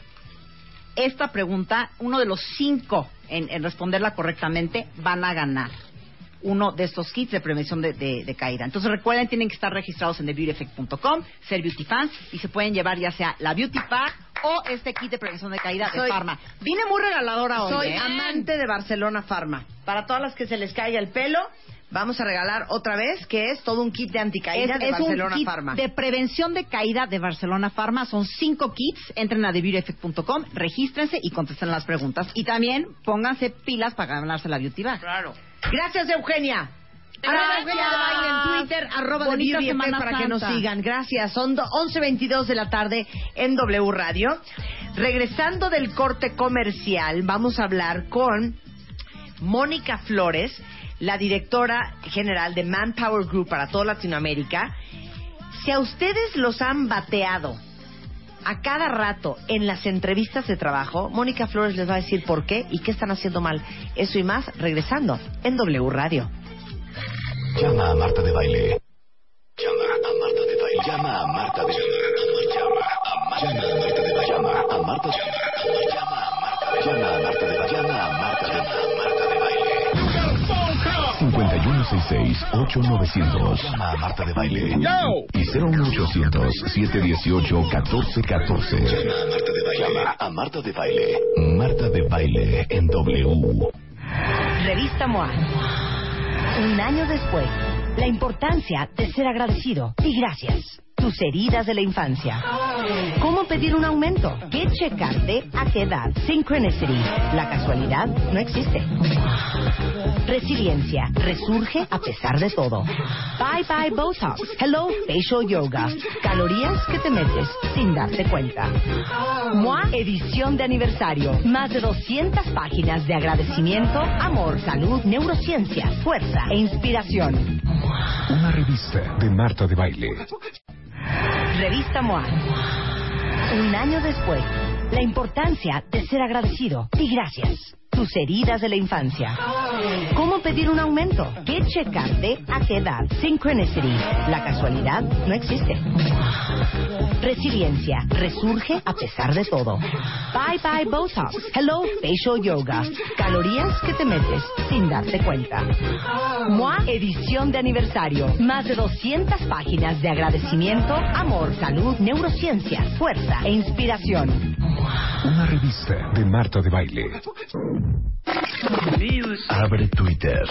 Speaker 8: esta pregunta, uno de los cinco en, en responderla correctamente, van a ganar uno de estos kits de prevención de, de, de caída. Entonces recuerden, tienen que estar registrados en the beauty effect punto com, ser beauty fans, y se pueden llevar ya sea la beauty pack o este kit de prevención de caída soy, de Pharma. Vine muy regaladora hoy.
Speaker 7: Soy
Speaker 8: ¿eh?
Speaker 7: amante de Barcelona Pharma. Para todas las que se les caiga el pelo, vamos a regalar otra vez, que es todo un kit de anticaída
Speaker 8: es,
Speaker 7: de
Speaker 8: es
Speaker 7: Barcelona
Speaker 8: un kit
Speaker 7: Pharma.
Speaker 8: De prevención de caída de Barcelona Pharma. Son cinco kits. Entren a the beauty effect punto com, regístrense y contesten las preguntas. Y también pónganse pilas para ganarse la beauty bag.
Speaker 7: Claro. Gracias, Eugenia.
Speaker 8: Gracias. En Twitter, arroba de
Speaker 7: Bonita
Speaker 8: Beauty Effect
Speaker 7: para que nos sigan. Gracias. Son once veintidós de la tarde en W Radio. Regresando del corte comercial, vamos a hablar con Mónica Flores, la directora general de Manpower Group para toda Latinoamérica. Si a ustedes los han bateado a cada rato en las entrevistas de trabajo, Mónica Flores les va a decir por qué y qué están haciendo mal. Eso y más, regresando en W Radio.
Speaker 3: Llama a Marta de Baile. Llama a Marta de Baile. Llama a Marta de Baile. Llama a Marta de Baile. Llama a Marta de Baile. Llama a Marta de Baile. Llama a Marta de Baile. Llama a Marta de Baile. cincuenta y uno sesenta y seis, ocho novecientos. Llama a Marta de Baile. Y cero uno ochocientos, siete dieciocho, catorce catorce. Llama a Marta de Baile. Llama a Marta de Baile. Marta de Baile en W.
Speaker 2: Revista M O A. Un año después, la importancia de ser agradecido y gracias. Tus heridas de la infancia. ¿Cómo pedir un aumento? ¿Qué checarte? ¿A qué edad? Synchronicity. La casualidad no existe. Resiliencia. Resurge a pesar de todo. Bye bye Botox. Hello Facial Yoga. Calorías que te metes sin darte cuenta. M O A edición de aniversario. Más de doscientas páginas de agradecimiento, amor, salud, neurociencia, fuerza e inspiración.
Speaker 9: Una revista de Marta de Baile.
Speaker 2: Revista M O A. Un año después, la importancia de ser agradecido y gracias. tus heridas de la infancia. ¿Cómo pedir un aumento? ¿Qué checarte? ¿A qué edad? Synchronicity. La casualidad no existe. Resiliencia. Resurge a pesar de todo. Bye bye Botox. Hello Facial Yoga. Calorías que te metes sin darte cuenta. Mua edición de aniversario. Más de doscientas páginas de agradecimiento, amor, salud, neurociencia, fuerza e inspiración.
Speaker 9: Una revista de Marta de Baile.
Speaker 3: Abre Twitter.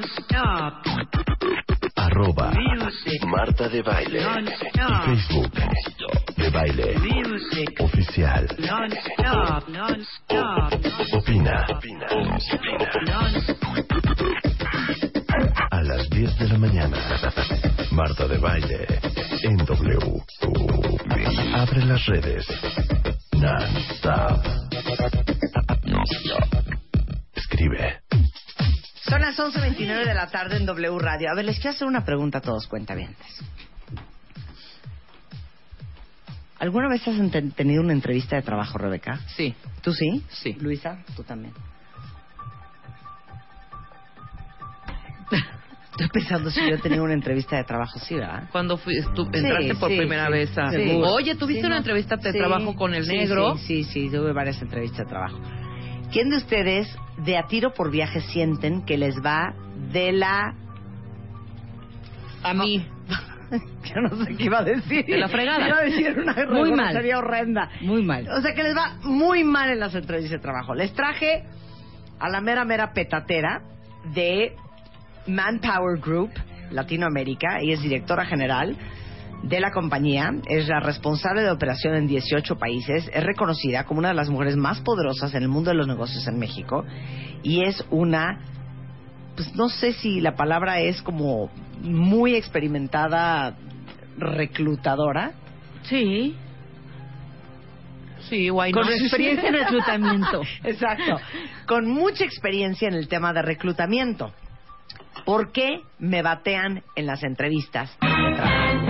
Speaker 3: Arroba Marta de Baile. Y Facebook de Baile Oficial. Opina. Opina. A las diez de la mañana. Marta de Baile en W. Abre las redes. Non-stop. Escribe.
Speaker 7: Son las once veintinueve de la tarde en W Radio. A ver, les quiero hacer una pregunta a todos, cuentavientes. ¿Alguna vez has enten- tenido una entrevista de trabajo, Rebeca?
Speaker 5: Sí.
Speaker 7: ¿Tú sí?
Speaker 5: Sí.
Speaker 7: Luisa, tú también. Estoy pensando si yo he tenido una entrevista de trabajo, sí, ¿verdad?
Speaker 5: Cuando fui, tú entraste
Speaker 7: Sí,
Speaker 5: por
Speaker 7: sí,
Speaker 5: primera
Speaker 7: sí,
Speaker 5: vez a...
Speaker 7: sí.
Speaker 5: Oye, ¿tuviste
Speaker 7: Sí,
Speaker 5: una
Speaker 7: no.
Speaker 5: entrevista de
Speaker 7: Sí,
Speaker 5: trabajo con el
Speaker 7: sí,
Speaker 5: negro?
Speaker 7: Sí, sí, sí, tuve varias entrevistas de trabajo. ¿Quién de ustedes de a tiro por viaje sienten que les va de la...
Speaker 5: A mí.
Speaker 7: Yo no sé qué iba a decir.
Speaker 5: De la fregada.
Speaker 7: Iba a decir una
Speaker 2: Muy mal.
Speaker 7: sería horrenda.
Speaker 2: Muy mal.
Speaker 7: O sea, que les va muy mal en las entrevistas de trabajo. Les traje a la mera, mera petatera de Manpower Group Latinoamérica. Ella es directora general de la compañía. Es la responsable de operación en dieciocho países. Es reconocida como una de las mujeres más poderosas en el mundo de los negocios en México. Y es una... Pues no sé si la palabra es como muy experimentada reclutadora.
Speaker 6: Sí.
Speaker 5: Sí, guay.
Speaker 6: Con experiencia en reclutamiento.
Speaker 7: Exacto. Con mucha experiencia en el tema de reclutamiento. ¿Por qué me batean en las entrevistas de trabajo?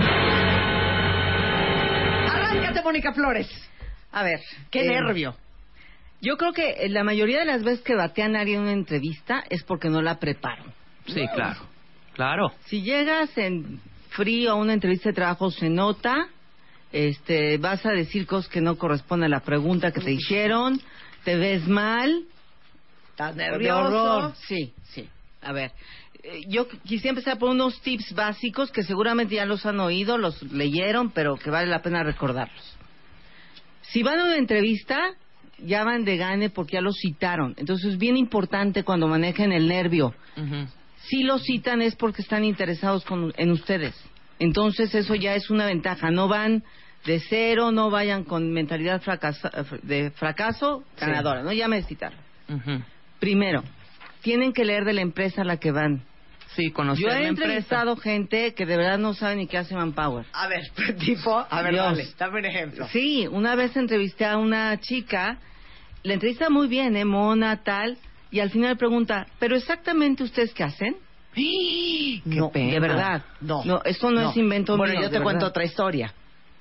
Speaker 7: Arráncate, Mónica Flores. A ver, qué
Speaker 8: Eh,
Speaker 7: nervio.
Speaker 8: Yo creo que la mayoría de las veces que batean a alguien en una entrevista es porque no la preparan.
Speaker 5: Sí, claro. Claro.
Speaker 8: Si llegas en frío a una entrevista de trabajo se nota, este, vas a decir cosas que no corresponden a la pregunta que te hicieron, te ves mal,
Speaker 7: ¿Estás
Speaker 8: de
Speaker 7: nervioso?
Speaker 8: horror. Sí, sí. A ver, eh, yo quisiera empezar por unos tips básicos que seguramente ya los han oído, los leyeron, pero que vale la pena recordarlos. Si van a una entrevista, ya van de gane porque ya los citaron. Entonces es bien importante cuando manejen el nervio.
Speaker 5: Ujú.
Speaker 8: Si los citan es porque están interesados con- en ustedes. Entonces eso ya es una ventaja. No van de cero, no vayan con mentalidad fracasa- de fracaso ganadora. No, ya me citaron.
Speaker 5: Ujú.
Speaker 8: Primero, tienen que leer de la empresa a la que van.
Speaker 5: Sí, conocer
Speaker 8: Yo he
Speaker 5: la empresa.
Speaker 8: entrevistado gente que de verdad no sabe ni qué hace Manpower.
Speaker 7: A ver, tipo, a ver,
Speaker 8: Dios.
Speaker 7: dale, dame un ejemplo.
Speaker 8: Sí, una vez entrevisté a una chica, la entrevista muy bien, ¿eh? Mona, tal, y al final pregunta, ¿pero exactamente ustedes qué hacen?
Speaker 5: ¡Qué
Speaker 8: No,
Speaker 5: pena!
Speaker 8: de verdad.
Speaker 7: No.
Speaker 8: No, esto no, es invento
Speaker 7: Bueno,
Speaker 8: mío.
Speaker 7: yo
Speaker 8: de
Speaker 7: te cuento
Speaker 8: verdad.
Speaker 7: otra historia.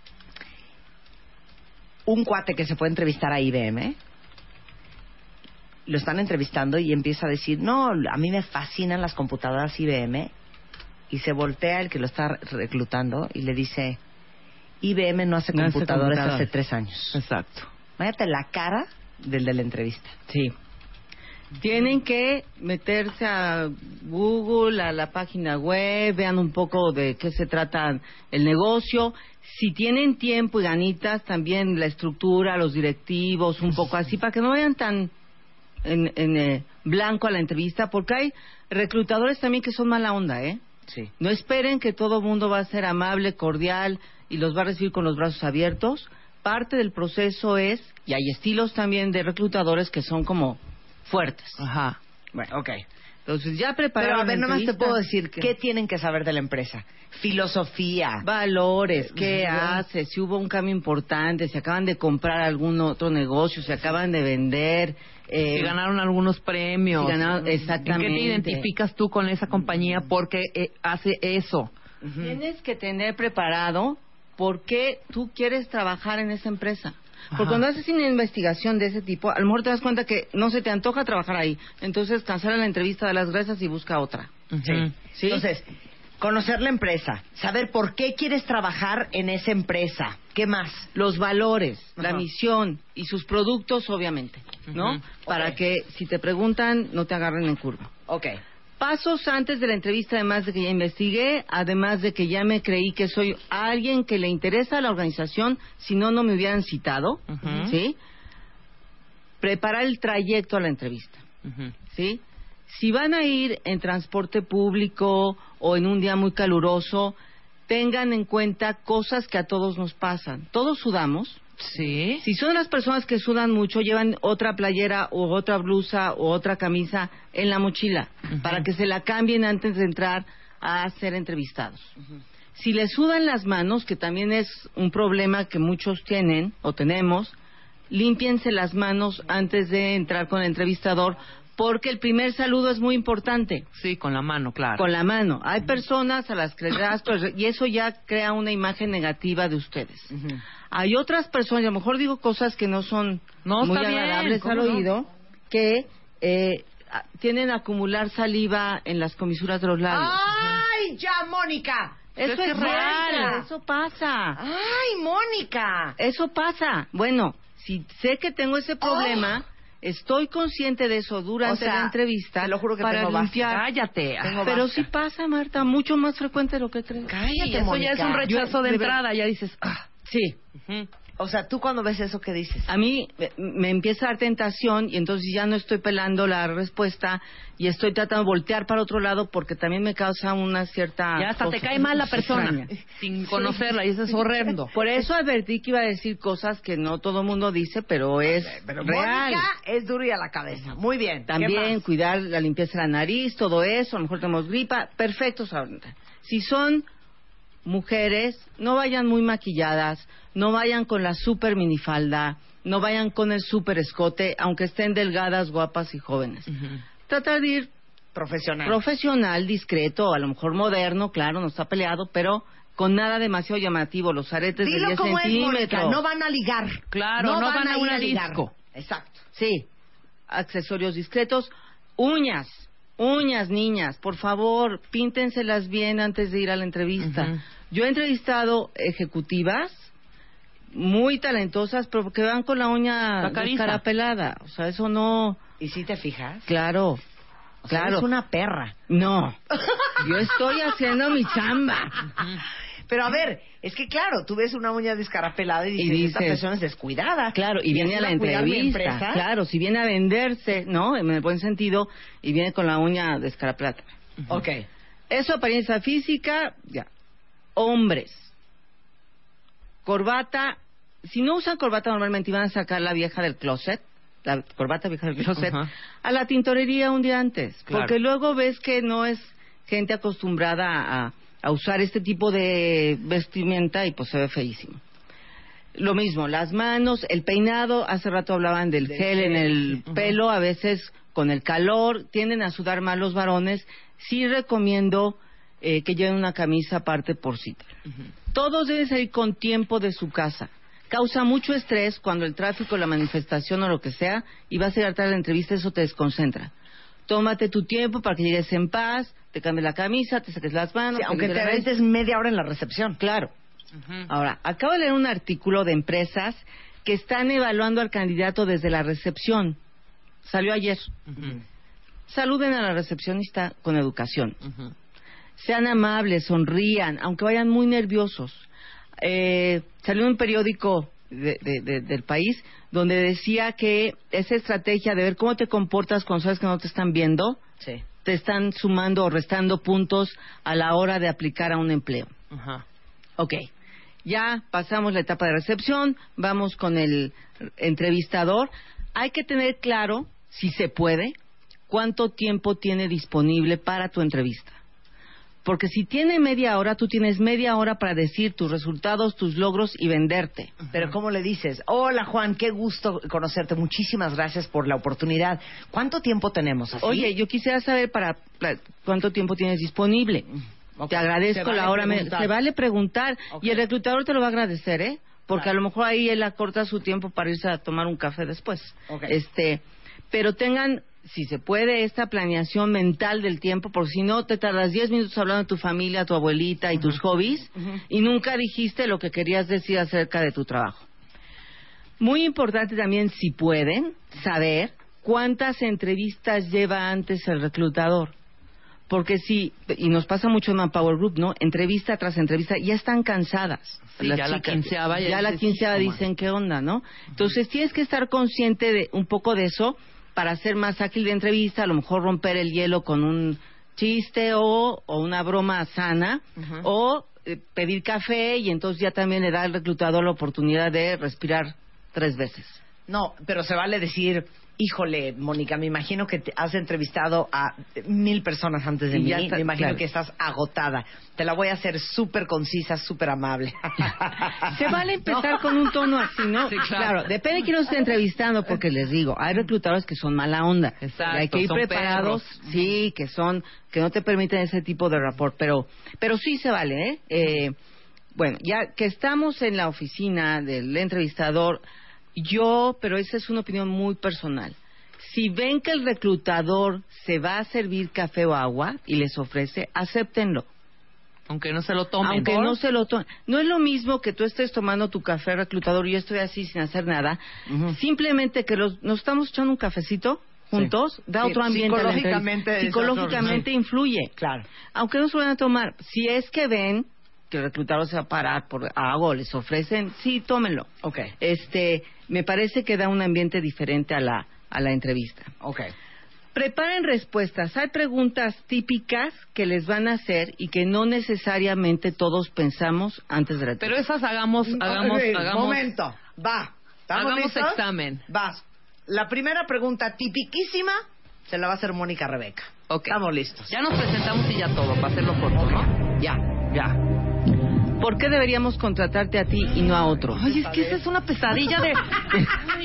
Speaker 7: Un cuate que se fue a entrevistar a I B M, lo están entrevistando y empieza a decir, no, a mí me fascinan las computadoras I B M, y se voltea el que lo está reclutando y le dice, I B M no hace
Speaker 8: No hace
Speaker 7: computadoras
Speaker 8: computadoras.
Speaker 7: hace tres años.
Speaker 5: Exacto.
Speaker 7: Váyate la cara del de la entrevista.
Speaker 8: Sí. Tienen que meterse a Google, a la página web, vean un poco de qué se trata el negocio. Si tienen tiempo y ganitas, también la estructura, los directivos, un poco así, para que no vayan tan en, en eh, blanco a la entrevista, porque hay reclutadores también que son mala onda, ¿eh?
Speaker 7: Sí.
Speaker 8: No esperen que todo el mundo va a ser amable, cordial y los va a recibir con los brazos abiertos. Parte del proceso es, y hay estilos también de reclutadores que son como fuertes.
Speaker 5: Ajá.
Speaker 7: Bueno, ok.
Speaker 8: Entonces ya
Speaker 7: Pero
Speaker 8: prepararon
Speaker 7: a ver,
Speaker 8: la
Speaker 7: nomás te
Speaker 8: entrevista.
Speaker 7: puedo decir, ¿qué tienen que saber de la empresa? Filosofía.
Speaker 8: Valores, qué
Speaker 7: Ujú.
Speaker 8: hace, si hubo un cambio importante, si acaban de comprar algún otro negocio, si acaban de vender. Eh,
Speaker 5: Si ganaron algunos premios.
Speaker 8: si ganaron- exactamente.
Speaker 5: ¿En qué te identificas tú con esa compañía porque eh, hace eso?
Speaker 8: Tienes que tener preparado por qué tú quieres trabajar en esa empresa.
Speaker 10: Porque
Speaker 5: Ajá.
Speaker 10: cuando haces una investigación de ese tipo, a lo mejor te das cuenta que no se te antoja trabajar ahí. Entonces cancela la entrevista de las gracias y busca otra.
Speaker 7: Sí.
Speaker 10: ¿Sí?
Speaker 7: Entonces, conocer la empresa, saber por qué quieres trabajar en esa empresa. ¿Qué más?
Speaker 10: Los valores,
Speaker 7: Ajá.
Speaker 10: la misión y sus productos, obviamente, ¿no?
Speaker 7: Ujú.
Speaker 10: Para
Speaker 7: Ok.
Speaker 10: que si te preguntan, no te agarren en curva.
Speaker 7: Ok.
Speaker 10: Pasos antes de la entrevista, además de que ya investigué, además de que ya me creí que soy alguien que le interesa a la organización, si no, no me hubieran citado,
Speaker 5: Ujú.
Speaker 10: ¿sí? Preparar el trayecto a la entrevista,
Speaker 5: Ujú.
Speaker 10: ¿sí? Si van a ir en transporte público o en un día muy caluroso, tengan en cuenta cosas que a todos nos pasan. Todos sudamos.
Speaker 5: Sí.
Speaker 10: Si son las personas que sudan mucho, llevan otra playera o otra blusa o otra camisa en la mochila
Speaker 5: Ujú.
Speaker 10: para que se la cambien antes de entrar a ser entrevistados. Si les sudan las manos, que también es un problema que muchos tienen o tenemos, límpiense las manos antes de entrar con el entrevistador, porque el primer saludo es muy importante.
Speaker 5: Sí, con la mano, claro.
Speaker 10: Con la mano. Hay personas a las que les das, pues, y eso ya crea una imagen negativa de ustedes. Hay otras personas, y a lo mejor digo cosas que no son
Speaker 5: No,
Speaker 10: muy
Speaker 5: está bien,
Speaker 10: agradables al
Speaker 5: ¿cómo no?
Speaker 10: oído, que eh, a- tienen a acumular saliva en las comisuras de los labios.
Speaker 7: ¡Ay, ya, Mónica!
Speaker 10: Eso
Speaker 5: es que
Speaker 10: es
Speaker 5: es real.
Speaker 10: real, eso pasa.
Speaker 7: ¡Ay, Mónica!
Speaker 10: Eso pasa. Bueno, si sé que tengo ese problema, estoy consciente de eso durante
Speaker 7: O sea,
Speaker 10: la entrevista
Speaker 7: te lo juro que
Speaker 10: para
Speaker 7: tengo basta.
Speaker 10: limpiar.
Speaker 5: Cállate.
Speaker 7: Tengo
Speaker 10: Pero
Speaker 7: basta.
Speaker 10: sí pasa, Marta, mucho más frecuente de lo que crees.
Speaker 7: Cállate,
Speaker 5: Sí, eso
Speaker 7: Mónica.
Speaker 5: ya es un rechazo
Speaker 10: Yo-
Speaker 5: de
Speaker 10: de ver-
Speaker 5: entrada. Ya dices, ah.
Speaker 10: Sí.
Speaker 5: Ujú.
Speaker 7: O sea, tú cuando ves eso, ¿qué dices?
Speaker 10: A mí me, me empieza a dar tentación y entonces ya no estoy pelando la respuesta y estoy tratando de voltear para otro lado porque también me causa una cierta...
Speaker 5: Ya hasta te
Speaker 10: cosa
Speaker 5: cae mal la persona
Speaker 10: extraña.
Speaker 5: sin conocerla y eso es horrendo.
Speaker 10: Por eso advertí que iba a decir cosas que no todo el mundo dice, pero es
Speaker 7: Pero
Speaker 10: real.
Speaker 7: Mónica es duro y a la cabeza. Muy bien. ¿Qué
Speaker 10: También
Speaker 7: más?
Speaker 10: cuidar la limpieza de la nariz, todo eso, a lo mejor tenemos gripa, perfecto. Sabrina. Si son mujeres, no vayan muy maquilladas, no vayan con la super minifalda, no vayan con el super escote, aunque estén delgadas, guapas y jóvenes. Tratar de ir
Speaker 7: Profesional.
Speaker 10: profesional, discreto, a lo mejor moderno, claro, no está peleado, pero con nada demasiado llamativo, los aretes de
Speaker 7: Dilo
Speaker 10: diez
Speaker 7: como es, Mónica.
Speaker 10: centímetros.
Speaker 7: No van a ligar.
Speaker 5: Claro, no van a
Speaker 7: ir
Speaker 5: una
Speaker 7: ligar.
Speaker 5: disco.
Speaker 7: Exacto.
Speaker 10: Sí, accesorios discretos, uñas, uñas, niñas, por favor, píntenselas bien antes de ir a la entrevista.
Speaker 5: Ujú.
Speaker 10: Yo he entrevistado ejecutivas muy talentosas, pero que van con la uña
Speaker 5: La cariza.
Speaker 10: descarapelada. O sea, eso no...
Speaker 7: ¿Y si te fijas?
Speaker 10: Claro,
Speaker 7: O sea,
Speaker 10: claro.
Speaker 7: eres una perra.
Speaker 10: No, yo estoy haciendo mi chamba.
Speaker 7: Pero a ver, es que claro, tú ves una uña descarapelada y
Speaker 10: Y
Speaker 7: dices, esta
Speaker 10: dices-
Speaker 7: persona es descuidada.
Speaker 10: Claro, y viene a la
Speaker 7: encima cuidar mi
Speaker 10: entrevista.
Speaker 7: empresa.
Speaker 10: Claro, si viene a venderse, ¿no? En el buen sentido, y viene con la uña descarapelada.
Speaker 7: Ok.
Speaker 10: Eso, apariencia física, ya. Hombres. Corbata. Si no usan corbata normalmente y van a sacar la vieja del closet, la corbata vieja del closet,
Speaker 5: Ajá.
Speaker 10: a la tintorería un día antes.
Speaker 5: Claro.
Speaker 10: Porque luego ves que no es gente acostumbrada a, a usar este tipo de vestimenta y pues se ve feísimo. Lo mismo, las manos, el peinado, hace rato hablaban del
Speaker 7: Del
Speaker 10: gel en
Speaker 7: gel,
Speaker 10: el
Speaker 5: sí.
Speaker 10: pelo, a veces con el calor, tienden a sudar más los varones. Sí recomiendo eh, que lleven una camisa aparte por cita. Todos deben salir con tiempo de su casa. Causa mucho estrés cuando el tráfico, la manifestación o lo que sea, y vas a llegar tarde a la entrevista, eso te desconcentra. Tómate tu tiempo para que llegues en paz, te cambies la camisa, te saques las manos.
Speaker 7: Sí, aunque te
Speaker 10: limpies la nariz.
Speaker 7: aventes media hora en la recepción.
Speaker 10: Claro.
Speaker 5: Ujú.
Speaker 10: Ahora, acabo de leer un artículo de empresas que están evaluando al candidato desde la recepción. Salió ayer.
Speaker 5: Ujú.
Speaker 10: Saluden a la recepcionista con educación.
Speaker 5: Ujú.
Speaker 10: Sean amables, sonrían, aunque vayan muy nerviosos. Eh, salió un periódico de- de- de- del país donde decía que esa estrategia de ver cómo te comportas cuando sabes que no te están viendo,
Speaker 7: Sí.
Speaker 10: te están sumando o restando puntos a la hora de aplicar a un empleo.
Speaker 5: Ajá.
Speaker 10: Ok, ya pasamos la etapa de recepción, vamos con el entrevistador. Hay que tener claro, si se puede, cuánto tiempo tiene disponible para tu entrevista. Porque si tiene media hora, tú tienes media hora para decir tus resultados, tus logros y venderte.
Speaker 7: Pero ¿cómo le dices? Hola, Juan, qué gusto conocerte. Muchísimas gracias por la oportunidad. ¿Cuánto tiempo tenemos así?
Speaker 10: Oye, yo quisiera saber para, para cuánto tiempo tienes disponible.
Speaker 7: Ok.
Speaker 10: Te agradezco
Speaker 7: Se vale
Speaker 10: la hora. me-
Speaker 7: preguntar.
Speaker 10: se vale preguntar
Speaker 7: Ok.
Speaker 10: y el reclutador te lo va a agradecer, ¿eh? porque a lo mejor ahí él acorta su tiempo para irse a tomar un café después.
Speaker 7: Okay.
Speaker 10: Este, pero tengan, si se puede, esta planeación mental del tiempo, porque si no te tardas diez minutos hablando de tu familia, tu abuelita y uh-huh. tus hobbies, uh-huh. y nunca dijiste lo que querías decir acerca de tu trabajo. Muy importante también, si pueden, saber cuántas entrevistas lleva antes el reclutador. Porque sí, y nos pasa mucho en Manpower Group, ¿no? Entrevista tras entrevista, ya están cansadas.
Speaker 5: Sí,
Speaker 10: las
Speaker 5: ya
Speaker 10: chicas,
Speaker 5: la quinceava ya,
Speaker 10: ya la quinceava dicen qué onda, ¿no? Entonces tienes que estar consciente de un poco de eso para ser más ágil de entrevista, a lo mejor romper el hielo con un chiste o, o una broma sana, uh-huh. o eh, pedir café, y entonces ya también le da al reclutador la oportunidad de respirar tres veces.
Speaker 7: No, pero se vale decir, híjole, Mónica, me imagino que te has entrevistado a mil personas antes de
Speaker 10: Y
Speaker 7: mí.
Speaker 10: ya está,
Speaker 7: me imagino
Speaker 10: claro.
Speaker 7: que estás agotada. Te la voy a hacer súper concisa, súper amable.
Speaker 10: Se vale empezar ¿no? con un tono así, ¿no?
Speaker 5: Sí, claro.
Speaker 10: claro, depende de quién nos esté entrevistando, porque les digo, hay reclutadores que son mala onda.
Speaker 5: Exacto,
Speaker 10: y hay que ir
Speaker 5: son
Speaker 10: preparados,
Speaker 5: perros.
Speaker 10: sí, que son, que no te permiten ese tipo de rapport, pero, pero sí se vale, ¿eh? eh bueno, ya que estamos en la oficina del entrevistador, yo, pero esa es una opinión muy personal. Si ven que el reclutador se va a servir café o agua y les ofrece, acéptenlo.
Speaker 5: Aunque no se lo tomen.
Speaker 10: Aunque
Speaker 5: ¿por?
Speaker 10: no se lo tomen. No es lo mismo que tú estés tomando tu café, reclutador, y yo estoy así sin hacer nada. Uh-huh. Simplemente que los, nos estamos echando un cafecito juntos, sí. da
Speaker 7: sí,
Speaker 10: otro ambiente.
Speaker 7: Psicológicamente.
Speaker 10: Psicológicamente
Speaker 7: sí.
Speaker 10: influye.
Speaker 7: Claro.
Speaker 10: Aunque no se lo van a tomar. Si es que ven que el reclutador se va a parar por algo, les ofrecen, sí, tómenlo.
Speaker 7: Okay.
Speaker 10: Este, me parece que da un ambiente diferente a la a la entrevista.
Speaker 7: Okay.
Speaker 10: Preparen respuestas. Hay preguntas típicas que les van a hacer y que no necesariamente todos pensamos antes de la entrevista.
Speaker 5: Pero esas hagamos, hagamos,
Speaker 7: okay,
Speaker 5: hagamos.
Speaker 7: Momento, va. ¿Estamos
Speaker 5: hagamos
Speaker 7: listos?
Speaker 5: examen.
Speaker 7: Vas. La primera pregunta tipiquísima se la va a hacer Mónica Rebeca.
Speaker 5: Okay.
Speaker 7: Estamos listos.
Speaker 5: Ya nos presentamos y ya todo, para hacerlo corto,
Speaker 7: okay.
Speaker 5: ¿no?
Speaker 7: Ya.
Speaker 5: Ya.
Speaker 10: ¿Por qué deberíamos contratarte a ti y no a otro?
Speaker 5: Ay, es que esa es una pesadilla de... Ay.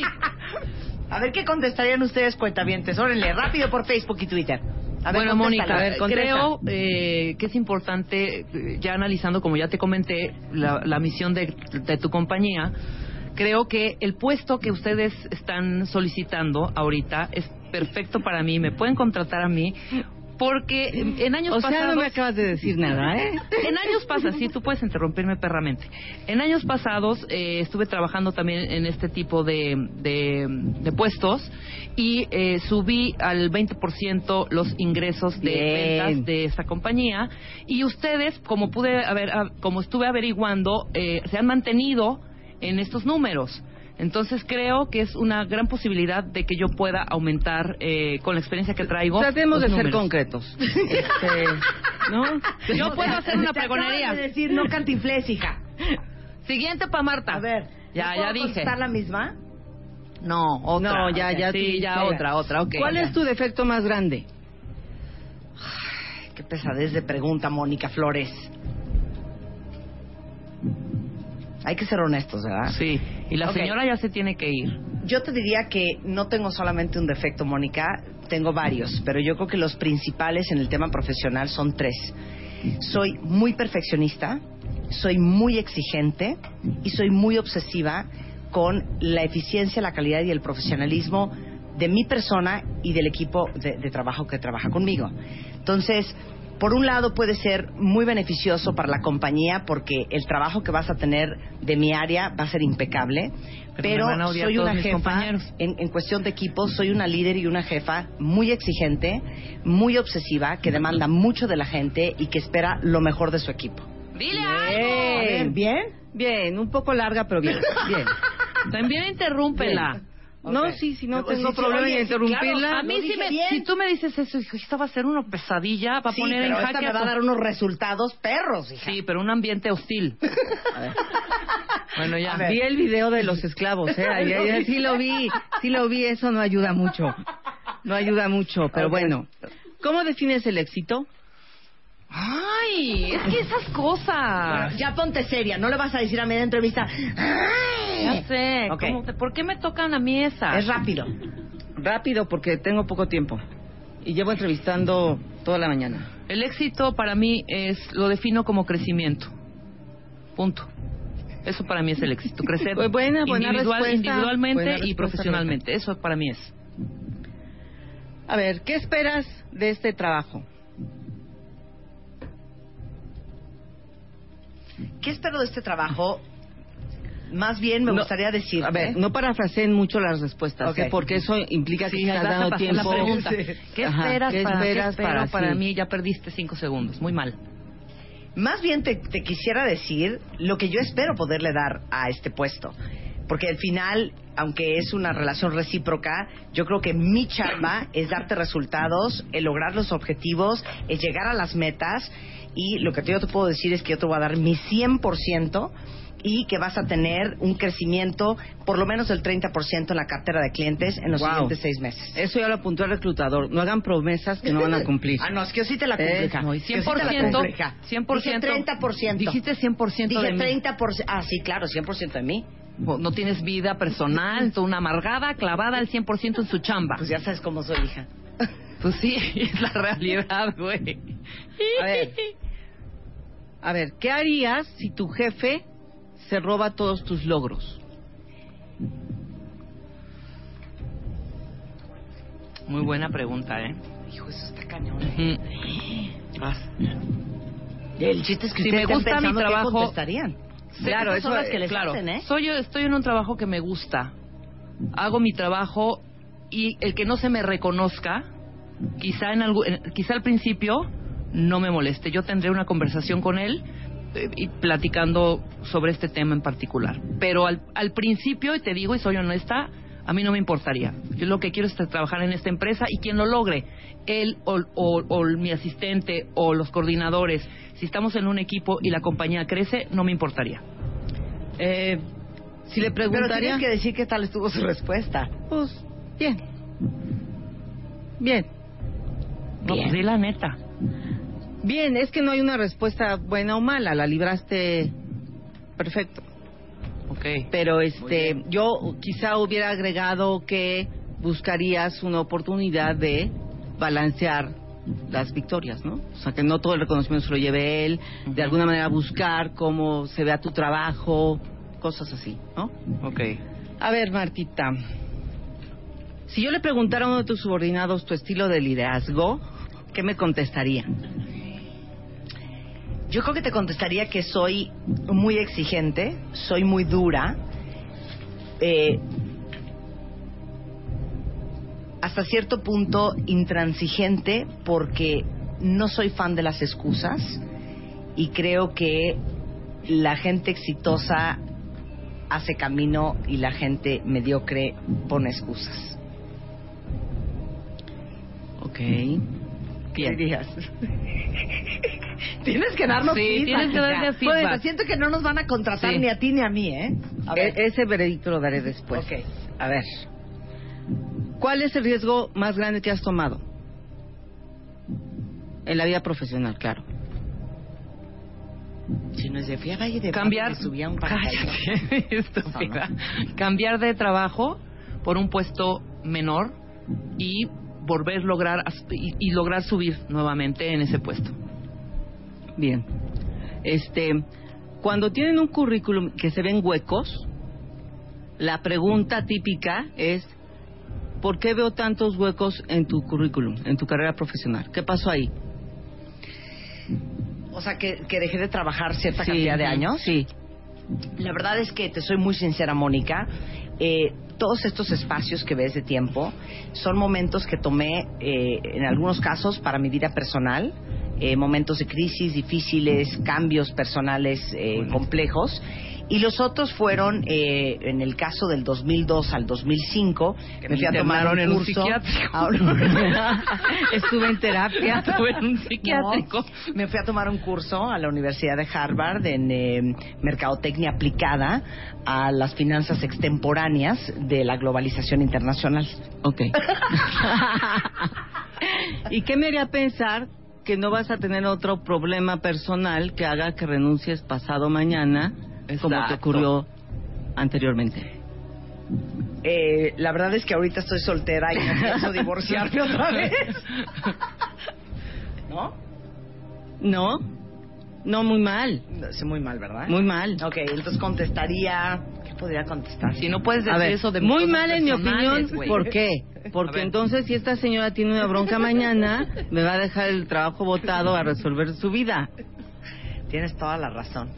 Speaker 7: A ver, ¿qué contestarían ustedes, cuentavientes? Órenle, rápido por Facebook y Twitter. A ver,
Speaker 5: bueno, Mónica,
Speaker 10: a ver,
Speaker 5: creo eh, que es importante, eh, ya analizando, como ya te comenté, la, la misión de, de tu compañía, creo que el puesto que ustedes están solicitando ahorita es perfecto para mí, me pueden contratar a mí, porque en, en años
Speaker 10: o sea,
Speaker 5: pasados...
Speaker 10: no me acabas de decir nada, ¿eh?
Speaker 5: En años pasados, sí, tú puedes interrumpirme perramente. En años pasados eh, estuve trabajando también en este tipo de, de, de puestos y eh, subí al veinte por ciento los ingresos de
Speaker 10: Bien.
Speaker 5: ventas de esta compañía, y ustedes, como pude haber, como estuve averiguando, eh, se han mantenido en estos números. Entonces creo que es una gran posibilidad de que yo pueda aumentar eh, con la experiencia que traigo.
Speaker 10: Tratemos de
Speaker 5: números.
Speaker 10: ser concretos. Este, ¿no?
Speaker 5: Yo puedo hacer una
Speaker 7: Te
Speaker 5: pregonería.
Speaker 7: acabas de decir, no cantinflés, hija.
Speaker 5: Siguiente pa' Marta.
Speaker 7: A ver,
Speaker 5: ya,
Speaker 7: ¿no
Speaker 5: ya
Speaker 7: puedo
Speaker 5: dije.
Speaker 7: contestar la misma?
Speaker 5: No, otra.
Speaker 10: No, ya, ya.
Speaker 5: Sí,
Speaker 10: tú-
Speaker 5: ya
Speaker 10: venga.
Speaker 5: otra, otra, ok.
Speaker 10: ¿Cuál
Speaker 5: ya.
Speaker 10: es tu defecto más grande?
Speaker 7: Qué pesadez de pregunta, Mónica Flores. Hay que ser honestos, ¿verdad?
Speaker 5: Sí, y la
Speaker 7: Ok.
Speaker 5: señora ya se tiene que ir.
Speaker 7: Yo te diría que no tengo solamente un defecto, Mónica, tengo varios, pero yo creo que los principales en el tema profesional son tres. Soy muy perfeccionista, soy muy exigente y soy muy obsesiva con la eficiencia, la calidad y el profesionalismo de mi persona y del equipo de, de trabajo que trabaja conmigo. Entonces, por un lado puede ser muy beneficioso para la compañía porque el trabajo que vas a tener de mi área va a ser impecable,
Speaker 5: Pero
Speaker 7: pero,
Speaker 5: me van a odiar
Speaker 7: soy
Speaker 5: todos
Speaker 7: una
Speaker 5: mis
Speaker 7: jefa,
Speaker 5: compañeros.
Speaker 7: en, en cuestión de equipo, soy una líder y una jefa muy exigente, muy obsesiva, que demanda mucho de la gente y que espera lo mejor de su equipo.
Speaker 5: ¡Dile
Speaker 10: Bien.
Speaker 7: A ver, ¿bien?
Speaker 10: Bien, un poco larga, pero bien. Bien.
Speaker 5: algo! También interrúmpela.
Speaker 10: No,
Speaker 7: Ok.
Speaker 10: sí, si no
Speaker 7: Pues
Speaker 10: tengo
Speaker 7: sí, sí,
Speaker 10: problema
Speaker 7: oye,
Speaker 10: en
Speaker 7: sí,
Speaker 10: interrumpirla.
Speaker 7: claro,
Speaker 5: A mí
Speaker 7: lo
Speaker 5: sí
Speaker 7: dije
Speaker 5: me...
Speaker 7: bien.
Speaker 5: Si tú me dices eso, hijo, esta va a ser una pesadilla, va a
Speaker 7: Sí,
Speaker 5: poner en
Speaker 7: pero esta
Speaker 5: jaque
Speaker 7: me
Speaker 5: a
Speaker 7: va a
Speaker 5: tu-
Speaker 7: dar unos resultados perros, hija.
Speaker 5: Sí, pero un ambiente hostil.
Speaker 10: A ver.
Speaker 5: Bueno, ya.
Speaker 7: A ver.
Speaker 10: Vi el video de los esclavos, ¿eh? Ayer, ayer sí lo vi, sí lo vi, eso no ayuda mucho. No ayuda mucho, pero
Speaker 7: Ok.
Speaker 10: bueno. ¿Cómo defines el éxito?
Speaker 5: Ay, es que esas cosas.
Speaker 7: Bueno, ya ponte seria, no le vas a decir a media entrevista. "Ay".
Speaker 5: Ya sé.
Speaker 7: Ok.
Speaker 5: ¿cómo te- ¿Por qué me tocan a mí esas?
Speaker 7: Es rápido.
Speaker 10: Rápido, porque tengo poco tiempo. Y llevo entrevistando toda la mañana.
Speaker 5: El éxito para mí es, lo defino como crecimiento. Punto. Eso para mí es el éxito, crecer
Speaker 10: Pues buena, buena
Speaker 5: individual,
Speaker 10: respuesta.
Speaker 5: individualmente
Speaker 10: Buena
Speaker 5: y
Speaker 10: respuesta,
Speaker 5: profesionalmente. Eso para mí es.
Speaker 10: A ver, ¿qué esperas de este trabajo?
Speaker 7: ¿Qué espero de este trabajo? Más bien me
Speaker 10: No,
Speaker 7: gustaría decir.
Speaker 10: A ver, no parafraseen mucho las respuestas,
Speaker 7: Ok.
Speaker 10: ¿eh? Porque eso implica que
Speaker 5: Sí,
Speaker 10: estás
Speaker 5: vas a
Speaker 10: dando
Speaker 5: pasar
Speaker 10: tiempo.
Speaker 5: la pregunta.
Speaker 7: Sí.
Speaker 5: ¿Qué
Speaker 10: Ajá,
Speaker 5: esperas,
Speaker 10: ¿qué
Speaker 5: para,
Speaker 10: esperas
Speaker 5: ¿qué espero
Speaker 10: para
Speaker 5: para
Speaker 10: sí?
Speaker 5: mí? Ya perdiste cinco segundos. Muy mal.
Speaker 7: Más bien te, te quisiera decir lo que yo espero poderle dar a este puesto. Porque al final, aunque es una relación recíproca, yo creo que mi chamba es darte resultados, el lograr los objetivos, el llegar a las metas. Y lo que yo te puedo decir es que yo te voy a dar mi cien por ciento y que vas a tener un crecimiento por lo menos del treinta por ciento en la cartera de clientes en los
Speaker 10: Wow.
Speaker 7: siguientes seis meses.
Speaker 10: Eso ya lo apuntó el reclutador. No hagan promesas que no van a cumplir.
Speaker 7: Ah, no, es que yo sí te la cumplo,
Speaker 10: Eh,
Speaker 7: hija.
Speaker 5: no, y
Speaker 7: Yo sí te la
Speaker 5: cien por ciento,
Speaker 7: cumplo, hija.
Speaker 5: cien por ciento.
Speaker 7: Dije treinta por ciento.
Speaker 5: Dijiste cien por ciento
Speaker 7: Dije
Speaker 5: de mí.
Speaker 7: treinta por ciento. Ah, sí, claro, cien por ciento de mí.
Speaker 5: No no tienes vida personal, tú una amargada, clavada al cien por ciento en su chamba.
Speaker 7: Pues ya sabes cómo soy, hija.
Speaker 5: Pues sí, es la realidad, güey.
Speaker 10: A ver. A ver, ¿qué harías si tu jefe se roba todos tus logros?
Speaker 5: Muy buena pregunta, ¿eh?
Speaker 7: Hijo, eso está cañón.
Speaker 5: Ujú.
Speaker 7: Ah. El chiste es que
Speaker 5: Si
Speaker 7: ustedes
Speaker 5: me
Speaker 7: estén
Speaker 5: gusta mi
Speaker 7: pensando qué
Speaker 5: trabajo-
Speaker 7: contestarían.
Speaker 5: Claro,
Speaker 7: Esas
Speaker 5: eso
Speaker 7: son las que les
Speaker 5: claro.
Speaker 7: hacen, ¿eh?
Speaker 5: Soy yo estoy en un trabajo que me gusta. Hago mi trabajo y el que no se me reconozca, quizá en algún, en- quizá al principio no me moleste. Yo tendré una conversación con él eh, y platicando sobre este tema en particular. Pero al, al principio, y te digo y soy honesta, a mí no me importaría. Yo lo que quiero es trabajar en esta empresa y quien lo logre, él o, o- o mi asistente o los coordinadores, si estamos en un equipo y la compañía crece, no me importaría.
Speaker 10: Eh, si le
Speaker 7: Pero
Speaker 10: preguntaría...
Speaker 7: tienes que decir qué tal estuvo su respuesta.
Speaker 10: Pues, bien. Bien.
Speaker 5: No, pues di la neta.
Speaker 10: Bien, es que no hay una respuesta buena o mala, la libraste perfecto.
Speaker 5: Ok.
Speaker 10: Pero este, yo quizá hubiera agregado que buscarías una oportunidad de balancear las victorias, ¿no? O sea, que no todo el reconocimiento se lo lleve él, de alguna manera buscar cómo se vea tu trabajo, cosas así, ¿no?
Speaker 5: Ok.
Speaker 10: A ver, Martita, si yo le preguntara a uno de tus subordinados tu estilo de liderazgo, ¿qué me contestaría?
Speaker 7: Yo creo que te contestaría que soy muy exigente, soy muy dura, eh, hasta cierto punto intransigente, porque no soy fan de las excusas y creo que la gente exitosa hace camino y la gente mediocre pone excusas.
Speaker 10: Ok.
Speaker 7: ¿Qué dirías? Tienes que darnos
Speaker 5: Sí,
Speaker 7: feedback.
Speaker 5: tienes que darle
Speaker 7: hija.
Speaker 5: feedback.
Speaker 7: Bueno, siento que no nos van a contratar
Speaker 5: Sí.
Speaker 7: ni a ti ni a mí, ¿eh? A ver.
Speaker 10: E- ese veredicto lo daré después.
Speaker 7: Ok.
Speaker 10: A ver. ¿Cuál es el riesgo más grande que has tomado? En la vida profesional, claro.
Speaker 7: Si nos fui a Valle de
Speaker 5: Cambiar,
Speaker 7: Bravo, me subía a un paracaídas.
Speaker 5: cállate, estúpida. Cambiar de trabajo por un puesto menor y volver a lograr as- y, y lograr subir nuevamente en ese puesto.
Speaker 10: Bien. Este, cuando tienen un currículum que se ven huecos, la pregunta típica es, ¿por qué veo tantos huecos en tu currículum, en tu carrera profesional? ¿Qué pasó ahí?
Speaker 7: O sea, que, que dejé de trabajar cierta
Speaker 10: Sí,
Speaker 7: cantidad de años.
Speaker 10: Sí.
Speaker 7: La verdad es que te soy muy sincera, Mónica. Eh, todos estos espacios que ves de tiempo son momentos que tomé, eh, en algunos casos, para mi vida personal, eh, momentos de crisis difíciles, cambios personales eh, complejos. Y los otros fueron, eh, en el caso del dos mil dos al dos mil cinco,
Speaker 5: Que
Speaker 7: me
Speaker 5: me
Speaker 7: fui a tomar
Speaker 5: internaron
Speaker 7: un
Speaker 5: en un
Speaker 7: curso.
Speaker 5: psiquiátrico.
Speaker 7: Ahora-
Speaker 10: Estuve en terapia.
Speaker 5: Estuve en un psiquiátrico.
Speaker 7: No, me fui a tomar un curso a la Universidad de Harvard en eh, mercadotecnia aplicada a las finanzas extemporáneas de la globalización internacional.
Speaker 10: Ok. ¿Y qué me haría pensar que no vas a tener otro problema personal que haga que renuncies pasado mañana, como te
Speaker 5: Exacto.
Speaker 10: ocurrió anteriormente?
Speaker 7: Eh, la verdad es que ahorita estoy soltera y no pienso divorciarme otra vez. ¿No?
Speaker 10: No, No, muy mal.
Speaker 7: Sí, muy mal, ¿verdad?
Speaker 10: Muy mal.
Speaker 7: Ok, entonces contestaría... ¿Qué podría contestar?
Speaker 5: Si no puedes
Speaker 10: A
Speaker 5: decir
Speaker 10: ver,
Speaker 5: eso de
Speaker 10: muy
Speaker 5: cosas
Speaker 10: mal en mi
Speaker 5: personales,
Speaker 10: opinión.
Speaker 5: güey.
Speaker 10: ¿Por qué? Porque entonces si esta señora tiene una bronca mañana, me va a dejar el trabajo botado a resolver su vida.
Speaker 7: Tienes toda la razón.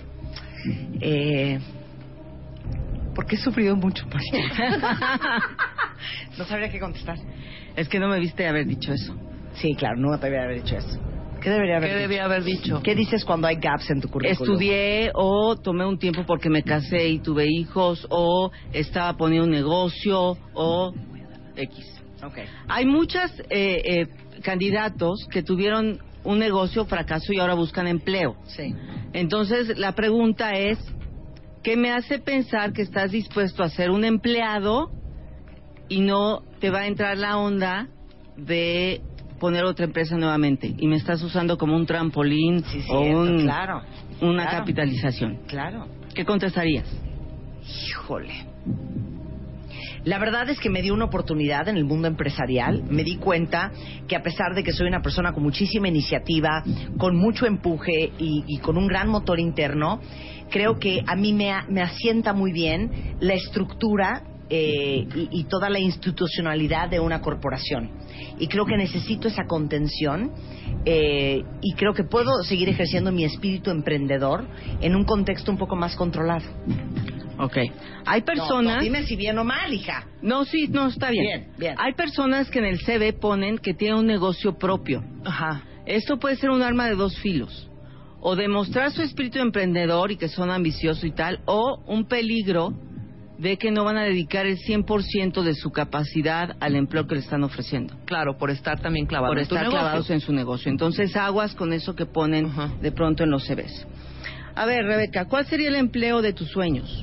Speaker 7: Eh... Porque he sufrido mucho, María. No sabría qué contestar.
Speaker 10: Es que no me viste haber dicho eso.
Speaker 7: Sí, claro, no te debería haber dicho eso. ¿Qué debería haber
Speaker 5: ¿Qué
Speaker 7: dicho?
Speaker 5: debía haber dicho?
Speaker 7: ¿Qué dices cuando hay gaps en tu currículum?
Speaker 10: Estudié o tomé un tiempo porque me casé y tuve hijos o estaba poniendo un negocio o X.
Speaker 7: Okay.
Speaker 10: Hay muchos eh, eh, candidatos que tuvieron un negocio, fracaso y ahora buscan empleo.
Speaker 7: Sí.
Speaker 10: Entonces la pregunta es, ¿qué me hace pensar que estás dispuesto a ser un empleado y no te va a entrar la onda de poner otra empresa nuevamente y me estás usando como un trampolín
Speaker 7: Sí,
Speaker 10: o
Speaker 7: cierto,
Speaker 10: un,
Speaker 7: claro,
Speaker 10: una
Speaker 7: claro.
Speaker 10: capitalización?
Speaker 7: Claro.
Speaker 10: ¿Qué contestarías?
Speaker 7: Híjole. La verdad es que me dio una oportunidad en el mundo empresarial. Me di cuenta que a pesar de que soy una persona con muchísima iniciativa, con mucho empuje y, y con un gran motor interno, creo que a mí me, a- me asienta muy bien la estructura eh, y, y toda la institucionalidad de una corporación. Y creo que necesito esa contención eh, y creo que puedo seguir ejerciendo mi espíritu emprendedor en un contexto un poco más controlado.
Speaker 10: Ok. Hay personas...
Speaker 7: No, no, dime si bien o mal, hija.
Speaker 10: No, sí, no, está bien.
Speaker 7: Bien, bien.
Speaker 10: Hay personas que en el C V ponen que tienen un negocio propio.
Speaker 5: Ajá.
Speaker 10: Esto puede ser un arma de dos filos. O demostrar su espíritu emprendedor y que son ambiciosos y tal, o un peligro de que no van a dedicar el cien por ciento de su capacidad al empleo que le están ofreciendo.
Speaker 5: Claro, por estar también clavado
Speaker 10: Por
Speaker 5: en tu
Speaker 10: estar
Speaker 5: negocio.
Speaker 10: clavados en su negocio. Entonces, aguas con eso que ponen
Speaker 5: Ajá.
Speaker 10: de pronto en los C Vs. A ver, Rebeca, ¿cuál sería el empleo de tus sueños?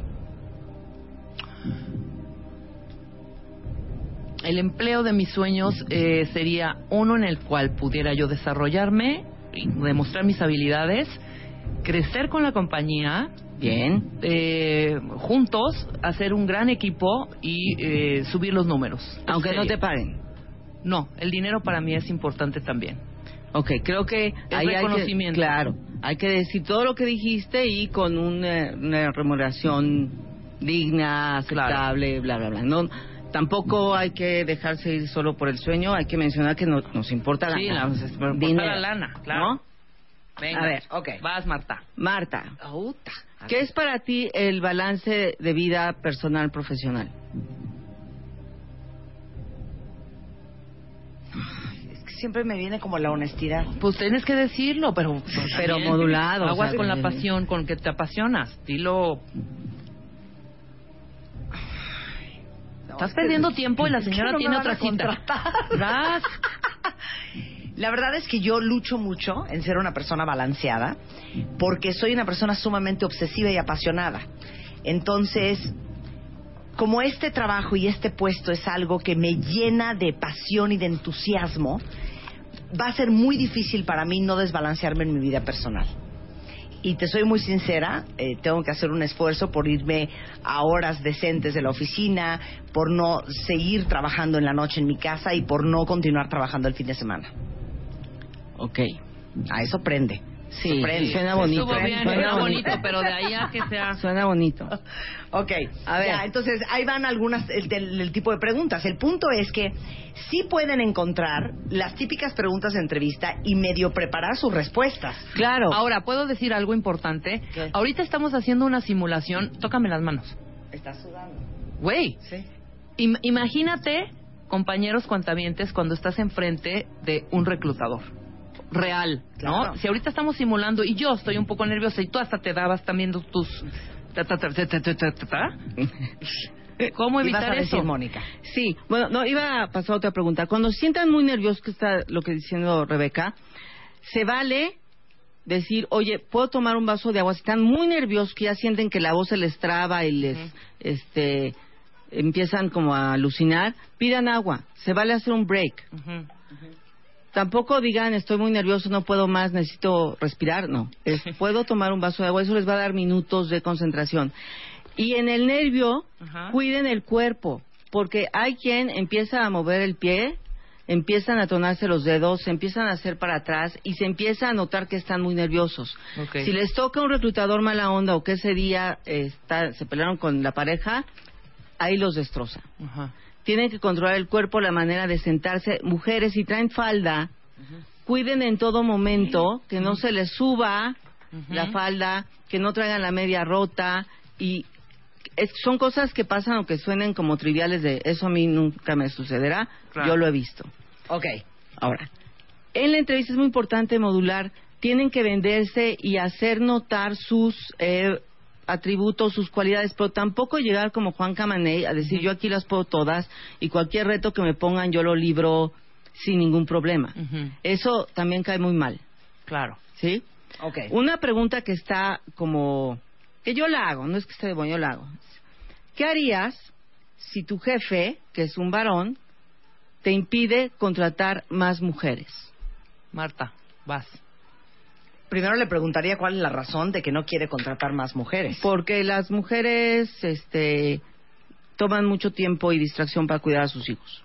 Speaker 5: El empleo de mis sueños eh, sería uno en el cual pudiera yo desarrollarme, y demostrar mis habilidades, crecer con la compañía,
Speaker 10: Bien.
Speaker 5: eh, juntos, hacer un gran equipo y eh, subir los números.
Speaker 10: Aunque no
Speaker 5: Sería.
Speaker 10: te paguen.
Speaker 5: No, el dinero para mí es importante también.
Speaker 10: Ok, creo que ahí hay que,
Speaker 5: reconocimiento.
Speaker 10: claro, hay que decir todo lo que dijiste y con una, una remuneración digna, aceptable, bla, bla, bla. No, tampoco hay que dejarse ir solo por el sueño, hay que mencionar que no, nos importa
Speaker 5: Sí, la,
Speaker 10: ganar
Speaker 5: nos importa
Speaker 10: dinero,
Speaker 5: la lana, claro.
Speaker 10: ¿no?
Speaker 5: Venga,
Speaker 10: A ver,
Speaker 7: ok.
Speaker 5: vas, Marta.
Speaker 10: Marta,
Speaker 7: Auta. A
Speaker 10: ¿qué
Speaker 7: ver.
Speaker 10: es para ti el balance de vida personal profesional?
Speaker 7: Es que siempre me viene como la honestidad.
Speaker 5: Pues tienes que decirlo, pero
Speaker 10: Pero
Speaker 5: también
Speaker 10: modulado,
Speaker 5: Aguas
Speaker 10: o sea,
Speaker 5: con la
Speaker 10: de-
Speaker 5: pasión, con que te apasionas. Dilo. Estás perdiendo tiempo y la señora
Speaker 7: no me
Speaker 5: tiene
Speaker 7: van a
Speaker 5: otra cita.
Speaker 7: contratar.
Speaker 5: Vas.
Speaker 7: La verdad es que yo lucho mucho en ser una persona balanceada porque soy una persona sumamente obsesiva y apasionada. Entonces, como este trabajo y este puesto es algo que me llena de pasión y de entusiasmo, va a ser muy difícil para mí no desbalancearme en mi vida personal. Y te soy muy sincera, eh, tengo que hacer un esfuerzo por irme a horas decentes de la oficina, por no seguir trabajando en la noche en mi casa y por no continuar trabajando el fin de semana.
Speaker 10: Ok.
Speaker 7: A eso prende.
Speaker 10: Sí,
Speaker 7: Eso prende.
Speaker 10: suena bonito.
Speaker 5: Estuvo bien,
Speaker 10: Suena
Speaker 5: suena
Speaker 10: bonito.
Speaker 5: bonito, pero de ahí a que sea...
Speaker 10: Suena bonito.
Speaker 7: Ok,
Speaker 10: A ver.
Speaker 7: ya, entonces ahí van algunas, el, el- el tipo de preguntas. El punto es que sí pueden encontrar las típicas preguntas de entrevista y medio preparar sus respuestas.
Speaker 10: Claro.
Speaker 5: Ahora, ¿puedo decir algo importante?
Speaker 7: ¿Qué?
Speaker 5: Ahorita estamos haciendo una simulación. Tócame las manos.
Speaker 7: Estás sudando.
Speaker 5: Güey,
Speaker 7: Sí.
Speaker 5: im- imagínate, compañeros cuentavientes, cuando estás enfrente de un reclutador real, ¿no?
Speaker 7: Claro.
Speaker 5: Si ahorita estamos simulando y yo estoy un poco nerviosa y tú hasta te dabas también tus... ta, ta, ta, ta, ta, ta, ta, ta. ¿Cómo
Speaker 7: Ibas
Speaker 5: evitar
Speaker 7: a decir,
Speaker 5: eso?
Speaker 7: Mónica.
Speaker 10: Sí, bueno, no, iba a pasar otra pregunta. Cuando se sientan muy nerviosos, que está lo que diciendo Rebeca, se vale decir, oye, ¿puedo tomar un vaso de agua? Si están muy nerviosos, que ya sienten que la voz se les traba y les,
Speaker 5: Ujú.
Speaker 10: este, empiezan como a alucinar, pidan agua. Se vale hacer un break.
Speaker 5: Ujú.
Speaker 10: Tampoco digan, estoy muy nervioso, no puedo más, necesito respirar. No, es, puedo tomar un vaso de agua. Eso les va a dar minutos de concentración. Y en el nervio,
Speaker 5: Ajá.
Speaker 10: cuiden el cuerpo, porque hay quien empieza a mover el pie empiezan a tronarse los dedos, se empiezan a hacer para atrás y se empieza a notar que están muy nerviosos.
Speaker 5: Okay.
Speaker 10: Si les toca un reclutador mala onda o que ese día eh, está, se pelearon con la pareja, ahí los destroza.
Speaker 5: Ajá.
Speaker 10: Tienen que controlar el cuerpo, la manera de sentarse. Mujeres, si traen falda, uh-huh. cuiden en todo momento que no se les suba uh-huh. la falda, que no traigan la media rota y es, son cosas que pasan aunque suenen como triviales de eso a mí nunca me sucederá, claro. Yo lo he visto.
Speaker 7: Ok.
Speaker 10: Ahora, en la entrevista es muy importante modular, tienen que venderse y hacer notar sus eh, atributos, sus cualidades, pero tampoco llegar como Juan Camaney a decir uh-huh. yo aquí las puedo todas y cualquier reto que me pongan yo lo libro sin ningún problema. Uh-huh. Eso también cae muy mal.
Speaker 5: Claro.
Speaker 10: ¿Sí?
Speaker 7: Okay.
Speaker 10: Una pregunta que está como... que yo la hago, no es que esté de bueno, yo la hago. ¿Qué harías si tu jefe, que es un varón, te impide contratar más mujeres?
Speaker 5: Marta, vas.
Speaker 7: Primero le preguntaría cuál es la razón de que no quiere contratar más mujeres.
Speaker 10: Porque las mujeres este, toman mucho tiempo y distracción para cuidar a sus hijos.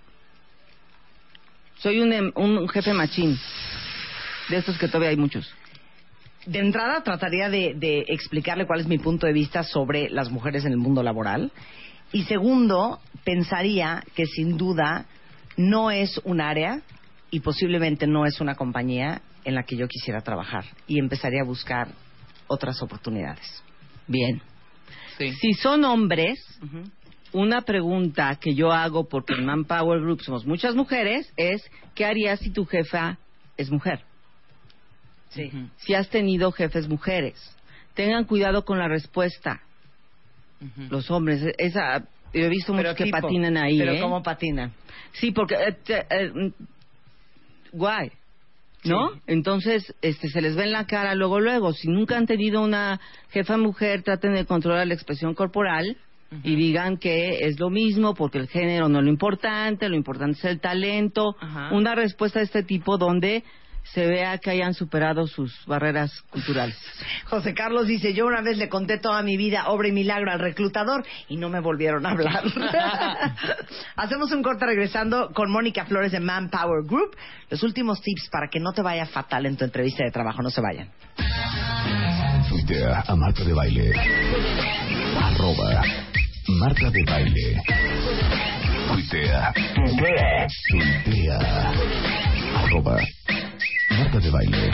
Speaker 10: Soy un, un jefe machín, de estos que todavía hay muchos.
Speaker 7: De entrada trataría de, de explicarle cuál es mi punto de vista sobre las mujeres en el mundo laboral. Y segundo, pensaría que sin duda no es un área y posiblemente no es una compañía en la que yo quisiera trabajar. Y empezaría a buscar otras oportunidades.
Speaker 10: Bien.
Speaker 5: Sí.
Speaker 10: Si son hombres, uh-huh. una pregunta que yo hago, porque en Manpower Group somos muchas mujeres, es ¿qué harías si tu jefa es mujer?
Speaker 7: Sí.
Speaker 10: Uh-huh. Si has tenido jefes mujeres, tengan cuidado con la respuesta. Uh-huh. Los hombres, esa, yo he visto muchos que tipo, patinan ahí.
Speaker 7: Pero
Speaker 10: ¿eh?
Speaker 7: ¿cómo patinan?
Speaker 10: Sí, porque eh, eh, guay, ¿no? Sí. Entonces, este, se les ve en la cara luego, luego. Si nunca han tenido una jefa mujer, traten de controlar la expresión corporal uh-huh. y digan que es lo mismo, porque el género no es lo importante, lo importante es el talento. Uh-huh. Una respuesta de este tipo donde se vea que hayan superado sus barreras culturales.
Speaker 7: José Carlos dice, yo una vez le conté toda mi vida, obra y milagro al reclutador y no me volvieron a hablar. Hacemos un corte regresando con Mónica Flores de Manpower Group. Los últimos tips para que no te vaya fatal en tu entrevista de trabajo. No se vayan.
Speaker 9: Tuitea a Marta de Baile. Arroba Marta de Baile. Tuitea. Tuitea. Tuitea. Arroba Marta de Baile.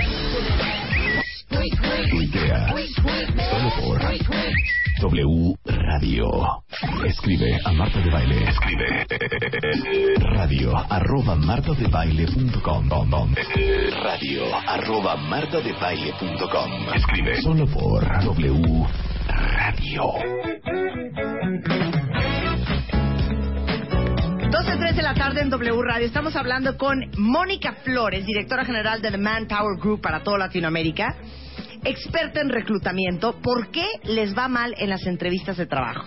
Speaker 9: Tuitea. Solo por W Radio. Escribe a Marta de Baile. Escribe radio arroba martadebaile.com. Radio arroba martadebaile.com. Escribe solo por W Radio.
Speaker 7: doce tres de la tarde en W Radio. Estamos hablando con Mónica Flores, directora general de The Manpower Group para toda Latinoamérica, experta en reclutamiento. ¿Por qué les va mal en las entrevistas de trabajo?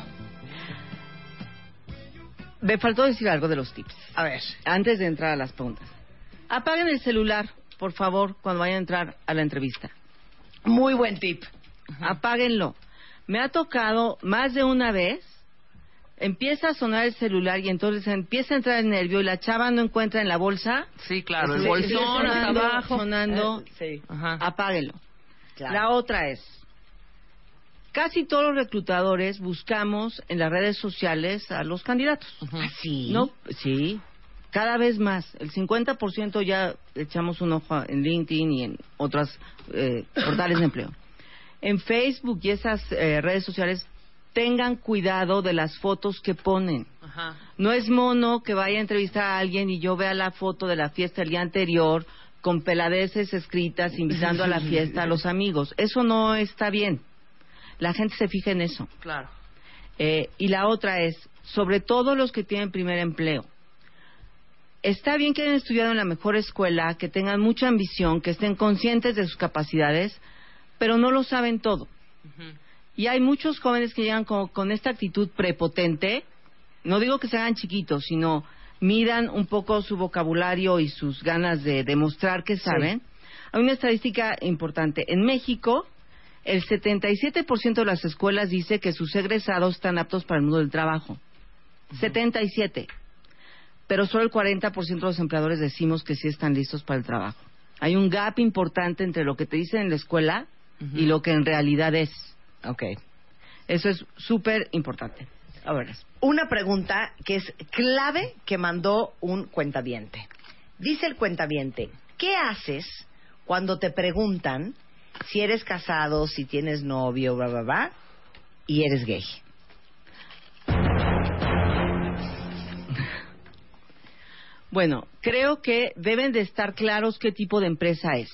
Speaker 10: Me faltó decir algo de los tips.
Speaker 7: A ver.
Speaker 10: Antes de entrar a las preguntas. Apaguen el celular, por favor, cuando vayan a entrar a la entrevista.
Speaker 7: Muy buen tip.
Speaker 10: Apáguenlo. Me ha tocado más de una vez. Empieza a sonar el celular y entonces empieza a entrar el nervio y la chava no encuentra en la bolsa.
Speaker 5: Sí, claro, el
Speaker 10: Sí,
Speaker 5: bolsón hasta
Speaker 10: sonando,
Speaker 5: abajo.
Speaker 10: sonando.
Speaker 7: Eh, sí.
Speaker 5: Ajá.
Speaker 10: Apáguenlo.
Speaker 7: Claro.
Speaker 10: La otra es, casi todos los reclutadores buscamos en las redes sociales a los candidatos.
Speaker 5: Ujú.
Speaker 7: ¿Ah, sí?
Speaker 10: No, sí, cada vez más. El cincuenta por ciento ya echamos un ojo en LinkedIn y en otras eh, portales de empleo. En Facebook y esas eh, redes sociales, tengan cuidado de las fotos que ponen.
Speaker 5: Ajá.
Speaker 10: No es mono que vaya a entrevistar a alguien y yo vea la foto de la fiesta el día anterior con peladeces escritas invitando a la fiesta a los amigos. Eso no está bien. La gente se fija en eso.
Speaker 5: Claro.
Speaker 10: Eh, y la otra es, sobre todo los que tienen primer empleo. Está bien que hayan estudiado en la mejor escuela, que tengan mucha ambición, que estén conscientes de sus capacidades, pero no lo saben todo.
Speaker 5: Uh-huh.
Speaker 10: Y hay muchos jóvenes que llegan con, con esta actitud prepotente. No digo que se hagan chiquitos, sino midan un poco su vocabulario y sus ganas de demostrar que saben. Sí. Hay una estadística importante. En México, el setenta y siete por ciento de las escuelas dice que sus egresados están aptos para el mundo del trabajo. Uh-huh. setenta y siete. pero solo el cuarenta por ciento de los empleadores decimos que sí están listos para el trabajo. Hay un gap importante entre lo que te dicen en la escuela uh-huh. y lo que en realidad es.
Speaker 7: Okay.
Speaker 10: Eso es súper importante. A ver.
Speaker 7: Una pregunta que es clave que mandó un cuentaviente. Dice el cuentaviente, ¿qué haces cuando te preguntan si eres casado, si tienes novio, bla, bla, bla, y eres gay?
Speaker 10: Bueno, creo que deben de estar claros qué tipo de empresa es.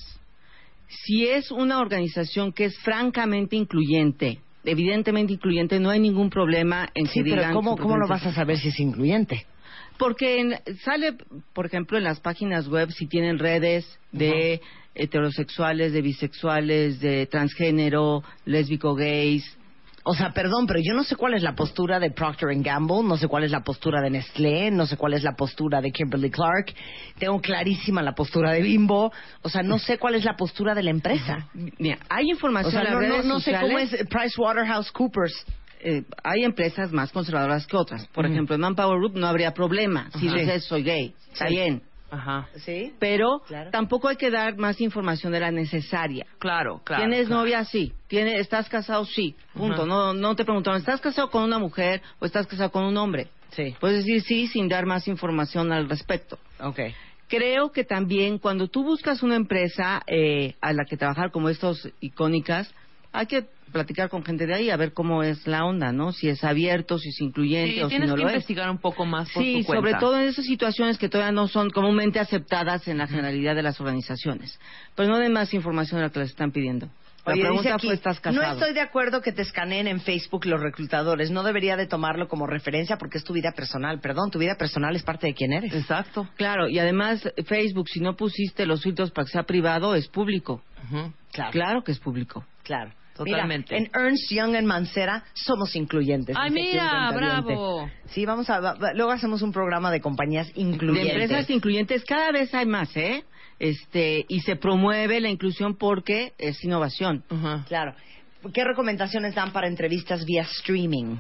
Speaker 10: Si es una organización que es francamente incluyente, evidentemente incluyente, no hay ningún problema en
Speaker 7: sí,
Speaker 10: que
Speaker 7: pero
Speaker 10: digan...
Speaker 7: ¿cómo, ¿cómo lo vas a saber si es incluyente?
Speaker 10: Porque en, sale, por ejemplo, en las páginas web si tienen redes de uh-huh. heterosexuales, de bisexuales, de transgénero, lésbico, gays...
Speaker 7: O sea, perdón, pero yo no sé cuál es la postura de Procter and Gamble, no sé cuál es la postura de Nestlé, no sé cuál es la postura de Kimberly Clark, tengo clarísima la postura de Bimbo, o sea, no sé cuál es la postura de la empresa.
Speaker 10: Mira, hay información
Speaker 7: o sea,
Speaker 10: en las
Speaker 7: no,
Speaker 10: redes
Speaker 7: no, no sé
Speaker 10: sociales.
Speaker 7: cómo es PricewaterhouseCoopers.
Speaker 10: Eh, hay empresas más conservadoras que otras. Por uh-huh. ejemplo, en Manpower Group no habría problema. Si uh-huh. dices soy gay, está sí. bien.
Speaker 7: Ajá. ¿Sí?
Speaker 10: Pero
Speaker 7: claro.
Speaker 10: tampoco hay que dar más información de la necesaria.
Speaker 5: Claro, claro.
Speaker 10: ¿Tienes
Speaker 5: claro.
Speaker 10: novia? Sí. ¿Tienes, ¿Estás casado? Sí. Punto. Uh-huh. No, no te preguntaron, ¿estás casado con una mujer o estás casado con un hombre?
Speaker 7: Sí.
Speaker 10: Puedes decir sí sin dar más información al respecto.
Speaker 7: Okay.
Speaker 10: Creo que también cuando tú buscas una empresa eh, a la que trabajar como estos icónicas, hay que platicar con gente de ahí a ver cómo es la onda, ¿no? Si es abierto, si es incluyente
Speaker 5: sí,
Speaker 10: o si no lo es.
Speaker 5: Tienes que investigar un poco más por
Speaker 10: sí,
Speaker 5: tu cuenta.
Speaker 10: sobre todo en esas situaciones que todavía no son comúnmente aceptadas en la generalidad de las organizaciones. Pero no den más información de la que les están pidiendo. La
Speaker 7: Oye,
Speaker 10: pregunta
Speaker 7: dice aquí,
Speaker 10: fue, ¿estás casado?
Speaker 7: no estoy de acuerdo que te escaneen en Facebook los reclutadores. No debería de tomarlo como referencia porque es tu vida personal. Perdón, tu vida personal es parte de quién eres.
Speaker 5: Exacto.
Speaker 10: Claro, y además Facebook, si no pusiste los filtros para que sea privado, es público.
Speaker 7: Uh-huh. Claro.
Speaker 10: Claro que es público.
Speaker 7: Claro.
Speaker 5: Totalmente.
Speaker 7: Mira, en Ernst Young en Mancera somos incluyentes.
Speaker 5: Ay, mira, bravo.
Speaker 7: Sí, vamos a... Va, luego hacemos un programa de compañías incluyentes.
Speaker 10: De empresas incluyentes cada vez hay más, ¿eh? Este, y se promueve la inclusión porque es innovación.
Speaker 7: Uh-huh. Claro. ¿Qué recomendaciones dan para entrevistas vía streaming?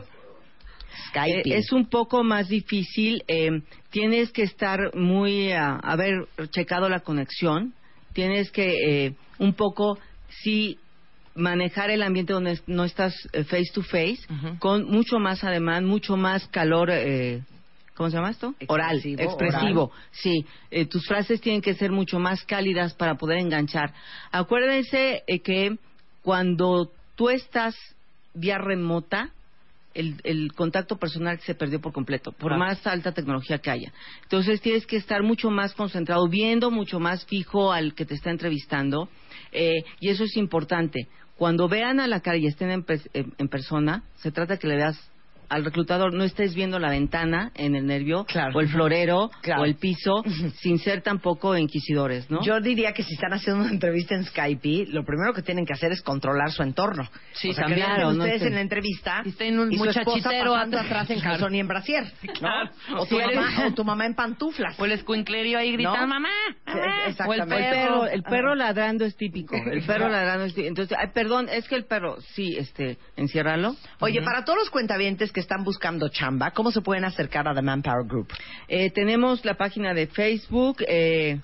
Speaker 7: Skype.
Speaker 10: Eh, es un poco más difícil. Eh, tienes que estar muy... Uh, haber checado la conexión. Tienes que eh, un poco... sí manejar el ambiente donde no estás eh, face to face, uh-huh. con mucho más ademán, mucho más calor, eh, ¿cómo se llama esto? Oral, expresivo. Oral. Sí, eh, tus frases tienen que ser mucho más cálidas para poder enganchar. Acuérdense eh, que cuando tú estás vía remota, el, el contacto personal se perdió por completo, por ah. más alta tecnología que haya. Entonces tienes que estar mucho más concentrado, viendo mucho más fijo al que te está entrevistando, eh, y eso es importante. Cuando vean a la cara y estén en, en, en persona, se trata de que le veas al reclutador, no estés viendo la ventana en el nervio, claro. o el florero, claro. o el piso, sin ser tampoco inquisidores, ¿no?
Speaker 7: Yo diría que si están haciendo una entrevista en Skype, lo primero que tienen que hacer es controlar su entorno.
Speaker 5: Sí,
Speaker 7: o sea,
Speaker 5: también.
Speaker 7: Que
Speaker 5: Claro,
Speaker 7: ustedes
Speaker 5: no
Speaker 7: en la entrevista
Speaker 5: y, estén un
Speaker 7: y su esposa pasando
Speaker 5: atrás,
Speaker 7: atrás en calzón y en brasier, ¿no? Claro. O, tu mamá, o tu mamá en pantuflas.
Speaker 5: O el escuinclerio ahí gritando, ¿no? mamá, mamá.
Speaker 7: Sí,
Speaker 10: o el perro, el perro ladrando es típico. El perro ladrando es típico. Entonces, ay, perdón, es que el perro, sí, este, enciérralo.
Speaker 7: Oye,
Speaker 10: uh-huh.
Speaker 7: para todos los cuentavientes que están buscando chamba, ¿cómo se pueden acercar a The Manpower Group?
Speaker 10: Eh, tenemos la página de Facebook, eh,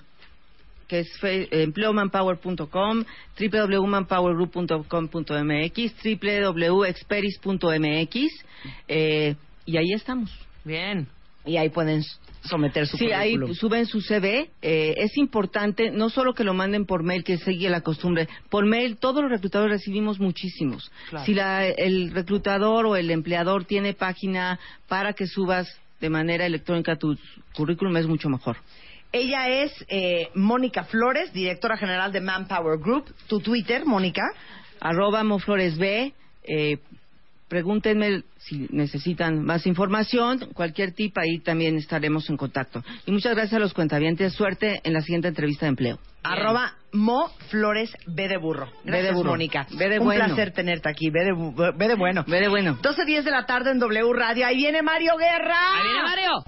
Speaker 10: que es fe- empleo manpower punto com, doble u doble u doble u punto manpower group punto com punto m x, doble u doble u doble u punto experis punto m x, eh, y ahí estamos.
Speaker 5: Bien.
Speaker 7: Y ahí pueden someter su
Speaker 10: sí,
Speaker 7: currículum.
Speaker 10: Sí, ahí suben su C V. Eh, es importante no solo que lo manden por mail, que sigue la costumbre. Por mail, todos los reclutadores recibimos muchísimos. Claro. Si la, el reclutador o el empleador tiene página para que subas de manera electrónica tu currículum, es mucho mejor.
Speaker 7: Ella es eh, Mónica Flores, directora general de Manpower Group. Tu Twitter, Mónica.
Speaker 10: Arroba mofloresb. Eh, Pregúntenme si necesitan más información, cualquier tip, ahí también estaremos en contacto. Y muchas gracias a los cuentavientes. Suerte en la siguiente entrevista de empleo.
Speaker 7: Bien. Arroba Mo Flores B de burro. Gracias,
Speaker 10: B de burro.
Speaker 7: Mónica.
Speaker 10: B de
Speaker 7: Un
Speaker 10: bueno.
Speaker 7: placer tenerte aquí. B de, bu- B de bueno.
Speaker 10: B de bueno.
Speaker 7: doce diez de la tarde en W Radio. Ahí viene Mario Guerra.
Speaker 5: Ahí viene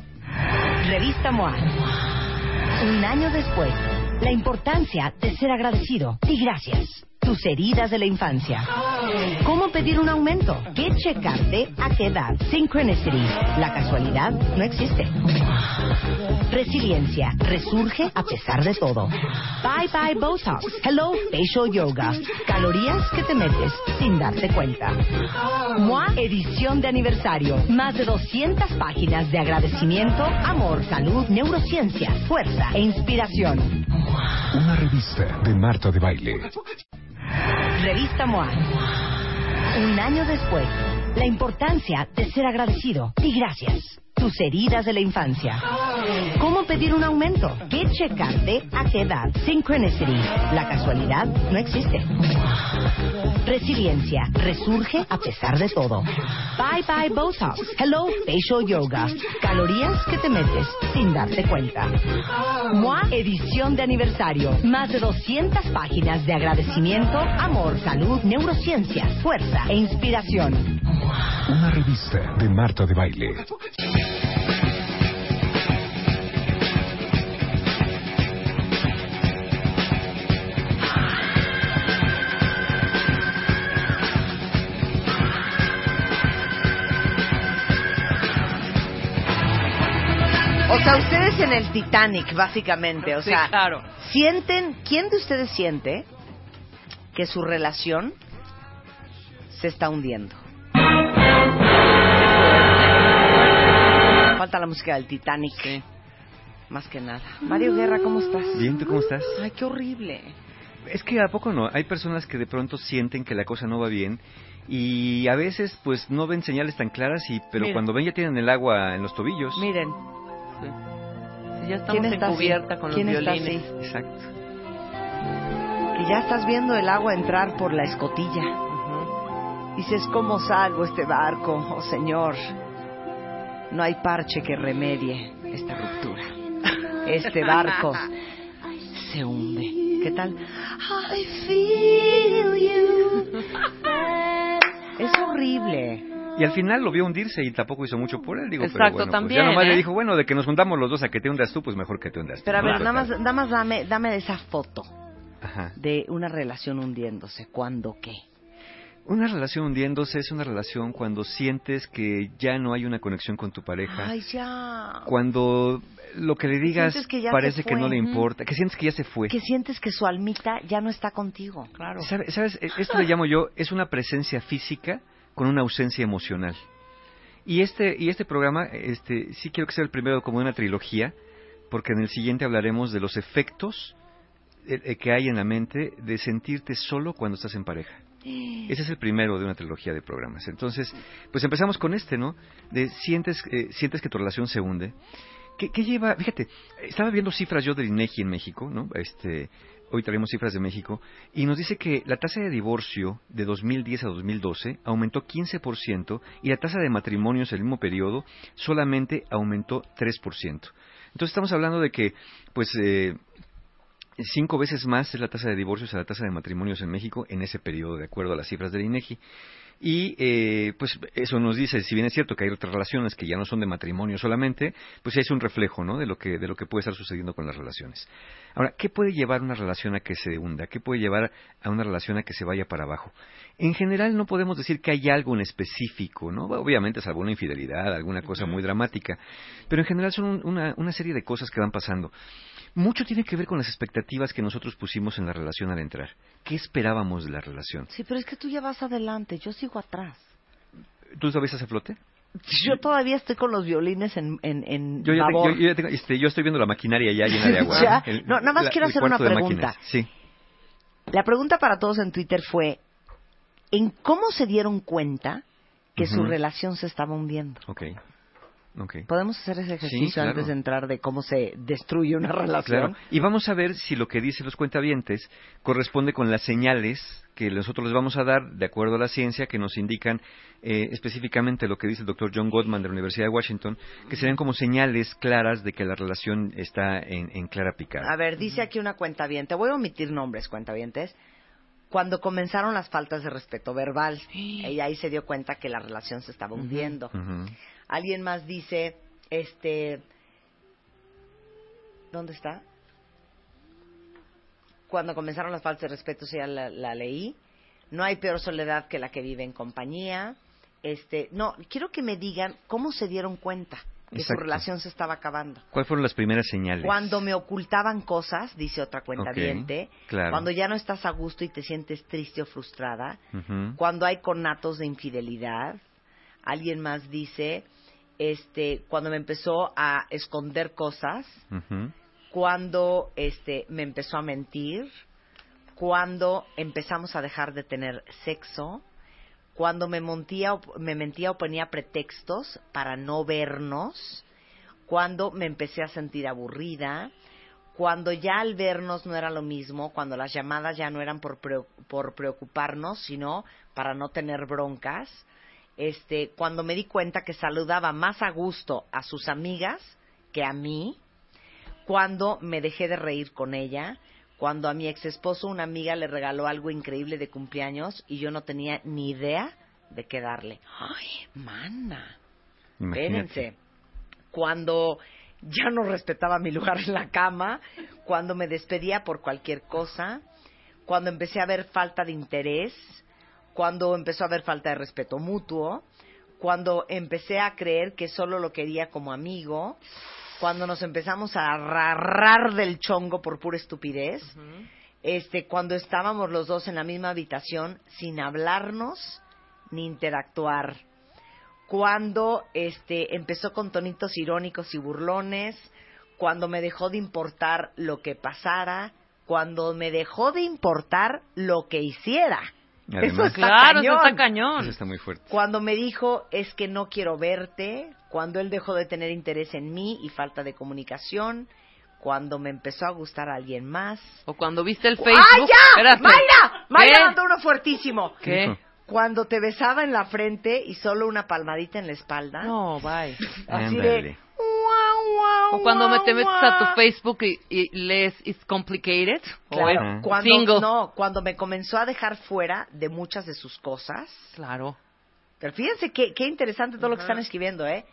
Speaker 5: Mario.
Speaker 2: Revista M O A. Un año después, la importancia de ser agradecido y gracias. Tu tus heridas de la infancia. ¿Cómo pedir un aumento? ¿Qué checarte? ¿A qué edad? Synchronicity. La casualidad no existe. Resiliencia. Resurge a pesar de todo. Bye bye Botox. Hello Facial Yoga. Calorías que te metes sin darte cuenta. Mua edición de aniversario. Más de doscientas páginas de agradecimiento, amor, salud, neurociencia, fuerza e inspiración.
Speaker 9: Una revista de Marta de Baile.
Speaker 2: Revista Mua. Un año después, la importancia de ser agradecido y gracias. Tus heridas de la infancia. ¿Cómo pedir un aumento? ¿Qué checarte? ¿A qué edad? Synchronicity. La casualidad no existe. Resiliencia. Resurge a pesar de todo. Bye bye Botox. Hello Facial Yoga. Calorías que te metes sin darte cuenta. Mua edición de aniversario. Más de doscientas páginas de agradecimiento, amor, salud, neurociencia, fuerza e inspiración.
Speaker 9: Una revista de Marta de Baile.
Speaker 7: O sea, ustedes en el Titanic, básicamente, o
Speaker 5: Sí,
Speaker 7: sea,
Speaker 5: claro.
Speaker 7: sienten, ¿quién de ustedes siente que su relación se está hundiendo? Falta la música del Titanic.
Speaker 5: Sí.
Speaker 7: Más que nada. Mario Guerra, ¿cómo estás?
Speaker 11: Bien, ¿tú cómo estás?
Speaker 7: Ay, qué horrible.
Speaker 11: Es que a poco no, hay personas que de pronto sienten que la cosa no va bien y a veces pues no ven señales tan claras, y pero
Speaker 7: Miren.
Speaker 11: cuando ven ya tienen el agua en los tobillos.
Speaker 7: Miren,
Speaker 5: Sí. Sí, ya estamos
Speaker 7: ¿quién
Speaker 5: en
Speaker 7: está así?
Speaker 5: cubierta con los
Speaker 7: ¿Quién está
Speaker 5: violines.
Speaker 7: así?
Speaker 11: Exacto.
Speaker 7: Que ya estás viendo el agua entrar por la escotilla.
Speaker 5: Ujú.
Speaker 7: Dices, ¿cómo salvo este barco? Oh, Señor, no hay parche que remedie esta ruptura. Este barco se hunde. ¿Qué tal? I feel you. Es horrible.
Speaker 11: Y al final lo vio hundirse y tampoco hizo mucho por él, digo,
Speaker 5: Exacto,
Speaker 11: pero bueno,
Speaker 5: también,
Speaker 11: pues ya nomás
Speaker 5: ¿eh?
Speaker 11: le dijo, bueno, de que nos juntamos los dos a que te hundas tú, pues mejor que te hundas tú.
Speaker 7: Pero a ver,
Speaker 11: Total.
Speaker 7: nada más, nada más dame, dame esa foto
Speaker 11: Ajá.
Speaker 7: de una relación hundiéndose. ¿Cuándo qué?
Speaker 11: Una relación hundiéndose es una relación cuando sientes que ya no hay una conexión con tu pareja.
Speaker 7: Ay, ya.
Speaker 11: Cuando lo que le digas
Speaker 7: sientes que ya
Speaker 11: parece
Speaker 7: se
Speaker 11: que no
Speaker 7: fue.
Speaker 11: le importa, que sientes que ya se fue.
Speaker 7: Que sientes que su almita ya no está contigo.
Speaker 5: Claro.
Speaker 11: ¿Sabes? ¿Sabes? Esto le llamo yo, es una presencia física con una ausencia emocional. Y este y este programa, este sí quiero que sea el primero como una trilogía, porque en el siguiente hablaremos de los efectos eh, que hay en la mente de sentirte solo cuando estás en pareja. Ese es el primero de una trilogía de programas. Entonces, pues empezamos con este, ¿no? De sientes eh, sientes que tu relación se hunde. ¿Qué, ¿Qué lleva? Fíjate, estaba viendo cifras yo del INEGI en México, ¿no? Este, hoy traemos cifras de México, y nos dice que la tasa de divorcio de dos mil diez a dos mil doce aumentó quince por ciento y la tasa de matrimonios en el mismo periodo solamente aumentó tres por ciento. Entonces estamos hablando de que, pues, eh, cinco veces más es la tasa de divorcios a la tasa de matrimonios en México en ese periodo, de acuerdo a las cifras del INEGI. Y eh, pues eso nos dice, si bien es cierto que hay otras relaciones que ya no son de matrimonio solamente, pues es un reflejo, ¿no?, de lo que de lo que puede estar sucediendo con las relaciones. Ahora, ¿qué puede llevar una relación a que se hunda? ¿Qué puede llevar a una relación a que se vaya para abajo? En general no podemos decir que hay algo en específico, ¿no? Obviamente es alguna infidelidad, alguna cosa muy dramática, pero en general son un, una, una serie de cosas que van pasando. Mucho tiene que ver con las expectativas que nosotros pusimos en la relación al entrar. ¿Qué esperábamos de la relación?
Speaker 7: Sí, pero es que tú ya vas adelante, yo sigo atrás.
Speaker 11: ¿Tú todavía estás a flote?
Speaker 7: Yo todavía estoy con los violines en, en, en
Speaker 11: Yo, ya te-
Speaker 7: babor.
Speaker 11: yo, yo ya tengo- este, yo estoy viendo la maquinaria ya llena de agua.
Speaker 7: Ya.
Speaker 11: El-
Speaker 7: No, nada más
Speaker 11: la-
Speaker 7: quiero
Speaker 11: el
Speaker 7: hacer una
Speaker 11: cuarto de
Speaker 7: pregunta.
Speaker 11: máquinas. Sí.
Speaker 7: La pregunta para todos en Twitter fue, ¿en cómo se dieron cuenta que su
Speaker 11: Ujú.
Speaker 7: relación se estaba hundiendo?
Speaker 11: Ok. Okay.
Speaker 7: ¿Podemos hacer ese ejercicio
Speaker 11: Sí, claro.
Speaker 7: antes de entrar de cómo se destruye una relación?
Speaker 11: Claro. Y vamos a ver si lo que dicen los cuentavientes corresponde con las señales que nosotros les vamos a dar, de acuerdo a la ciencia, que nos indican eh, específicamente lo que dice el doctor John Gottman de la Universidad de Washington, que serían como señales claras de que la relación está en, en clara picada.
Speaker 7: A ver, dice aquí una cuentaviente, voy a omitir nombres, cuentavientes. Cuando comenzaron las faltas de respeto verbal, ella ahí se dio cuenta que la relación se estaba hundiendo.
Speaker 11: Ujú.
Speaker 7: Alguien más dice, este, ¿dónde está? cuando comenzaron las faltas de respeto, sí, ya la, la leí. No hay peor soledad que la que vive en compañía. Este, no, quiero que me digan cómo se dieron cuenta que
Speaker 11: Exacto.
Speaker 7: su relación se estaba acabando.
Speaker 11: ¿Cuáles fueron las primeras señales?
Speaker 7: Cuando me ocultaban cosas, dice otra cuentaviente,
Speaker 11: Ok, claro.
Speaker 7: cuando ya no estás a gusto y te sientes triste o frustrada,
Speaker 11: Ujú.
Speaker 7: cuando hay conatos de infidelidad. Alguien más dice, este, cuando me empezó a esconder cosas,
Speaker 11: Ujú.
Speaker 7: cuando este, me empezó a mentir, cuando empezamos a dejar de tener sexo, cuando me mentía, o, me mentía o ponía pretextos para no vernos, cuando me empecé a sentir aburrida, cuando ya al vernos no era lo mismo, cuando las llamadas ya no eran por, preo- por preocuparnos, sino para no tener broncas, este, cuando me di cuenta que saludaba más a gusto a sus amigas que a mí, cuando me dejé de reír con ella, cuando a mi ex esposo una amiga le regaló algo increíble de cumpleaños y yo no tenía ni idea de qué darle. ¡Ay, mana!
Speaker 11: Imagínate.
Speaker 7: Espérense. Cuando ya no respetaba mi lugar en la cama, cuando me despedía por cualquier cosa, cuando empecé a ver falta de interés, cuando empezó a haber falta de respeto mutuo, cuando empecé a creer que solo lo quería como amigo, cuando nos empezamos a agarrar del chongo por pura estupidez, uh-huh. este, cuando estábamos los dos en la misma habitación sin hablarnos ni interactuar, cuando este, empezó con tonitos irónicos y burlones, cuando me dejó de importar lo que pasara, cuando me dejó de importar lo que hiciera.
Speaker 11: Además,
Speaker 7: eso está
Speaker 6: claro,
Speaker 7: cañón.
Speaker 6: eso está cañón.
Speaker 11: Eso está muy fuerte.
Speaker 7: Cuando me dijo, es que no quiero verte, cuando él dejó de tener interés en mí y falta de comunicación, cuando me empezó a gustar a alguien más.
Speaker 5: O cuando viste el Facebook.
Speaker 7: ¡Ah, ya!
Speaker 5: Espérate.
Speaker 7: ¡Mayra! ¡Mayra
Speaker 5: ¿Qué?
Speaker 7: mandó uno fuertísimo!
Speaker 5: ¿Qué?
Speaker 7: Cuando te besaba en la frente y solo una palmadita en la espalda.
Speaker 5: No, bye.
Speaker 7: Así
Speaker 11: Ándale.
Speaker 7: de... Guau, guau,
Speaker 5: O cuando me te metes
Speaker 7: guau.
Speaker 5: a tu Facebook y, y lees It's Complicated.
Speaker 7: Claro,
Speaker 5: o es
Speaker 11: Ajá.
Speaker 7: cuando,
Speaker 5: single.
Speaker 7: no, cuando me comenzó a dejar fuera de muchas de sus cosas.
Speaker 5: Claro.
Speaker 7: Pero fíjense qué, qué interesante todo lo que
Speaker 5: Ajá.
Speaker 7: están escribiendo, ¿eh?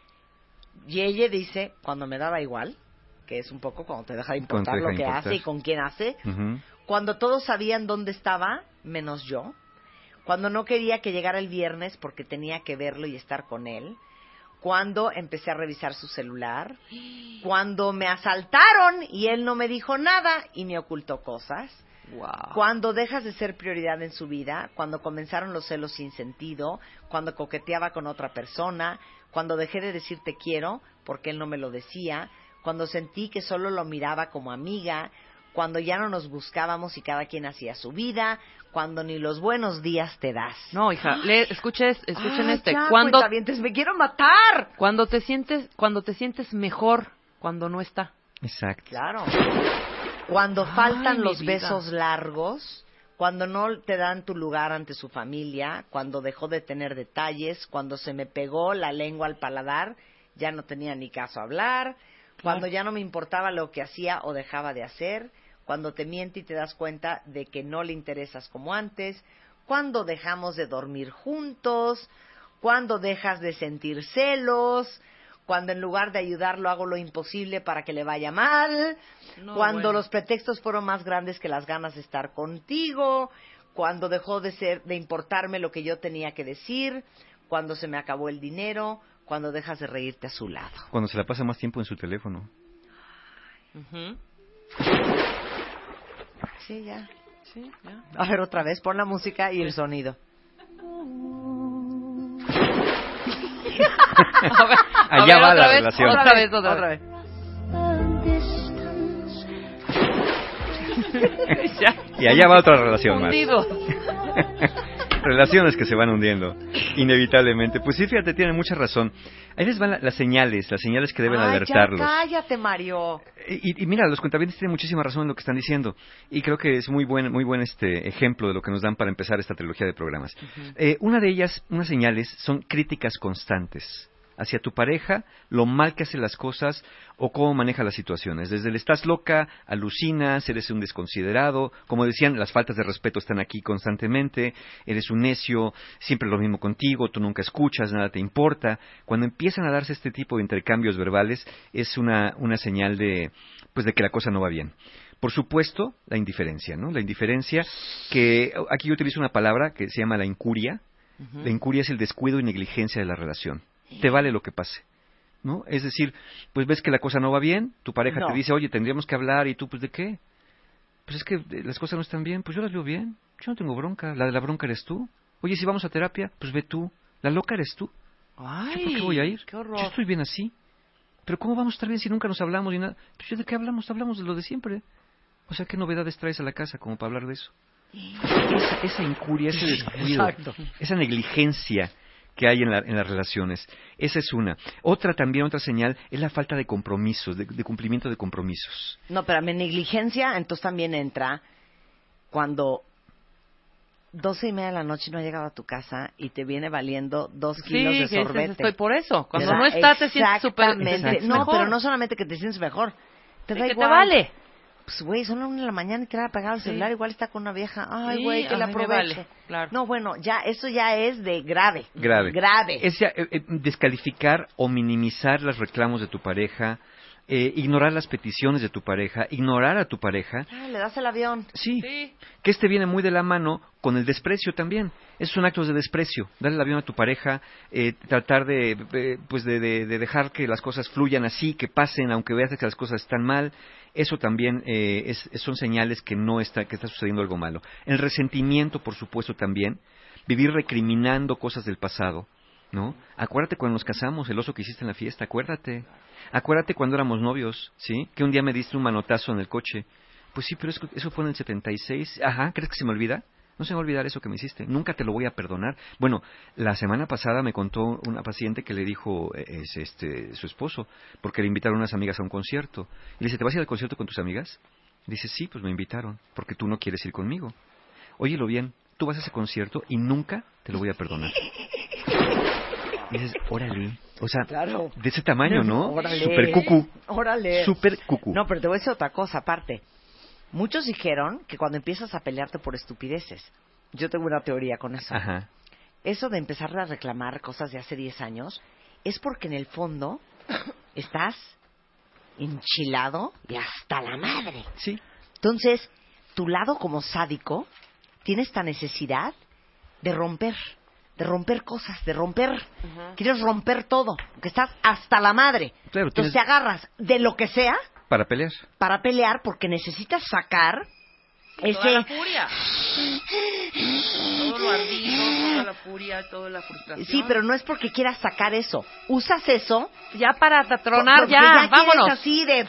Speaker 7: Yeye dice, cuando me daba igual, que es un poco cuando te deja de
Speaker 11: Cuando te
Speaker 7: importar
Speaker 11: deja
Speaker 7: lo
Speaker 11: de
Speaker 7: que
Speaker 11: importar.
Speaker 7: hace y con quién hace.
Speaker 11: Ujú.
Speaker 7: Cuando todos sabían dónde estaba, menos yo. Cuando no quería que llegara el viernes porque tenía que verlo y estar con él. Cuando empecé a revisar su celular. Cuando me asaltaron y él no me dijo nada y me ocultó cosas.
Speaker 5: Wow.
Speaker 7: Cuando dejas de ser prioridad en su vida, cuando comenzaron los celos sin sentido, cuando coqueteaba con otra persona, cuando dejé de decir te quiero porque él no me lo decía, cuando sentí que solo lo miraba como amiga, cuando ya no nos buscábamos y cada quien hacía su vida, cuando ni los buenos días te das.
Speaker 5: No, hija, le, escuches, escuchen
Speaker 7: Ah,
Speaker 5: este.
Speaker 7: ya,
Speaker 5: Cuando,
Speaker 7: cuentavientes, me quiero matar.
Speaker 5: cuando te sientes, cuando te sientes mejor, cuando no está.
Speaker 11: Exacto.
Speaker 7: Claro. Cuando
Speaker 5: Ay,
Speaker 7: faltan
Speaker 5: mi
Speaker 7: los
Speaker 5: vida.
Speaker 7: besos largos, cuando no te dan tu lugar ante su familia, cuando dejó de tener detalles, cuando se me pegó la lengua al paladar, ya no tenía ni caso hablar, cuando ya no me importaba lo que hacía o dejaba de hacer, cuando te miente y te das cuenta de que no le interesas como antes, cuando dejamos de dormir juntos, cuando dejas de sentir celos, cuando en lugar de ayudarlo hago lo imposible para que le vaya mal,
Speaker 5: No,
Speaker 7: cuando
Speaker 5: bueno.
Speaker 7: los pretextos fueron más grandes que las ganas de estar contigo, cuando dejó de ser, de importarme lo que yo tenía que decir, cuando se me acabó el dinero, cuando dejas de reírte a su lado.
Speaker 11: Cuando se la pasa más tiempo en su teléfono.
Speaker 5: Ujú.
Speaker 7: Sí, ya.
Speaker 5: Sí, ya.
Speaker 7: A ver, otra vez, pon la música y el sonido.
Speaker 5: A ver, a
Speaker 11: Allá
Speaker 5: ver,
Speaker 11: va
Speaker 5: otra
Speaker 11: la
Speaker 5: vez,
Speaker 11: relación.
Speaker 5: Otra vez, otra,
Speaker 7: Otra
Speaker 5: vez.
Speaker 7: vez.
Speaker 5: Ya.
Speaker 11: Y allá va otra relación más.
Speaker 5: Hundidos.
Speaker 11: Relaciones que se van hundiendo, inevitablemente. Pues sí, fíjate, tienen mucha razón. Ahí les van la- las señales, las señales que deben
Speaker 7: Ay,
Speaker 11: alertarlos.
Speaker 7: ya cállate, Mario.
Speaker 11: Y, y mira, los cuentavientes tienen muchísima razón en lo que están diciendo. Y creo que es muy buen, muy buen este ejemplo de lo que nos dan para empezar esta trilogía de programas. Eh, una de ellas, unas señales, son críticas constantes hacia tu pareja, lo mal que hace las cosas o cómo maneja las situaciones. Desde el estás loca, alucinas, eres un desconsiderado, como decían, las faltas de respeto están aquí constantemente, eres un necio, siempre lo mismo contigo, tú nunca escuchas, nada te importa. Cuando empiezan a darse este tipo de intercambios verbales, es una, una señal de, pues de que la cosa no va bien. Por supuesto, la indiferencia, ¿no? La indiferencia que aquí yo utilizo una palabra que se llama la incuria. Uh-huh. La incuria es el descuido y negligencia de la relación. Sí. Te vale lo que pase, ¿no? Es decir, pues ves que la cosa no va bien, tu pareja no. te dice, oye, tendríamos que hablar, y tú, pues, ¿de qué? Pues es que las cosas no están bien, pues yo las veo bien, yo no tengo bronca, la de la bronca eres tú. Oye, si vamos a terapia, pues ve tú, la loca eres tú.
Speaker 7: Ay,
Speaker 11: ¿Yo por qué voy a ir?
Speaker 7: Qué horror.
Speaker 11: Yo estoy bien así. Pero ¿cómo vamos a estar bien si nunca nos hablamos ni nada? Pues yo, ¿de qué hablamos? Hablamos de lo de siempre. O sea, ¿qué novedades traes a la casa como para hablar de eso? Esa, esa incuria, ese descuido, Exacto. esa negligencia que hay en, la, en las relaciones. Esa es una. Otra también, otra señal, es la falta de compromisos, de, de cumplimiento de compromisos.
Speaker 7: No, pero mi negligencia entonces también entra cuando doce y media de la noche no ha llegado a tu casa y te viene valiendo dos kilos
Speaker 5: sí,
Speaker 7: de sorbete.
Speaker 5: Sí, estoy por eso. Cuando
Speaker 7: o sea,
Speaker 5: no está te sientes súper...
Speaker 7: No, pero no solamente que te sientes mejor. Te
Speaker 5: sí,
Speaker 7: da
Speaker 5: que
Speaker 7: igual.
Speaker 5: te vale.
Speaker 7: Pues, güey, son las una de la mañana y te va a pegar el celular, sí. igual está con una vieja. Ay, güey, sí, que la aproveche. Vale, claro. No, bueno, ya, eso ya es de grave.
Speaker 11: Grave.
Speaker 7: Grave.
Speaker 11: Es ya, eh, descalificar o minimizar los reclamos de tu pareja, eh, ignorar las peticiones de tu pareja, ignorar a tu pareja.
Speaker 7: Ah, le das el avión.
Speaker 11: Sí, sí. Que este viene muy de la mano con el desprecio también. Esos son actos de desprecio. Darle el avión a tu pareja, eh, tratar de, eh, pues de, de, de dejar que las cosas fluyan así, que pasen, aunque veas que las cosas están mal. Eso también eh, es, son señales que no está, que está sucediendo algo malo. El resentimiento, por supuesto, también. Vivir recriminando cosas del pasado, ¿no? Acuérdate cuando nos casamos, el oso que hiciste en la fiesta, acuérdate. Acuérdate cuando éramos novios, ¿sí? Que un día me diste un manotazo en el coche. Pues sí, pero eso fue en el setenta y seis. Ajá, ¿crees que se me olvida? No se me va a olvidar eso que me hiciste. Nunca te lo voy a perdonar. Bueno, la semana pasada me contó una paciente que le dijo es, este, su esposo, porque le invitaron unas amigas a un concierto. Y le dice, ¿te vas a ir al concierto con tus amigas? Y dice, sí, pues me invitaron, porque tú no quieres ir conmigo. Óyelo bien, tú vas a ese concierto y nunca te lo voy a perdonar. Y dices, órale. O sea, claro. De ese tamaño, ¿no?
Speaker 7: Órale.
Speaker 11: Super cucú.
Speaker 7: Órale.
Speaker 11: Super cucú.
Speaker 7: No, pero te voy a decir otra cosa aparte. Muchos dijeron que cuando empiezas a pelearte por estupideces, yo tengo una teoría con eso.
Speaker 11: Ajá.
Speaker 7: Eso de empezar a reclamar cosas de hace diez años es porque en el fondo estás enchilado y hasta la madre.
Speaker 11: Sí.
Speaker 7: Entonces, tu lado como sádico tiene esta necesidad de romper, de romper cosas, de romper. Uh-huh. Quieres romper todo, porque estás hasta la madre.
Speaker 11: Claro,
Speaker 7: entonces
Speaker 11: tienes...
Speaker 7: te agarras de lo que sea
Speaker 11: para pelear.
Speaker 7: Para pelear porque necesitas sacar
Speaker 5: toda
Speaker 7: ese...
Speaker 5: la furia. Todo lo ardido, toda la furia, toda la frustración.
Speaker 7: Sí, pero no es porque quieras sacar eso. Usas eso...
Speaker 5: Ya para tronar, ya,
Speaker 7: ya
Speaker 5: vámonos.
Speaker 7: Así de...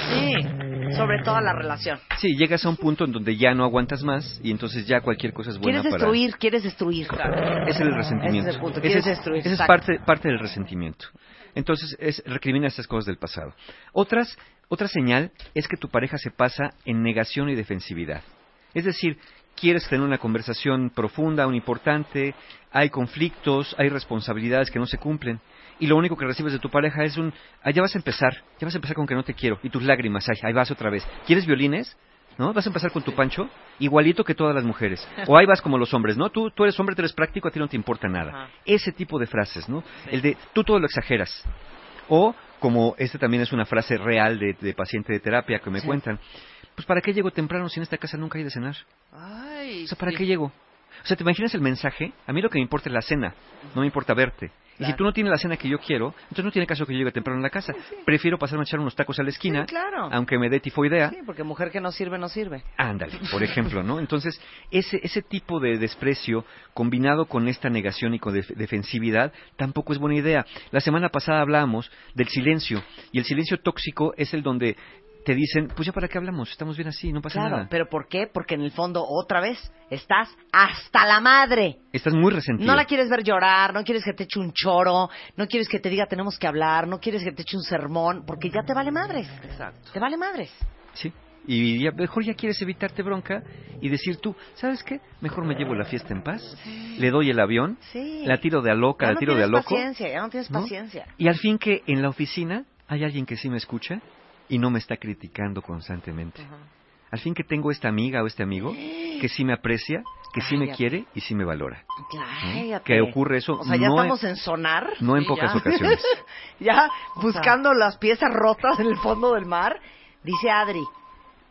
Speaker 7: Sí, sobre toda la relación.
Speaker 11: Sí, llegas a un punto en donde ya no aguantas más y entonces ya cualquier cosa es buena
Speaker 7: para... Quieres destruir, quieres destruir.
Speaker 11: Claro. Ese es el resentimiento.
Speaker 7: Ese es el punto, quieres
Speaker 11: ese es,
Speaker 7: destruir.
Speaker 11: Ese es parte, parte del resentimiento. Entonces, es, recrimina estas cosas del pasado. Otras... Otra señal es que tu pareja se pasa en negación y defensividad. Es decir, quieres tener una conversación profunda, un importante, hay conflictos, hay responsabilidades que no se cumplen, y lo único que recibes de tu pareja es un, ah, ya vas a empezar, ya vas a empezar con que no te quiero, y tus lágrimas, ay, ahí vas otra vez. ¿Quieres violines? ¿No? ¿Vas a empezar con tu Pancho? Igualito que todas las mujeres. O ahí vas como los hombres, ¿no? Tú, tú eres hombre, tú eres práctico, a ti no te importa nada. Ajá. Ese tipo de frases, ¿no? Sí. El de, tú todo lo exageras. O, como esta también es una frase real de, de paciente de terapia que me sí. cuentan, pues ¿para qué llego temprano si en esta casa nunca hay de cenar?
Speaker 5: Ay,
Speaker 11: o sea, ¿para
Speaker 5: sí.
Speaker 11: qué llego? O sea, ¿te imaginas el mensaje? A mí lo que me importa es la cena, no me importa verte. Y claro. si tú no tienes la cena que yo quiero, entonces no tiene caso que yo llegue temprano en la casa. Sí, sí. Prefiero pasarme a echar unos tacos a la esquina,
Speaker 7: sí, claro.
Speaker 11: aunque me dé tifoidea.
Speaker 7: Sí, porque mujer que no sirve, no sirve.
Speaker 11: Ándale, por ejemplo, ¿no? Entonces, ese ese tipo de desprecio, combinado con esta negación y con def- defensividad, tampoco es buena idea. La semana pasada hablábamos del silencio, y el silencio tóxico es el donde te dicen, pues ya para qué hablamos, estamos bien así, no pasa
Speaker 7: claro,
Speaker 11: nada.
Speaker 7: ¿pero por qué? Porque en el fondo, otra vez, estás hasta la madre.
Speaker 11: Estás muy resentido.
Speaker 7: No la quieres ver llorar, no quieres que te eche un choro, no quieres que te diga tenemos que hablar, no quieres que te eche un sermón, porque ya te vale madres.
Speaker 5: Exacto.
Speaker 7: Te vale madres.
Speaker 11: Sí. Y ya, mejor ya quieres evitarte bronca y decir tú, ¿sabes qué? Mejor me llevo la fiesta en paz, sí. le doy el avión,
Speaker 7: sí.
Speaker 11: la tiro de a loca,
Speaker 7: ya
Speaker 11: la
Speaker 7: no
Speaker 11: tiro de a loco.
Speaker 7: Paciencia, ya no tienes
Speaker 11: ¿no?
Speaker 7: paciencia.
Speaker 11: Y al fin que en la oficina hay alguien que sí me escucha y no me está criticando constantemente. Uh-huh. Al fin que tengo esta amiga o este amigo que sí me aprecia, que sí me quiere y sí me valora. ¿no? Que ocurre eso.
Speaker 7: O sea, ya
Speaker 11: no
Speaker 7: estamos
Speaker 11: en,
Speaker 7: en sonar.
Speaker 11: No en
Speaker 7: sí,
Speaker 11: pocas
Speaker 7: ya.
Speaker 11: ocasiones.
Speaker 7: ya buscando o sea. las piezas rotas en el fondo del mar. Dice Adri,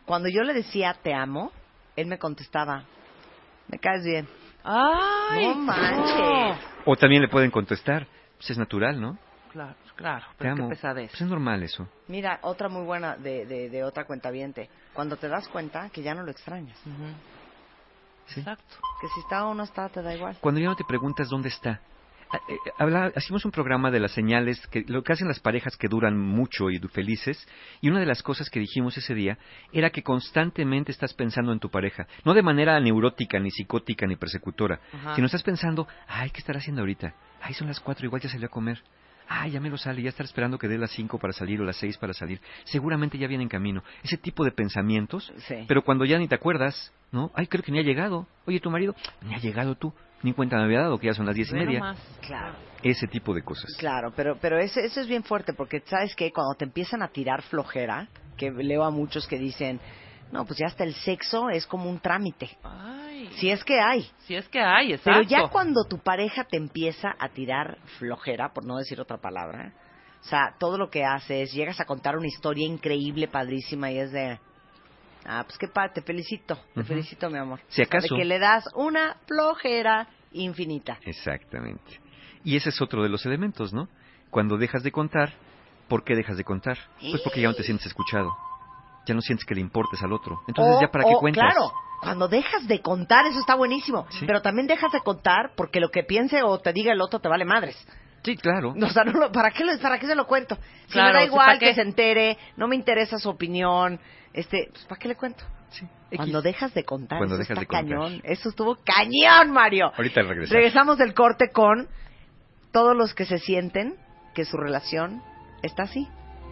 Speaker 7: cuando yo le decía te amo, él me contestaba, me caes bien.
Speaker 5: ¡Ay!
Speaker 7: No manches.
Speaker 11: O también le pueden contestar, pues es natural, ¿no?
Speaker 5: Claro, claro,
Speaker 11: Te
Speaker 5: pero
Speaker 11: amo.
Speaker 5: qué pesadez.
Speaker 11: Pues es normal eso.
Speaker 7: Mira, otra muy buena de, de, de otra cuentaviente. Cuando te das cuenta que ya no lo extrañas.
Speaker 5: Ujú.
Speaker 11: Sí.
Speaker 5: Exacto.
Speaker 7: Que si está o no está, te da igual.
Speaker 11: Cuando ya no te preguntas dónde está. Ah, eh, habla- hacíamos un programa de las señales, que lo que hacen las parejas que duran mucho y du- felices, y una de las cosas que dijimos ese día era que constantemente estás pensando en tu pareja, no de manera neurótica, ni psicótica, ni persecutora,
Speaker 5: Ajá.
Speaker 11: sino estás pensando, ay, ¿qué estará haciendo ahorita? Ay, son las cuatro, igual ya salió a comer. Ay, ya me lo sale, ya estar esperando que dé las cinco para salir o las seis para salir. Seguramente ya viene en camino. Ese tipo de pensamientos,
Speaker 7: Sí.
Speaker 11: pero cuando ya ni te acuerdas, ¿no? Ay, creo que ni ha llegado. Oye, tu marido, ni ha llegado tú. Ni cuenta me había dado que ya son las diez y
Speaker 5: Ve
Speaker 11: media.
Speaker 5: nomás.
Speaker 7: Claro.
Speaker 11: Ese tipo de cosas.
Speaker 7: Claro, pero pero eso, eso es bien fuerte porque sabes que cuando te empiezan a tirar flojera, que leo a muchos que dicen, no, pues ya hasta el sexo es como un trámite.
Speaker 5: Ay.
Speaker 7: Si es que hay.
Speaker 5: Si es que hay, exacto.
Speaker 7: Pero ya cuando tu pareja te empieza a tirar flojera, por no decir otra palabra, o sea, todo lo que haces, llegas a contar una historia increíble, padrísima, y es de, ah, pues qué padre, te felicito, te
Speaker 11: Ujú.
Speaker 7: felicito, mi amor.
Speaker 11: Si acaso.
Speaker 7: De que le das una flojera infinita.
Speaker 11: Exactamente. Y ese es otro de los elementos, ¿no? Cuando dejas de contar, ¿por qué dejas de contar? Pues porque ya no te sientes escuchado. Ya no sientes que le importes al otro. Entonces,
Speaker 7: O-
Speaker 11: ¿ya para qué
Speaker 7: o,
Speaker 11: cuentas?
Speaker 7: Claro, cuando dejas de contar, eso está buenísimo.
Speaker 11: Sí.
Speaker 7: Pero también dejas de contar porque lo que piense o te diga el otro te vale madres.
Speaker 11: Sí, claro.
Speaker 7: O sea, no lo- ¿para, qué lo- ¿para qué se lo cuento? Si
Speaker 5: Claro,
Speaker 7: me da
Speaker 5: sí,
Speaker 7: igual
Speaker 5: ¿para
Speaker 7: que
Speaker 5: qué?
Speaker 7: se entere, no me interesa su opinión, este, pues, ¿para qué le cuento?
Speaker 11: Sí.
Speaker 7: Cuando
Speaker 11: X.
Speaker 7: dejas de contar,
Speaker 11: Cuando
Speaker 7: eso
Speaker 11: dejas
Speaker 7: está
Speaker 11: de contar.
Speaker 7: cañón. Eso estuvo cañón, Mario.
Speaker 11: Ahorita regresamos.
Speaker 7: Regresamos del corte con todos los que se sienten que su relación está así.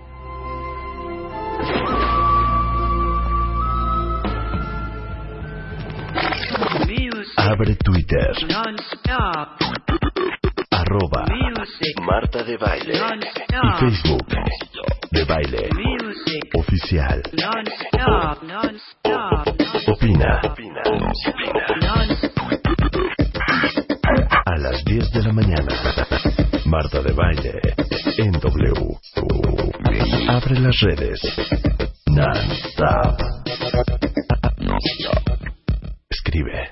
Speaker 3: Abre Twitter. Arroba Marta de Baile. Y Facebook de Baile Oficial. Opina. A las diez de la mañana. Marta de Baile en W. Abre las redes. Non-stop. Escribe.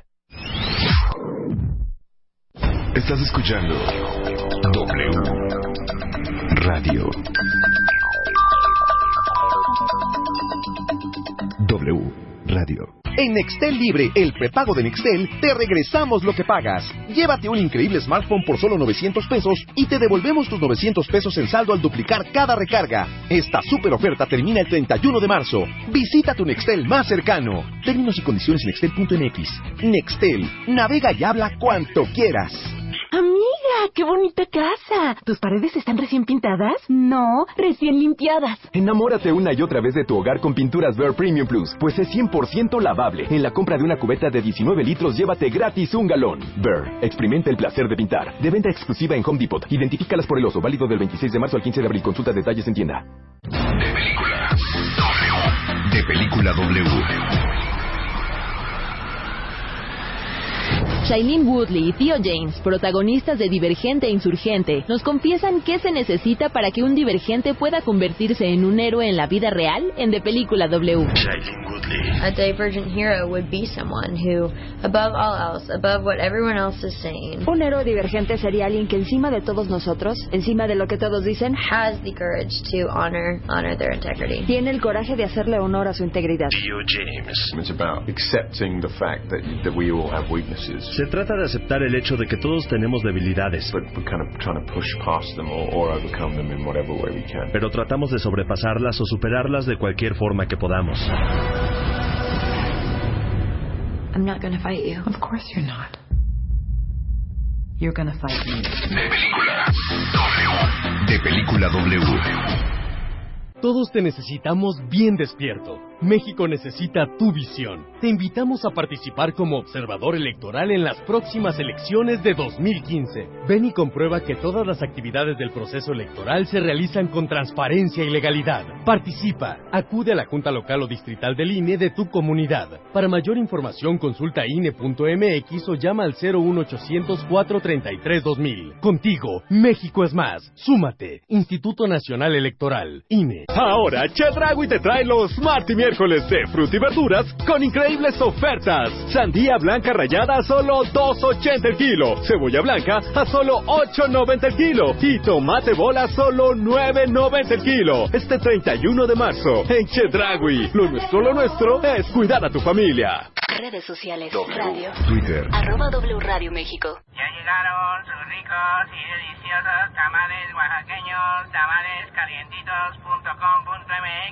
Speaker 9: Estás escuchando W Radio. W Radio.
Speaker 12: En Nextel Libre, el prepago de Nextel, te regresamos lo que pagas. Llévate un increíble smartphone por solo novecientos pesos y te devolvemos tus novecientos pesos en saldo al duplicar cada recarga. Esta super oferta termina el treinta y uno de marzo. Visita tu Nextel más cercano. Términos y condiciones en nextel punto m x. Nextel, navega y habla cuanto quieras.
Speaker 13: Amiga, qué bonita casa. ¿Tus paredes están recién pintadas? No, recién limpiadas.
Speaker 14: Enamórate una y otra vez de tu hogar con pinturas Behr Premium Plus, pues es cien por ciento lavable. En la compra de una cubeta de diecinueve litros, llévate gratis un galón. Behr, experimenta el placer de pintar. De venta exclusiva en Home Depot. Identifícalas por el oso, válido del veintiséis de marzo al quince de abril. Consulta detalles en tienda.
Speaker 9: De película W. De película W.
Speaker 15: Shailene Woodley y Theo James, protagonistas de Divergente e Insurgente, nos confiesan qué se necesita para que un divergente pueda convertirse en un héroe en la vida real en De Película W.
Speaker 3: Shailene Woodley.
Speaker 16: A divergent hero would be someone who, above all else, above what everyone else is saying,
Speaker 17: Un héroe divergente sería alguien que encima de todos nosotros, encima de lo que todos dicen,
Speaker 16: has the courage to honor honor their integrity.
Speaker 17: tiene el coraje de hacerle honor a su integridad.
Speaker 3: Theo James.
Speaker 18: It's about accepting the fact that, that we all have weaknesses.
Speaker 19: Se trata de aceptar el hecho de que todos tenemos debilidades.
Speaker 18: But we're kind of trying to push past them or, or overcome them in whatever way we can.
Speaker 19: Pero tratamos de sobrepasarlas o superarlas de cualquier forma que podamos.
Speaker 16: I'm not going to fight you.
Speaker 20: Of course you're not. You're gonna fight me.
Speaker 9: De película W. De película W.
Speaker 21: Todos te necesitamos bien despierto. México necesita tu visión. Te invitamos a participar como observador electoral en las próximas elecciones de dos mil quince. Ven y comprueba que todas las actividades del proceso electoral se realizan con transparencia y legalidad. Participa. Acude a la Junta Local o Distrital del I N E de tu comunidad. Para mayor información consulta I N E punto m x o llama al cero uno ochocientos cuatrocientos treinta y tres dos mil. Contigo, México es más. Súmate. Instituto Nacional Electoral. I N E.
Speaker 22: Ahora, Chedraui te trae los Marty
Speaker 1: miércoles de fruta y verduras con increíbles ofertas. Sandía blanca rallada a solo dos ochenta el kilo. Cebolla blanca a solo ocho noventa el kilo. Y tomate bola a solo nueve noventa el kilo. Este treinta y uno de marzo en Chedraui. Lo nuestro, lo nuestro es cuidar a tu familia.
Speaker 22: Redes sociales.
Speaker 3: W,
Speaker 22: Radio.
Speaker 3: Twitter.
Speaker 22: Arroba W Radio México.
Speaker 23: Ya llegaron sus ricos y deliciosos tamales oaxaqueños, tamales calientitos punto com punto m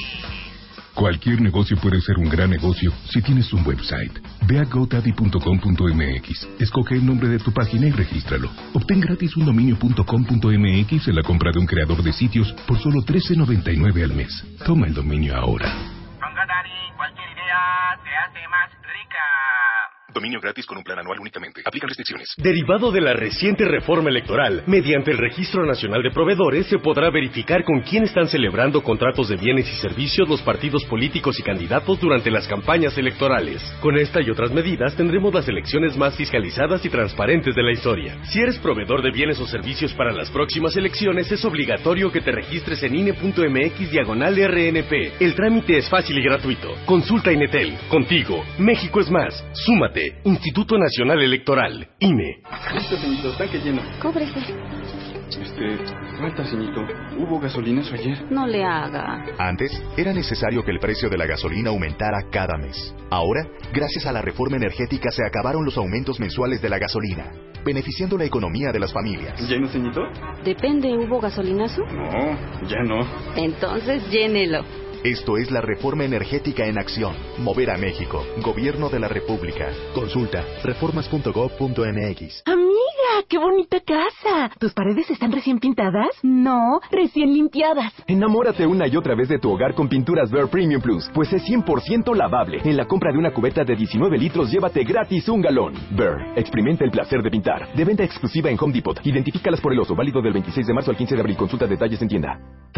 Speaker 23: x.
Speaker 24: Cualquier negocio puede ser un gran negocio si tienes un website. Ve a godaddy punto com punto m x, escoge el nombre de tu página y regístralo. Obtén gratis un dominio punto com punto m x en la compra de un creador de sitios por solo trece noventa y nueve al mes. Toma el dominio ahora.
Speaker 23: Con GoDaddy, cualquier idea se hace más rica.
Speaker 24: Dominio gratis con un plan anual únicamente. Aplican restricciones.
Speaker 21: Derivado de la reciente reforma electoral, mediante el Registro Nacional de Proveedores se podrá verificar con quién están celebrando contratos de bienes y servicios los partidos políticos y candidatos durante las campañas electorales. Con esta y otras medidas tendremos las elecciones más fiscalizadas y transparentes de la historia. Si eres proveedor de bienes o servicios para las próximas elecciones, es obligatorio que te registres en ine punto m x diagonal R N P. El trámite es fácil y gratuito. Consulta INETEL. Contigo. México es más. Súmate. Instituto Nacional Electoral, I N E.
Speaker 25: Listo, señorito, tanque lleno.
Speaker 22: Cóbrese.
Speaker 25: Este, cuenta, señorito. ¿Hubo gasolinazo ayer?
Speaker 22: No le haga.
Speaker 26: Antes, era necesario que el precio de la gasolina aumentara cada mes. Ahora, gracias a la reforma energética, se acabaron los aumentos mensuales de la gasolina, beneficiando la economía de las familias.
Speaker 25: ¿Lleno, señorito?
Speaker 22: Depende, ¿hubo gasolinazo?
Speaker 25: No, ya no.
Speaker 22: Entonces, llénelo.
Speaker 26: Esto es la reforma energética en acción. Mover a México. Gobierno de la República. Consulta reformas punto gob punto m x.
Speaker 13: Amiga, qué bonita casa. ¿Tus paredes están recién pintadas? No, recién limpiadas.
Speaker 14: Enamórate una y otra vez de tu hogar con Pinturas Behr Premium Plus, pues es cien por ciento lavable. En la compra de una cubeta de diecinueve litros, llévate gratis un galón. Behr, experimenta el placer de pintar. De venta exclusiva en Home Depot. Identifícalas por el oso, válido del veintiséis de marzo al quince de abril. Consulta detalles en tienda.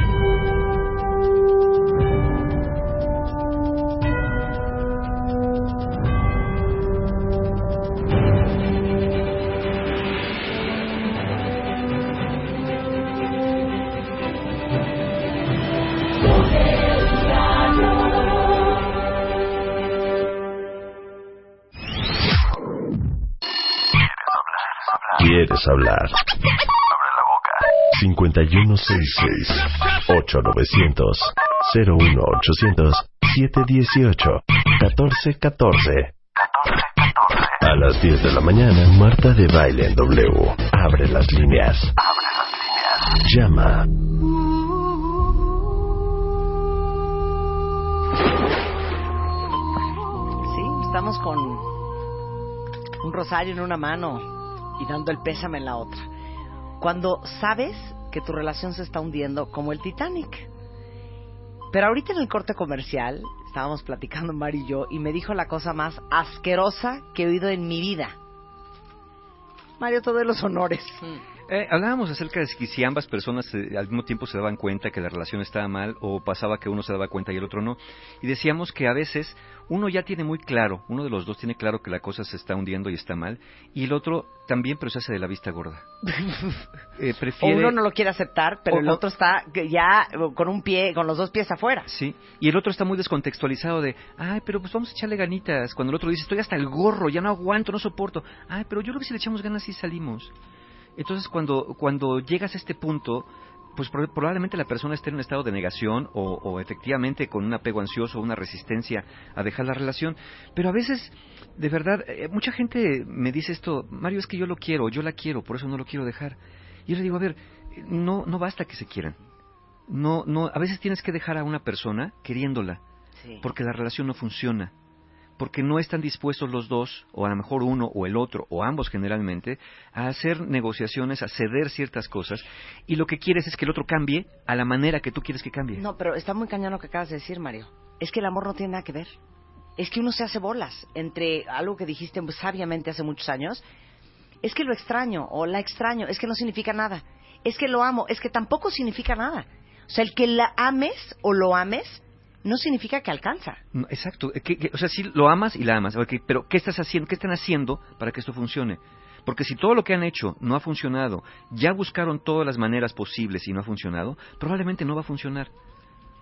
Speaker 3: ¿Quieres hablar? Abre la boca. cincuenta y uno sesenta y seis, ocho novecientos, cero uno ochocientos, siete dieciocho, catorce catorce. A las diez de la mañana, Marta de Baile en W. Abre las líneas. Abre las líneas. Llama.
Speaker 7: Sí, estamos con un rosario en una mano y dando el pésame en la otra. Cuando sabes que tu relación se está hundiendo como el Titanic. Pero ahorita en el corte comercial estábamos platicando Mari y yo y me dijo la cosa más asquerosa que he oído en mi vida. Mario, te doy los honores.
Speaker 11: Eh, hablábamos acerca de que si ambas personas eh, al mismo tiempo se daban cuenta que la relación estaba mal o pasaba que uno se daba cuenta y el otro no. Y decíamos que a veces uno ya tiene muy claro, uno de los dos tiene claro que la cosa se está hundiendo y está mal, y el otro también, pero se hace de la vista gorda. Eh, prefiere...
Speaker 7: O uno no lo quiere aceptar, pero
Speaker 11: o,
Speaker 7: el otro está ya con un pie, con los dos pies afuera.
Speaker 11: Sí, y el otro está muy descontextualizado de, ay, pero pues vamos a echarle ganitas. Cuando el otro dice, estoy hasta el gorro, ya no aguanto, no soporto. Ay, pero yo creo que si le echamos ganas sí salimos. Entonces, cuando cuando llegas a este punto, pues pro- probablemente la persona esté en un estado de negación o, o efectivamente con un apego ansioso, una resistencia a dejar la relación. Pero a veces, de verdad, eh, mucha gente me dice esto, Mario, es que yo lo quiero, yo la quiero, por eso no lo quiero dejar. Y yo le digo, a ver, no no basta que se quieran. No no, a veces tienes que dejar a una persona queriéndola, sí, porque la relación no funciona. Porque no están dispuestos los dos, o a lo mejor uno o el otro, o ambos generalmente, a hacer negociaciones, a ceder ciertas cosas, y lo que quieres es que el otro cambie a la manera que tú quieres que cambie.
Speaker 7: No, pero está muy cañón lo que acabas de decir, Mario. Es que el amor no tiene nada que ver. Es que uno se hace bolas entre algo que dijiste pues, sabiamente hace muchos años. Es que lo extraño, o la extraño, es que no significa nada. Es que lo amo, es que tampoco significa nada. O sea, el que la ames o lo ames no significa que alcanza.
Speaker 11: No, exacto. Que, que, o sea, sí lo amas y la amas. Okay, pero ¿qué estás haciendo? ¿Qué están haciendo para que esto funcione? Porque si todo lo que han hecho no ha funcionado, ya buscaron todas las maneras posibles y no ha funcionado, probablemente no va a funcionar.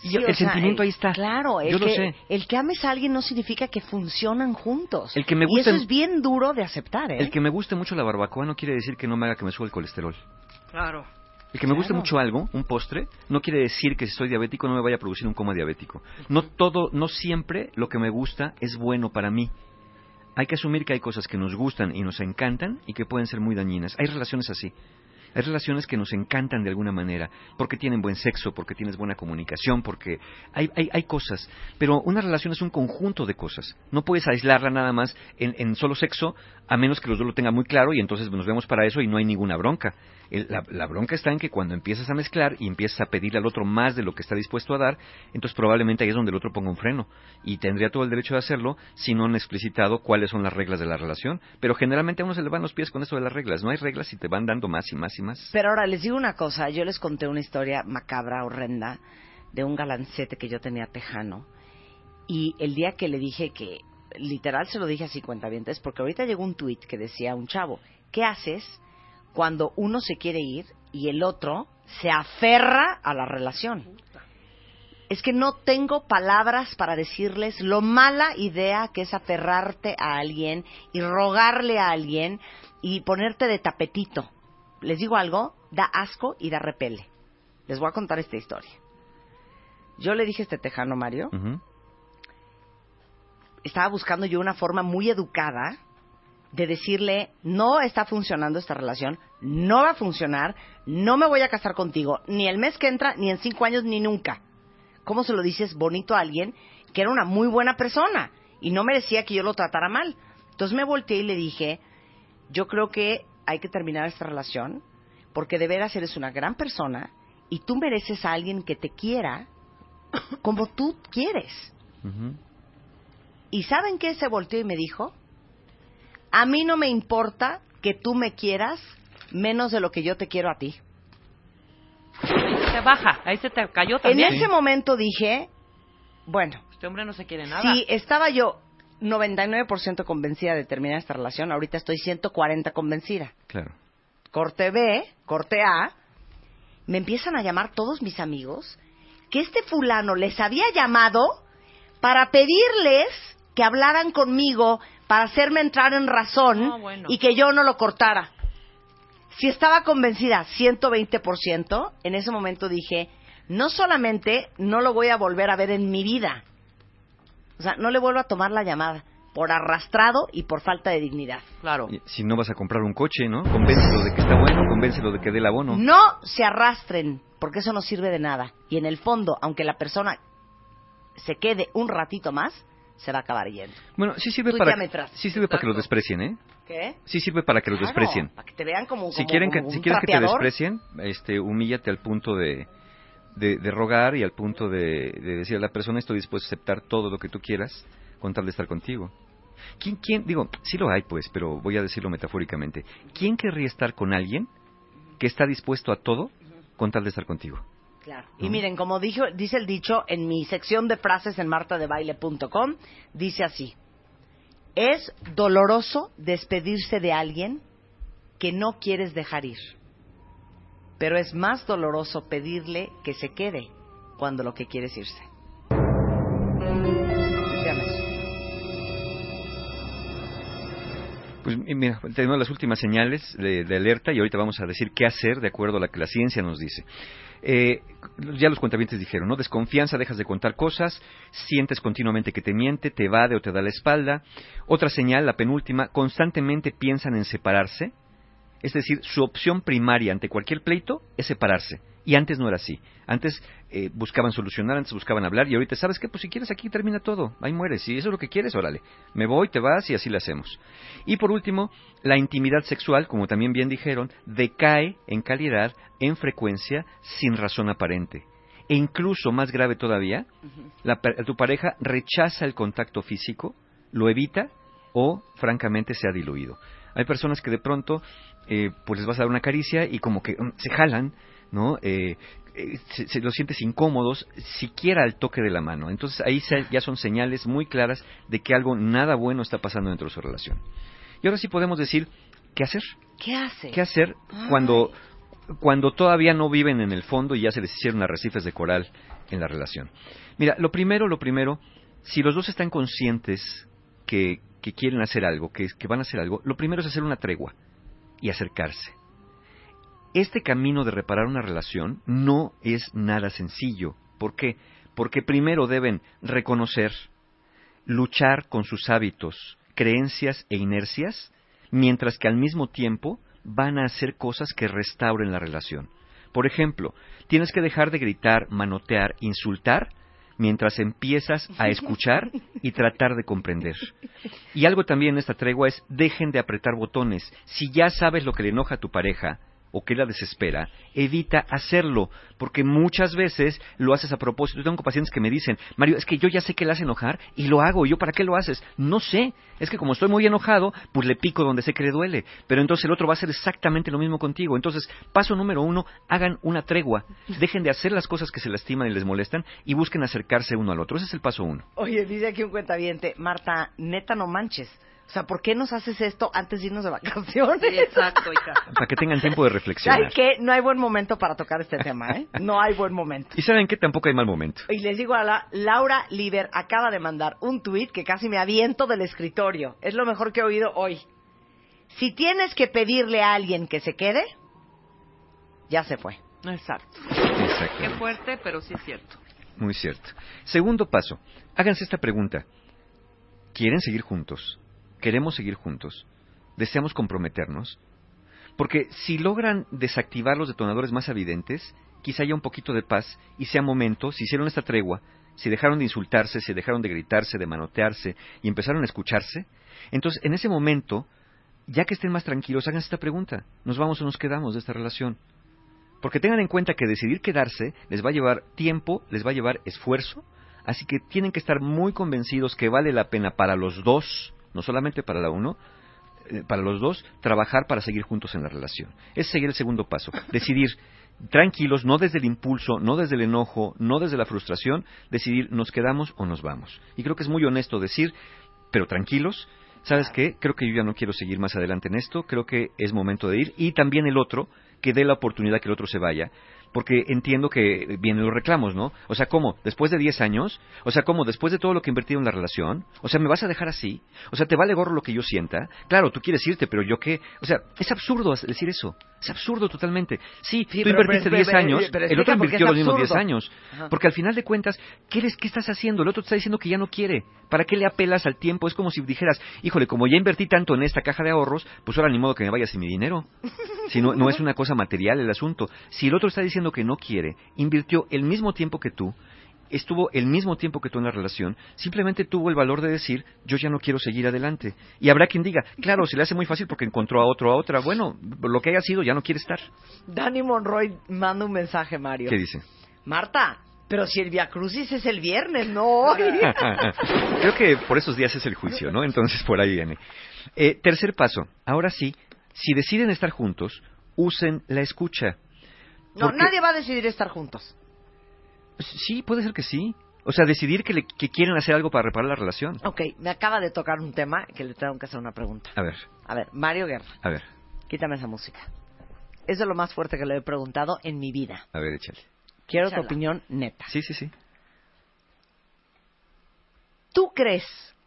Speaker 7: Sí,
Speaker 11: y el
Speaker 7: o sea,
Speaker 11: sentimiento
Speaker 7: el-
Speaker 11: ahí está.
Speaker 7: Claro, el
Speaker 11: Yo lo
Speaker 7: que,
Speaker 11: sé.
Speaker 7: el que ames a alguien no significa que funcionan juntos.
Speaker 11: El que me
Speaker 7: y
Speaker 11: guste-
Speaker 7: eso es bien duro de aceptar, ¿eh?
Speaker 11: El que me guste mucho la barbacoa no quiere decir que no me haga que me suba el colesterol.
Speaker 7: Claro.
Speaker 11: El que me guste
Speaker 7: Claro.
Speaker 11: mucho algo, un postre, no quiere decir que si soy diabético no me vaya a producir un coma diabético. No todo, no siempre lo que me gusta es bueno para mí. Hay que asumir que hay cosas que nos gustan y nos encantan y que pueden ser muy dañinas. Hay relaciones así. Hay relaciones que nos encantan de alguna manera, porque tienen buen sexo, porque tienes buena comunicación, porque hay, hay, hay cosas. Pero una relación es un conjunto de cosas. No puedes aislarla nada más en, en solo sexo, a menos que los dos lo tengan muy claro y entonces nos vemos para eso y no hay ninguna bronca. El- la, la bronca está en que cuando empiezas a mezclar y empiezas a pedirle al otro más de lo que está dispuesto a dar, entonces probablemente ahí es donde el otro ponga un freno. Y tendría todo el derecho de hacerlo si no han explicitado cuáles son las reglas de la relación. Pero generalmente a uno se le van los pies con eso de las reglas. No hay reglas y te van dando más y más y más.
Speaker 7: Pero ahora les digo una cosa, yo les conté una historia macabra, horrenda, de un galancete que yo tenía tejano, y el día que le dije que, literal se lo dije así, cuentavientes, porque ahorita llegó un tuit que decía un chavo, ¿qué haces cuando uno se quiere ir y el otro se aferra a la relación? Es que no tengo palabras para decirles lo mala idea que es aferrarte a alguien y rogarle a alguien y ponerte de tapetito. Les digo algo, da asco y da repele. Les voy a contar esta historia. Yo le dije a este tejano, Mario,
Speaker 11: Ujú.
Speaker 7: estaba buscando yo una forma muy educada de decirle, no está funcionando esta relación, no va a funcionar, no me voy a casar contigo, ni el mes que entra, ni en cinco años, ni nunca. ¿Cómo se lo dices bonito a alguien que era una muy buena persona y no merecía que yo lo tratara mal? Entonces me volteé y le dije, yo creo que hay que terminar esta relación porque de veras eres una gran persona y tú mereces a alguien que te quiera como tú quieres.
Speaker 11: Ujú.
Speaker 7: ¿Y saben qué? Se volteó y me dijo, a mí no me importa que tú me quieras menos de lo que yo te quiero a ti.
Speaker 2: Se baja, ahí se te cayó también.
Speaker 7: En ese momento dije, bueno,
Speaker 2: Este hombre no se quiere nada.
Speaker 7: si estaba yo noventa y nueve por ciento convencida de terminar esta relación, ahorita estoy ciento cuarenta convencida.
Speaker 11: Claro.
Speaker 7: Corte B, corte A, me empiezan a llamar todos mis amigos que este fulano les había llamado para pedirles que hablaran conmigo para hacerme entrar en razón
Speaker 2: No, bueno.
Speaker 7: y que yo no lo cortara. Si estaba convencida ciento veinte por ciento, en ese momento dije, no solamente no lo voy a volver a ver en mi vida, o sea, no le vuelvo a tomar la llamada por arrastrado y por falta de dignidad.
Speaker 2: Claro.
Speaker 11: Y si no vas a comprar un coche, ¿no? Convéncelo de que está bueno, convéncelo de que dé el abono.
Speaker 7: No se arrastren, porque eso no sirve de nada. Y en el fondo, aunque la persona se quede un ratito más, se va a acabar yendo.
Speaker 11: Bueno, sí sirve
Speaker 7: Tú
Speaker 11: para
Speaker 7: ya me tras-
Speaker 11: sí sirve para que los desprecien, ¿eh?
Speaker 7: ¿Qué?
Speaker 11: Sí sirve para que los
Speaker 7: Claro,
Speaker 11: desprecien.
Speaker 7: para que te vean como,
Speaker 11: Si
Speaker 7: como-
Speaker 11: quieren que
Speaker 7: como
Speaker 11: si
Speaker 7: un
Speaker 11: quieres que te
Speaker 7: trapeador.
Speaker 11: desprecien, este humíllate al punto de de, de rogar y al punto de, de decir a la persona estoy dispuesto a aceptar todo lo que tú quieras con tal de estar contigo. ¿Quién, quién, digo, sí lo hay pues, pero voy a decirlo metafóricamente. ¿Quién querría estar con alguien que está dispuesto a todo con tal de estar contigo?
Speaker 7: Claro. Y miren, como dijo, dice el dicho en mi sección de frases en marta de baile punto com, dice así: es doloroso despedirse de alguien que no quieres dejar ir, pero es más doloroso pedirle que se quede cuando lo que quiere es irse. Vean eso.
Speaker 11: Pues y mira, tenemos las últimas señales de, de alerta y ahorita vamos a decir qué hacer de acuerdo a lo que la ciencia nos dice. Eh, ya los cuentavientes dijeron, ¿no? Desconfianza, dejas de contar cosas, sientes continuamente que te miente, te evade o te da la espalda. Otra señal, la penúltima, constantemente piensan en separarse. Es decir, su opción primaria ante cualquier pleito es separarse. Y antes no era así. Antes eh, buscaban solucionar, antes buscaban hablar y ahorita, ¿sabes qué? Pues si quieres aquí termina todo, ahí mueres. Si eso es lo que quieres, órale, me voy, te vas y así lo hacemos. Y por último, la intimidad sexual, como también bien dijeron, decae en calidad, en frecuencia, sin razón aparente. E incluso, más grave todavía, la, tu pareja rechaza el contacto físico, lo evita o, francamente, se ha diluido. Hay personas que de pronto, eh, pues les vas a dar una caricia y como que um, se jalan, ¿no? Eh, eh, se, se los sientes incómodos, siquiera al toque de la mano. Entonces ahí se, ya son señales muy claras de que algo nada bueno está pasando dentro de su relación. Y ahora sí podemos decir, ¿qué hacer?
Speaker 7: ¿Qué hace?
Speaker 11: ¿Qué hacer
Speaker 7: Ay.
Speaker 11: cuando cuando todavía no viven en el fondo y ya se les hicieron arrecifes de coral en la relación. Mira, lo primero, lo primero, si los dos están conscientes que, que quieren hacer algo, que, que van a hacer algo, lo primero es hacer una tregua y acercarse. Este camino de reparar una relación no es nada sencillo. ¿Por qué? Porque primero deben reconocer, luchar con sus hábitos, creencias e inercias, mientras que al mismo tiempo van a hacer cosas que restauren la relación. Por ejemplo, tienes que dejar de gritar, manotear, insultar, mientras empiezas a escuchar y tratar de comprender. Y algo también en esta tregua es, dejen de apretar botones. Si ya sabes lo que le enoja a tu pareja, o que la desespera, evita hacerlo, porque muchas veces lo haces a propósito. Yo tengo pacientes que me dicen, Mario, es que yo ya sé que le hace enojar y lo hago. ¿Yo para qué lo haces? No sé. Es que como estoy muy enojado, pues le pico donde sé que le duele. Pero entonces el otro va a hacer exactamente lo mismo contigo. Entonces, paso número uno, hagan una tregua. Dejen de hacer las cosas que se lastiman y les molestan y busquen acercarse uno al otro. Ese es el paso uno.
Speaker 7: Oye, dice aquí un cuentaviente, Marta, neta no manches. O sea, ¿por qué nos haces esto antes de irnos de vacaciones?
Speaker 2: Sí, exacto, hija.
Speaker 11: Para que tengan tiempo de reflexionar.
Speaker 7: ¿Sabes qué? No hay buen momento para tocar este tema, ¿eh? No hay buen momento.
Speaker 11: ¿Y saben qué? Tampoco hay mal momento.
Speaker 7: Y les digo a la, Laura Liber acaba de mandar un tuit que casi me aviento del escritorio. Es lo mejor que he oído hoy. Si tienes que pedirle a alguien que se quede, ya se fue.
Speaker 2: Exacto.
Speaker 11: Exacto.
Speaker 2: Qué fuerte, pero sí es cierto.
Speaker 11: Muy cierto. Segundo paso, háganse esta pregunta. ¿Quieren seguir juntos? ¿Queremos seguir juntos? ¿Deseamos comprometernos? Porque si logran desactivar los detonadores más evidentes, quizá haya un poquito de paz y sea momento, si hicieron esta tregua, si dejaron de insultarse, si dejaron de gritarse, de manotearse y empezaron a escucharse, entonces en ese momento, ya que estén más tranquilos, háganse esta pregunta. ¿Nos vamos o nos quedamos de esta relación? Porque tengan en cuenta que decidir quedarse les va a llevar tiempo, les va a llevar esfuerzo, así que tienen que estar muy convencidos que vale la pena para los dos, no solamente para la uno, eh, para los dos, trabajar para seguir juntos en la relación. Es seguir el segundo paso, decidir tranquilos, no desde el impulso, no desde el enojo, no desde la frustración, decidir nos quedamos o nos vamos. Y creo que es muy honesto decir, pero tranquilos, ¿sabes qué? Creo que yo ya no quiero seguir más adelante en esto, creo que es momento de ir, y también el otro, que dé la oportunidad que el otro se vaya, porque entiendo que vienen los reclamos, ¿no? O sea, ¿cómo? ¿Después de diez años? O sea, ¿cómo? ¿Después de todo lo que he invertido en la relación? O sea, ¿me vas a dejar así? O sea, ¿te vale gorro lo que yo sienta? Claro, tú quieres irte, pero ¿yo qué? O sea, es absurdo decir eso. Es absurdo totalmente. Sí, sí tú pero, invertiste pero, diez pero, años, pero, pero, el otro invirtió los mismos diez años. Ajá. Porque al final de cuentas, ¿qué, eres, ¿qué estás haciendo? El otro te está diciendo que ya no quiere. ¿Para qué le apelas al tiempo? Es como si dijeras, híjole, como ya invertí tanto en esta caja de ahorros, pues ahora ni modo que me vaya sin mi dinero. Si no, no es una cosa material el asunto. Si el otro está diciendo que no quiere, invirtió el mismo tiempo que tú, estuvo el mismo tiempo que tú en la relación, simplemente tuvo el valor de decir, yo ya no quiero seguir adelante. Y habrá quien diga, claro, se le hace muy fácil porque encontró a otro, a otra. Bueno, lo que haya sido, ya no quiere estar.
Speaker 7: Dani Monroy manda un mensaje, Mario.
Speaker 11: ¿Qué dice?
Speaker 7: Marta, pero si el Via Crucis es el viernes, no hoy.
Speaker 11: Creo que por esos días es el juicio, ¿no? Entonces por ahí viene. Eh, tercer paso, ahora sí, si deciden estar juntos, usen la escucha.
Speaker 7: No, porque... nadie va a decidir estar juntos.
Speaker 11: Sí, puede ser que sí. O sea, decidir que, le, que quieren hacer algo para reparar la relación.
Speaker 7: Ok, me acaba de tocar un tema que le tengo que hacer una pregunta.
Speaker 11: A ver.
Speaker 7: A ver, Mario Guerra.
Speaker 11: A ver.
Speaker 7: Quítame esa música. Es de lo más fuerte que le he preguntado en mi vida.
Speaker 11: A ver, échale.
Speaker 7: Quiero
Speaker 2: Échala.
Speaker 7: tu opinión neta.
Speaker 11: Sí, sí, sí.
Speaker 7: ¿Tú crees...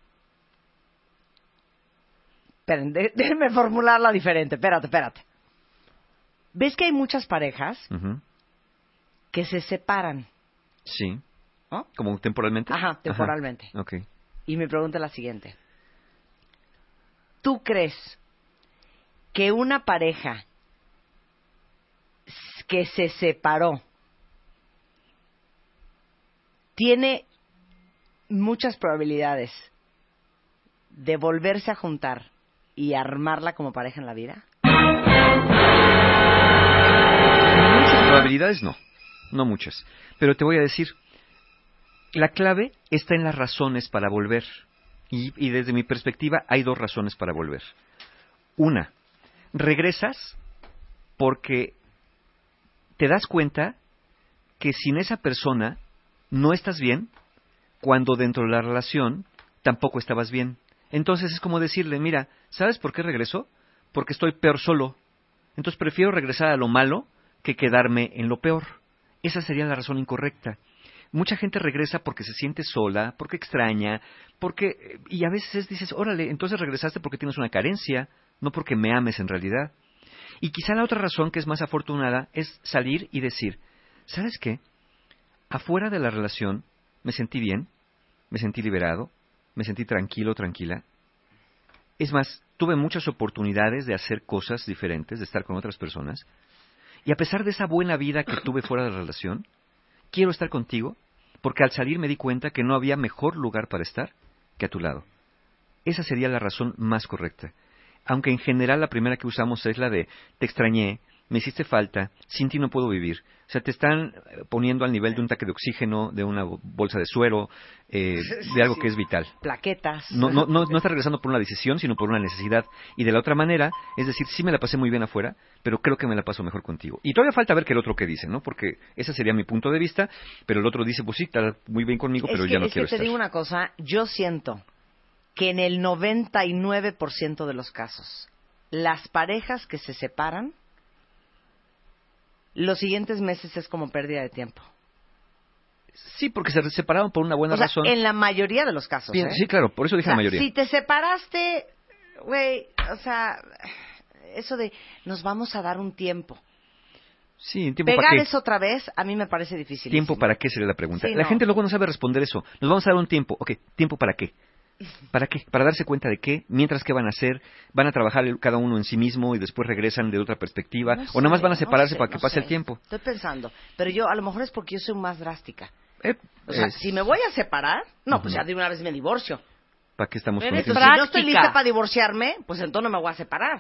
Speaker 7: Esperen, de, déjenme formularla diferente. Espérate, espérate. ¿Ves que hay muchas parejas uh-huh. que se separan?
Speaker 11: Sí.
Speaker 7: ¿No?
Speaker 11: ¿Como temporalmente?
Speaker 7: Ajá, temporalmente.
Speaker 11: Ajá. Ok.
Speaker 7: Y mi pregunta es la siguiente. ¿Tú crees que una pareja que se separó tiene muchas probabilidades de volverse a juntar y armarla como pareja en la vida?
Speaker 11: Muchas probabilidades no, no muchas. Pero te voy a decir, la clave está en las razones para volver. Y, y desde mi perspectiva hay dos razones para volver. Una, regresas porque te das cuenta que sin esa persona no estás bien, cuando dentro de la relación tampoco estabas bien. Entonces es como decirle, mira, ¿sabes por qué regreso? Porque estoy peor solo. Entonces prefiero regresar a lo malo que quedarme en lo peor. Esa sería la razón incorrecta. Mucha gente regresa porque se siente sola, porque extraña, porque... Y a veces dices, órale, entonces regresaste porque tienes una carencia, no porque me ames en realidad. Y quizá la otra razón que es más afortunada es salir y decir, ¿sabes qué? Afuera de la relación me sentí bien, me sentí liberado, me sentí tranquilo, tranquila. Es más, tuve muchas oportunidades de hacer cosas diferentes, de estar con otras personas. Y a pesar de esa buena vida que tuve fuera de la relación, quiero estar contigo, porque al salir me di cuenta que no había mejor lugar para estar que a tu lado. Esa sería la razón más correcta. Aunque en general la primera que usamos es la de te extrañé, me hiciste falta, sin ti no puedo vivir. O sea, te están poniendo al nivel de un tanque de oxígeno, de una bolsa de suero, eh, de algo que es vital.
Speaker 7: Plaquetas.
Speaker 11: No, no, no, no estás regresando por una decisión, sino por una necesidad. Y de la otra manera, es decir, sí me la pasé muy bien afuera, pero creo que me la paso mejor contigo. Y todavía falta ver qué el otro que dice, ¿no? Porque ese sería mi punto de vista, pero el otro dice, pues sí, está muy bien conmigo, pero
Speaker 7: es que,
Speaker 11: ya no
Speaker 7: es
Speaker 11: quiero
Speaker 7: que te
Speaker 11: estar.
Speaker 7: digo una cosa, yo siento que en el noventa y nueve por ciento de los casos, las parejas que se separan, los siguientes meses es como pérdida de tiempo.
Speaker 11: Sí, porque se separaron por una buena
Speaker 7: o sea,
Speaker 11: razón.
Speaker 7: En la mayoría de los casos.
Speaker 11: Bien,
Speaker 7: ¿eh?
Speaker 11: Sí, claro, por eso dije
Speaker 7: o sea,
Speaker 11: la mayoría.
Speaker 7: Si te separaste, güey, o sea, eso de nos vamos a dar un tiempo.
Speaker 11: Sí, ¿tiempo
Speaker 7: Pegar
Speaker 11: para qué?
Speaker 7: eso otra vez, a mí me parece difícil.
Speaker 11: ¿Tiempo para qué sería la pregunta?
Speaker 7: Sí,
Speaker 11: la
Speaker 7: no.
Speaker 11: gente luego no sabe responder eso. Nos vamos a dar un tiempo. Ok, ¿tiempo para qué? ¿Para qué? Para darse cuenta de qué, mientras qué van a hacer, van a trabajar el- cada uno en sí mismo y después regresan de otra perspectiva,
Speaker 7: No
Speaker 11: o nada más
Speaker 7: sé,
Speaker 11: van a separarse
Speaker 7: no sé,
Speaker 11: para que
Speaker 7: no
Speaker 11: pase
Speaker 7: sé.
Speaker 11: el tiempo.
Speaker 7: Estoy pensando, pero yo a lo mejor es porque yo soy más drástica.
Speaker 11: Eh,
Speaker 7: O sea,
Speaker 11: es-
Speaker 7: si me voy a separar, no, pues
Speaker 11: Ujú.
Speaker 7: ya de una vez me divorcio.
Speaker 11: ¿Para qué estamos con
Speaker 7: Entonces,
Speaker 11: eso?
Speaker 7: si no estoy lista para divorciarme, pues entonces no me voy a separar.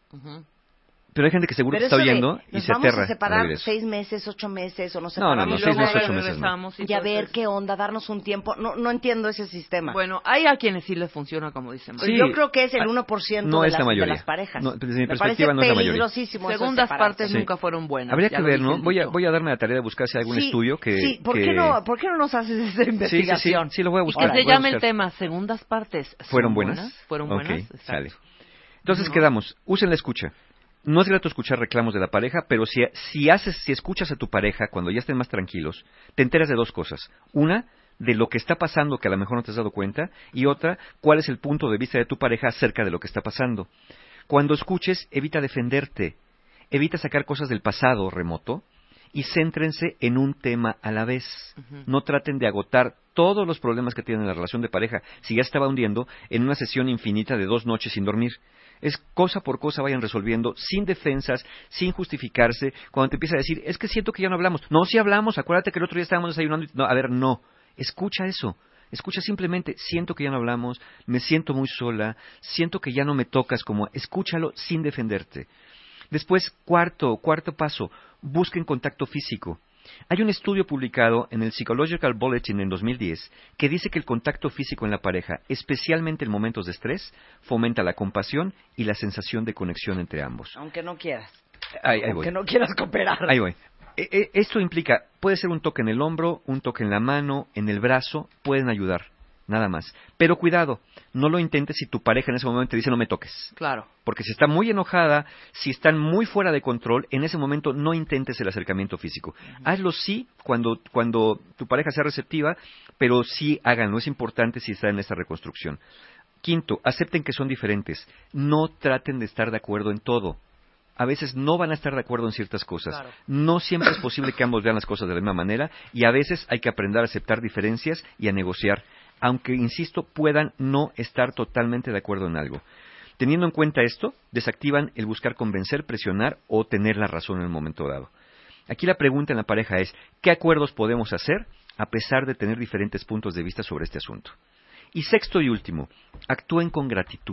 Speaker 11: Pero hay gente que seguro
Speaker 7: Pero
Speaker 11: te está
Speaker 7: eso de,
Speaker 11: oyendo y
Speaker 7: nos
Speaker 11: se
Speaker 7: vamos
Speaker 11: aterra
Speaker 7: a separar
Speaker 11: al oír eso.
Speaker 7: seis meses, ocho meses, o nos
Speaker 11: No, no,
Speaker 7: separamos.
Speaker 11: no,
Speaker 7: y
Speaker 11: seis
Speaker 7: luego
Speaker 11: meses, ocho meses, no.
Speaker 2: regresamos y
Speaker 7: Y a
Speaker 2: todo
Speaker 7: ver
Speaker 2: eso.
Speaker 7: qué onda, darnos un tiempo. No, no entiendo ese sistema.
Speaker 2: Bueno, hay a quienes sí les funciona, como dicen.
Speaker 7: Pues yo creo que es el uno por ciento
Speaker 11: no
Speaker 7: de,
Speaker 11: es la
Speaker 7: las, de
Speaker 11: mayoría.
Speaker 7: las parejas.
Speaker 11: No, desde mi
Speaker 7: me
Speaker 11: perspectiva
Speaker 7: parece
Speaker 11: no es la mayoría.
Speaker 7: peligrosísimo eso de
Speaker 2: Segundas
Speaker 7: separarse.
Speaker 2: partes
Speaker 11: Sí.
Speaker 2: nunca fueron buenas.
Speaker 11: Habría
Speaker 2: ya
Speaker 11: que
Speaker 2: lo
Speaker 11: ver,
Speaker 2: dice
Speaker 11: ¿no?
Speaker 2: el
Speaker 11: Voy a,
Speaker 2: dicho.
Speaker 11: voy a darme la tarea de buscar si hay algún
Speaker 7: Sí,
Speaker 11: estudio que...
Speaker 7: Sí, ¿por,
Speaker 11: que-
Speaker 7: qué no, ¿por qué no nos haces esa
Speaker 11: Sí, sí, sí,
Speaker 7: investigación?
Speaker 11: sí, lo voy a
Speaker 2: Y
Speaker 11: buscar.
Speaker 2: que se
Speaker 11: voy a
Speaker 2: llame el
Speaker 11: buscar.
Speaker 2: tema segundas partes. ¿son
Speaker 11: ¿Fueron buenas?
Speaker 2: ¿Fueron
Speaker 11: Ok,
Speaker 2: buenas? Exacto.
Speaker 11: sale. Entonces
Speaker 2: No.
Speaker 11: quedamos, usen la escucha. No es grato escuchar reclamos de la pareja, pero si, si haces, si escuchas a tu pareja cuando ya estén más tranquilos, te enteras de dos cosas. Una, de lo que está pasando que a lo mejor no te has dado cuenta, y otra, cuál es el punto de vista de tu pareja acerca de lo que está pasando. Cuando escuches, evita defenderte, evita sacar cosas del pasado remoto, y céntrense en un tema a la vez.
Speaker 2: Ujú.
Speaker 11: No traten de agotar todos los problemas que tienen en la relación de pareja, si ya estaba hundiendo, en una sesión infinita de dos noches sin dormir. Es cosa por cosa vayan resolviendo, sin defensas, sin justificarse. Cuando te empieza a decir, es que siento que ya no hablamos. No, sí hablamos, acuérdate que el otro día estábamos desayunando. No, a ver, no. Escucha eso. Escucha simplemente, siento que ya no hablamos, me siento muy sola, siento que ya no me tocas como... Escúchalo sin defenderte. Después, cuarto, cuarto paso, busquen contacto físico. Hay un estudio publicado en el Psychological Bulletin en dos mil diez que dice que el contacto físico en la pareja, especialmente en momentos de estrés, fomenta la compasión y la sensación de conexión entre ambos.
Speaker 7: Aunque no quieras.
Speaker 11: Ahí, ahí voy.
Speaker 7: Aunque no quieras cooperar.
Speaker 11: Ahí voy. E- e- Esto implica, puede ser un toque en el hombro, un toque en la mano, en el brazo, pueden ayudar, nada más. Pero cuidado, no lo intentes si tu pareja en ese momento te dice no me toques.
Speaker 2: Claro.
Speaker 11: Porque si está muy enojada, si están muy fuera de control, en ese momento no intentes el acercamiento físico. Uh-huh. Hazlo sí cuando, cuando tu pareja sea receptiva, pero sí háganlo, es importante si está en esta reconstrucción. Quinto, acepten que son diferentes. No traten de estar de acuerdo en todo. A veces no van a estar de acuerdo en ciertas cosas.
Speaker 2: Claro.
Speaker 11: No siempre es posible que ambos vean las cosas de la misma manera y a veces hay que aprender a aceptar diferencias y a negociar, aunque, insisto, puedan no estar totalmente de acuerdo en algo. Teniendo en cuenta esto, desactivan el buscar convencer, presionar o tener la razón en el momento dado. Aquí la pregunta en la pareja es, ¿qué acuerdos podemos hacer a pesar de tener diferentes puntos de vista sobre este asunto? Y sexto y último, actúen con gratitud.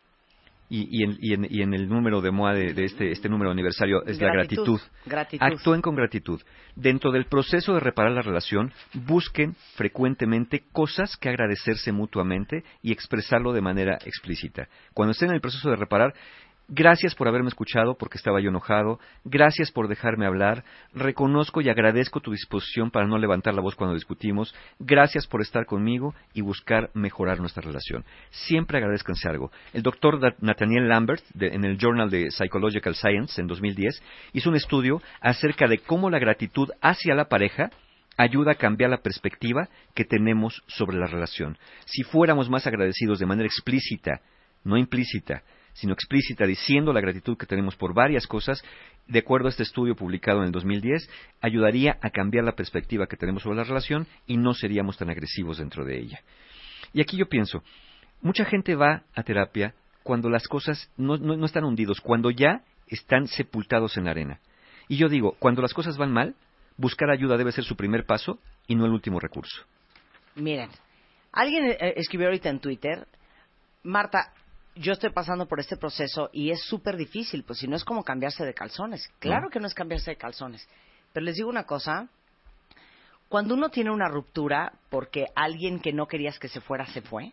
Speaker 11: Y, y, en, y, en, y en el número de M O A de, de este, este número aniversario es la gratitud.
Speaker 7: Gratitud.
Speaker 11: Actúen con gratitud. Dentro del proceso de reparar la relación, busquen frecuentemente cosas que agradecerse mutuamente y expresarlo de manera explícita. Cuando estén en el proceso de reparar, Gracias por haberme escuchado porque estaba yo enojado. Gracias por dejarme hablar. Reconozco y agradezco tu disposición para no levantar la voz cuando discutimos. Gracias por estar conmigo y buscar mejorar nuestra relación. Siempre agradezcanse algo. El doctor Nathaniel Lambert, de, en el Journal de Psychological Science, en dos mil diez, hizo un estudio acerca de cómo la gratitud hacia la pareja ayuda a cambiar la perspectiva que tenemos sobre la relación. Si fuéramos más agradecidos de manera explícita, no implícita, sino explícita, diciendo la gratitud que tenemos por varias cosas, de acuerdo a este estudio publicado en el dos mil diez, ayudaría a cambiar la perspectiva que tenemos sobre la relación y no seríamos tan agresivos dentro de ella. Y aquí yo pienso, mucha gente va a terapia cuando las cosas no, no, no están hundidos, cuando ya están sepultados en la arena. Y yo digo, cuando las cosas van mal, buscar ayuda debe ser su primer paso y no el último recurso.
Speaker 7: Miren, alguien eh, escribió ahorita en Twitter, Marta, yo estoy pasando por este proceso y es súper difícil, pues si no es como cambiarse de calzones. Claro ¿No? que no es cambiarse de calzones. Pero les digo una cosa, cuando uno tiene una ruptura porque alguien que no querías que se fuera se fue,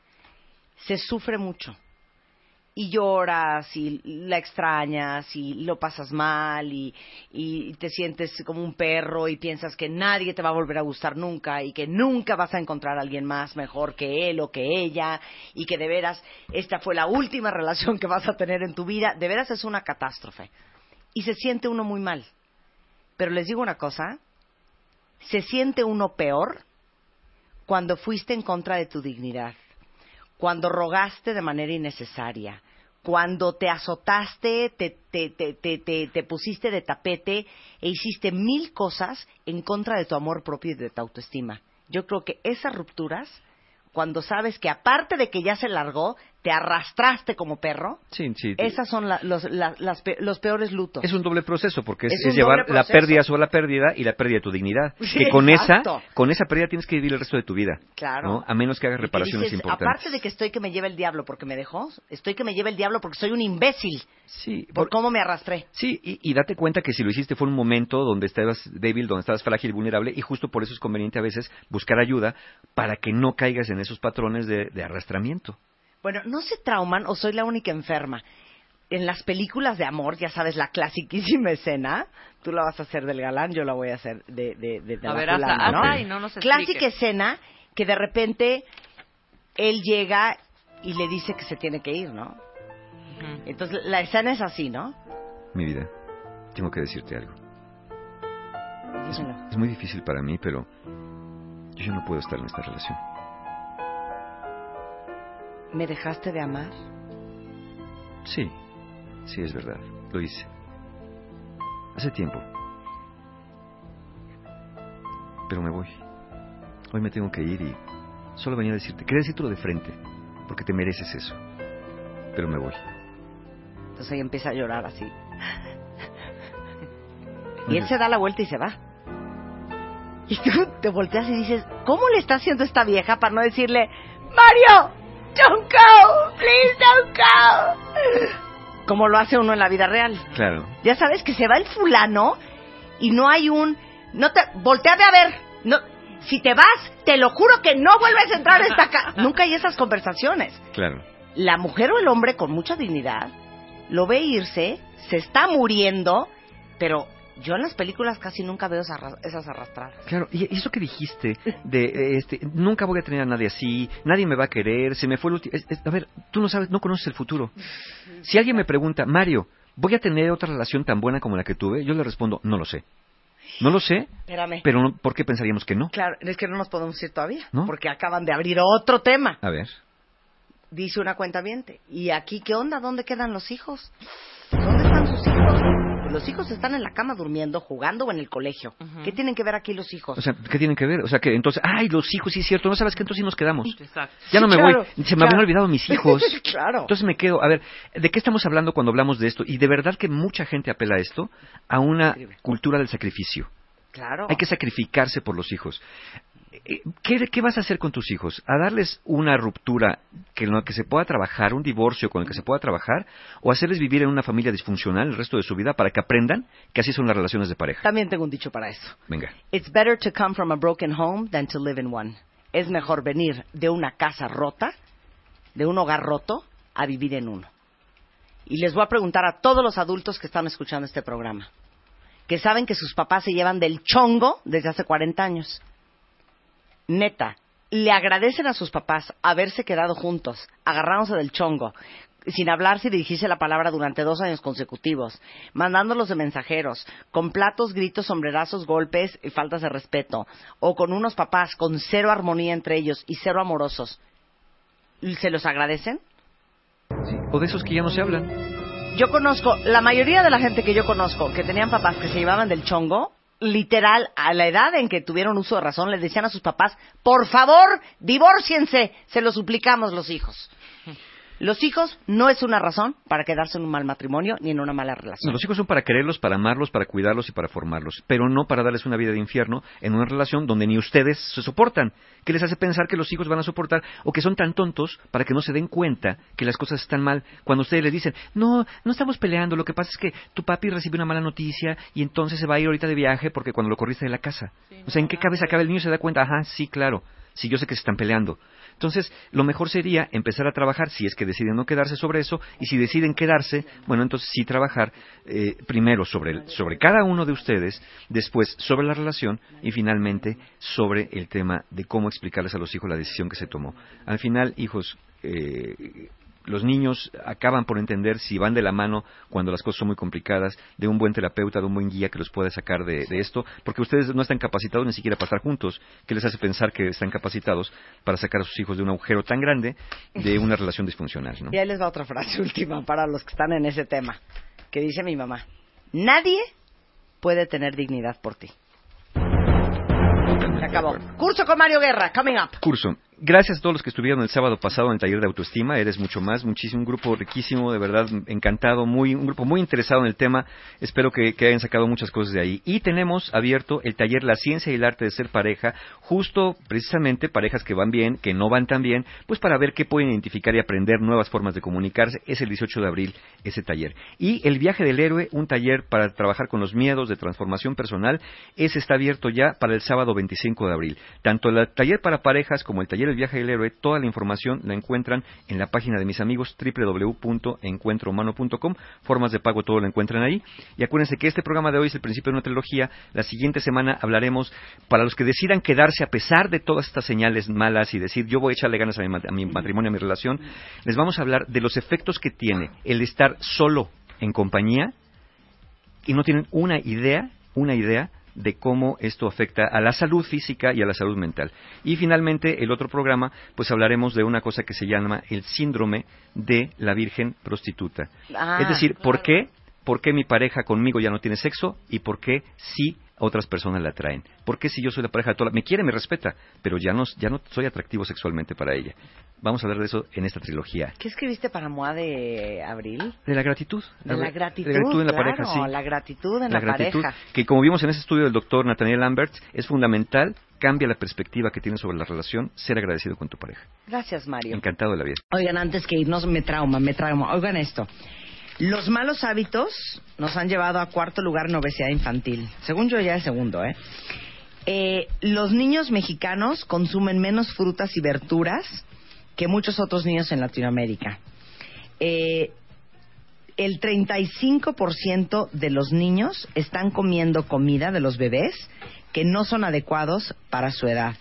Speaker 7: se sufre mucho. Y lloras, y la extrañas, y lo pasas mal, y, y te sientes como un perro, y piensas que nadie te va a volver a gustar nunca, y que nunca vas a encontrar a alguien más mejor que él o que ella, y que de veras esta fue la última relación que vas a tener en tu vida. De veras es una catástrofe. Y se siente uno muy mal. Pero les digo una cosa, se siente uno peor cuando fuiste en contra de tu dignidad, cuando rogaste de manera innecesaria, cuando te azotaste, te, te, te, te, te, te pusiste de tapete e hiciste mil cosas en contra de tu amor propio y de tu autoestima. Yo creo que esas rupturas, cuando sabes que aparte de que ya se largó, te arrastraste como perro,
Speaker 11: sí, sí,
Speaker 7: esas son la, los, la, las pe- los peores lutos.
Speaker 11: Es un doble proceso, porque es,
Speaker 7: es,
Speaker 11: es llevar la pérdida sobre la pérdida y la pérdida de tu dignidad.
Speaker 7: Sí,
Speaker 11: que con
Speaker 7: exacto.
Speaker 11: esa con esa pérdida tienes que vivir el resto de tu vida.
Speaker 7: Claro.
Speaker 11: ¿no? A menos que hagas reparaciones
Speaker 7: dices,
Speaker 11: importantes.
Speaker 7: Aparte de que estoy que me lleva el diablo porque me dejó, estoy que me lleva el diablo porque soy un imbécil.
Speaker 11: Sí.
Speaker 7: Por, por cómo me arrastré.
Speaker 11: Sí, y, y date cuenta que si lo hiciste fue un momento donde estabas débil, donde estabas frágil y vulnerable, y justo por eso es conveniente a veces buscar ayuda para que no caigas en esos patrones de, de arrastramiento.
Speaker 7: Bueno, ¿no se trauman o soy la única enferma? En las películas de amor, ya sabes, la clasiquísima escena, tú la vas a hacer del galán, yo la voy a hacer de, de, de, de
Speaker 2: a
Speaker 7: la
Speaker 2: ver,
Speaker 7: fulana,
Speaker 2: hasta,
Speaker 7: ¿no?
Speaker 2: hasta y no nos
Speaker 7: Clásica escena que de repente él llega y le dice que se tiene que ir, ¿no? Uh-huh. Entonces la escena es así, ¿no?
Speaker 11: Mi vida, tengo que decirte algo. Es,
Speaker 7: Dímelo.
Speaker 11: es muy difícil para mí, pero yo ya no puedo estar en esta relación.
Speaker 7: ¿Me dejaste de amar?
Speaker 11: Sí, sí es verdad, lo hice. Hace tiempo. Pero me voy. Hoy me tengo que ir y solo venía a decirte, quería decírtelo de frente, porque te mereces eso. Pero me voy.
Speaker 7: Entonces ella empieza a llorar así. Y él se da la vuelta y se va. Y tú te volteas y dices, ¿cómo le está haciendo esta vieja para no decirle, Mario, don't go, please don't go? Como lo hace uno en la vida real.
Speaker 11: Claro.
Speaker 7: Ya sabes que se va el fulano y no hay un, no te, volteame a ver, no, si te vas, te lo juro que no vuelves a entrar a esta casa. Nunca hay esas conversaciones.
Speaker 11: Claro.
Speaker 7: La mujer o el hombre con mucha dignidad lo ve irse, se está muriendo, pero yo en las películas casi nunca veo esas arrastradas.
Speaker 11: Claro, y eso que dijiste de este, nunca voy a tener a nadie así, nadie me va a querer, se me fue el último. A ver, tú no sabes, no conoces el futuro. Si alguien me pregunta, Mario, ¿voy a tener otra relación tan buena como la que tuve? Yo le respondo, no lo sé. No lo sé,
Speaker 7: Espérame.
Speaker 11: pero no, ¿por qué pensaríamos que no?
Speaker 7: Claro, es que no nos podemos ir todavía,
Speaker 11: ¿no?
Speaker 7: Porque acaban de abrir otro tema.
Speaker 11: A ver.
Speaker 7: Dice una cuentaviente, ¿y aquí qué onda? ¿Dónde quedan los hijos? ¿Dónde están sus hijos? Pues los hijos están en la cama durmiendo, jugando o en el colegio. Uh-huh. ¿Qué tienen que ver aquí los hijos?
Speaker 11: O sea, ¿qué tienen que ver? O sea, que entonces, ay, los hijos, sí es cierto, ¿no sabes qué? Entonces sí nos quedamos.
Speaker 2: Exacto.
Speaker 11: Ya no
Speaker 7: sí,
Speaker 11: me
Speaker 7: claro,
Speaker 11: voy, se me
Speaker 7: claro.
Speaker 11: habían olvidado mis hijos.
Speaker 7: Claro.
Speaker 11: Entonces me quedo, a ver, ¿de qué estamos hablando cuando hablamos de esto? Y de verdad que mucha gente apela a esto, a una cultura del sacrificio.
Speaker 7: Claro.
Speaker 11: Hay que sacrificarse por los hijos. ¿Qué, ¿Qué vas a hacer con tus hijos? ¿A darles una ruptura que en la que se pueda trabajar, un divorcio con el que se pueda trabajar? ¿O hacerles vivir en una familia disfuncional el resto de su vida para que aprendan que así son las relaciones de pareja?
Speaker 7: También tengo un dicho para eso.
Speaker 11: Venga.
Speaker 7: It's better to come from a broken home than to live in one. Es mejor venir de una casa rota, de un hogar roto, a vivir en uno. Y les voy a preguntar a todos los adultos que están escuchando este programa, que saben que sus papás se llevan del chongo desde hace cuarenta años. Neta, le agradecen a sus papás haberse quedado juntos, agarrándose del chongo, sin hablarse y dirigirse la palabra durante dos años consecutivos, mandándolos de mensajeros, con platos, gritos, sombrerazos, golpes y faltas de respeto, o con unos papás con cero armonía entre ellos y cero amorosos. ¿Se los agradecen?
Speaker 11: Sí. O de esos que ya no se hablan.
Speaker 7: Yo conozco, la mayoría de la gente que yo conozco que tenían papás que se llevaban del chongo, literal, a la edad en que tuvieron uso de razón, les decían a sus papás, por favor, divórciense, se lo suplicamos los hijos. Los hijos no es una razón para quedarse en un mal matrimonio ni en una mala relación.
Speaker 11: No, los hijos son para quererlos, para amarlos, para cuidarlos y para formarlos, pero no para darles una vida de infierno en una relación donde ni ustedes se soportan. ¿Qué les hace pensar que los hijos van a soportar o que son tan tontos para que no se den cuenta que las cosas están mal cuando ustedes les dicen, no, no estamos peleando, lo que pasa es que tu papi recibe una mala noticia y entonces se va a ir ahorita de viaje porque cuando lo corriste de la casa? Sí, o sea, ¿en qué cabeza cabe el niño? Se da cuenta, ajá, sí, claro, sí, yo sé que se están peleando. Entonces, lo mejor sería empezar a trabajar, si es que deciden no quedarse sobre eso, y si deciden quedarse, bueno, entonces sí trabajar eh, primero sobre, el, sobre cada uno de ustedes, después sobre la relación, y finalmente sobre el tema de cómo explicarles a los hijos la decisión que se tomó. Al final, hijos, eh, los niños acaban por entender, si van de la mano cuando las cosas son muy complicadas, de un buen terapeuta, de un buen guía que los pueda sacar de, de esto, porque ustedes no están capacitados ni siquiera para estar juntos, que les hace pensar que están capacitados para sacar a sus hijos de un agujero tan grande de una relación disfuncional, ¿no?
Speaker 7: Y ahí les va otra frase última para los que están en ese tema, que dice mi mamá: nadie puede tener dignidad por ti. Se acabó. Curso con Mario Guerra, coming up.
Speaker 11: Curso. Gracias a todos los que estuvieron el sábado pasado en el taller de autoestima. Eres mucho más, muchísimo, un grupo riquísimo, de verdad, encantado, muy, un grupo muy interesado en el tema. Espero que, que hayan sacado muchas cosas de ahí. Y tenemos abierto el taller La Ciencia y el Arte de Ser Pareja, justo precisamente parejas que van bien, que no van tan bien, pues para ver qué pueden identificar y aprender nuevas formas de comunicarse. Es el dieciocho de abril ese taller. Y el Viaje del Héroe, un taller para trabajar con los miedos de transformación personal, ese está abierto ya para el sábado veinticinco de abril. Tanto el taller para parejas como el taller El Viaje del Héroe, toda la información la encuentran en la página de mis amigos doble u doble u doble u punto encuentro humano punto com. Formas de pago, todo lo encuentran ahí. Y acuérdense que este programa de hoy es el principio de una trilogía. La siguiente semana hablaremos, para los que decidan quedarse a pesar de todas estas señales malas y decir yo voy a echarle ganas a mi, a mi matrimonio, a mi relación, les vamos a hablar de los efectos que tiene el estar solo en compañía y no tienen una idea, una idea de cómo esto afecta a la salud física y a la salud mental. Y finalmente, el otro programa, pues hablaremos de una cosa que se llama el síndrome de la virgen prostituta. Ah, es decir, claro. ¿por qué? ¿Por qué mi pareja conmigo ya no tiene sexo? ¿Y por qué sí otras personas la atraen? ¿Por qué si yo soy la pareja de toda la... me quiere, me respeta, pero ya no, ya no soy atractivo sexualmente para ella? Vamos a hablar de eso en esta trilogía.
Speaker 7: ¿Qué escribiste para M O A de abril?
Speaker 11: De la gratitud.
Speaker 7: De la gratitud,
Speaker 11: la gratitud en la
Speaker 7: claro,
Speaker 11: pareja, sí.
Speaker 7: La gratitud en
Speaker 11: la,
Speaker 7: la
Speaker 11: gratitud,
Speaker 7: pareja.
Speaker 11: Que como vimos en ese estudio del doctor Nathaniel Lambert, es fundamental, cambia la perspectiva que tienes sobre la relación, ser agradecido con tu pareja.
Speaker 7: Gracias, Mario.
Speaker 11: Encantado de la vida.
Speaker 7: Oigan, antes que irnos, me trauma, me trauma. Oigan esto. Los malos hábitos nos han llevado a cuarto lugar en obesidad infantil. Según yo, ya es segundo, ¿eh? Eh, los niños mexicanos consumen menos frutas y verduras que muchos otros niños en Latinoamérica. Eh, el treinta y cinco por ciento de los niños están comiendo comida de los bebés que no son adecuados para su edad.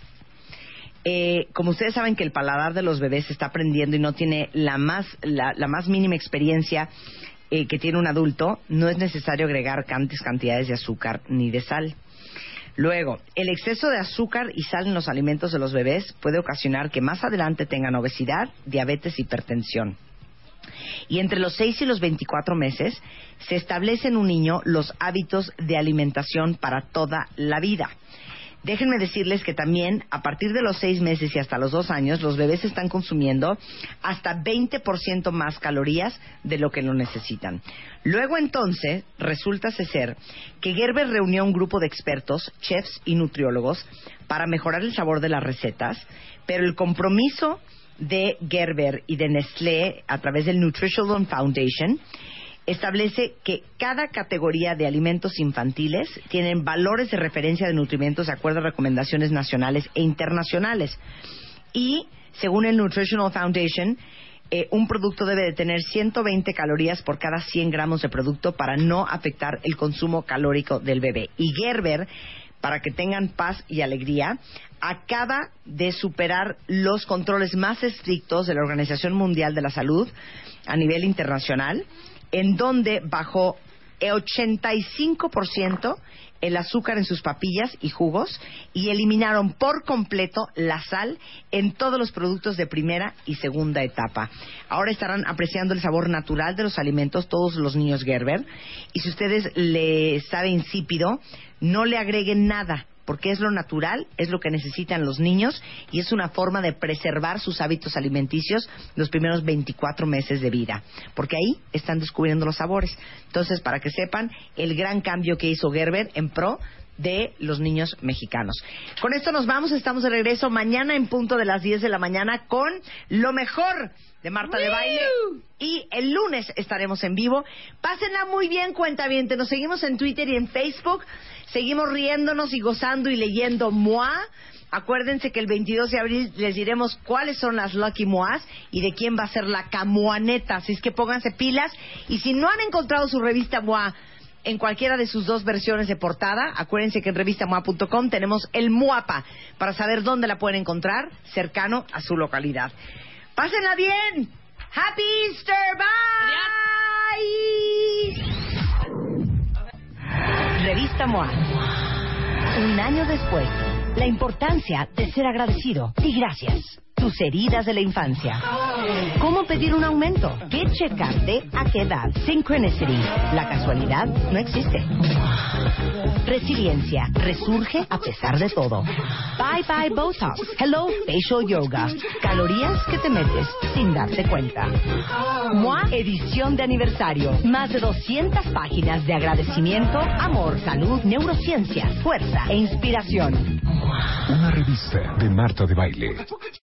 Speaker 7: Eh, como ustedes saben que el paladar de los bebés está aprendiendo y no tiene la más, la, la más mínima experiencia eh, que tiene un adulto, no es necesario agregar grandes cantidades de azúcar ni de sal. Luego, el exceso de azúcar y sal en los alimentos de los bebés puede ocasionar que más adelante tengan obesidad, diabetes y hipertensión. Y entre los seis y los veinticuatro meses se establecen en un niño los hábitos de alimentación para toda la vida. Déjenme decirles que también a partir de los seis meses y hasta los dos años los bebés están consumiendo hasta veinte por ciento más calorías de lo que lo necesitan. Luego entonces resulta ser que Gerber reunió un grupo de expertos, chefs y nutriólogos para mejorar el sabor de las recetas, pero el compromiso de Gerber y de Nestlé a través del Nutritional Foundation establece que cada categoría de alimentos infantiles tienen valores de referencia de nutrimentos de acuerdo a recomendaciones nacionales e internacionales. Y, según el Nutritional Foundation, eh, un producto debe de tener ciento veinte calorías por cada cien gramos de producto para no afectar el consumo calórico del bebé. Y Gerber, para que tengan paz y alegría, acaba de superar los controles más estrictos de la Organización Mundial de la Salud a nivel internacional, en donde bajó ochenta y cinco por ciento el azúcar en sus papillas y jugos y eliminaron por completo la sal en todos los productos de primera y segunda etapa. Ahora estarán apreciando el sabor natural de los alimentos todos los niños Gerber, y si ustedes les sabe insípido, no le agreguen nada, porque es lo natural, es lo que necesitan los niños y es una forma de preservar sus hábitos alimenticios los primeros veinticuatro meses de vida, porque ahí están descubriendo los sabores. Entonces, para que sepan el gran cambio que hizo Gerber en pro de los niños mexicanos. Con esto nos vamos, estamos de regreso mañana en punto de las diez de la mañana con lo mejor de Marta de Baile, y el lunes estaremos en vivo. Pásenla muy bien, cuentaviente. Nos seguimos en Twitter y en Facebook. Seguimos riéndonos y gozando y leyendo Moa. Acuérdense que el veintidós de abril les diremos cuáles son las Lucky Moas y de quién va a ser la camuaneta. Así es que pónganse pilas. Y si no han encontrado su revista Moa en cualquiera de sus dos versiones de portada, acuérdense que en revista moa punto com tenemos el Moapa para saber dónde la pueden encontrar cercano a su localidad. ¡Pásenla bien! ¡Happy Easter! ¡Bye! Revista Moa. Un año después, la importancia de ser agradecido y gracias. Tus heridas de la infancia. ¿Cómo pedir un aumento? ¿Qué checarte? ¿A qué edad? Synchronicity. La casualidad no existe. Resiliencia. Resurge a pesar de todo. Bye bye Botox. Hello Facial Yoga. Calorías que te metes sin darte cuenta. Moa edición de aniversario. Más de doscientas páginas de agradecimiento, amor, salud, neurociencias, fuerza e inspiración.
Speaker 24: Una revista de Marta de Baile.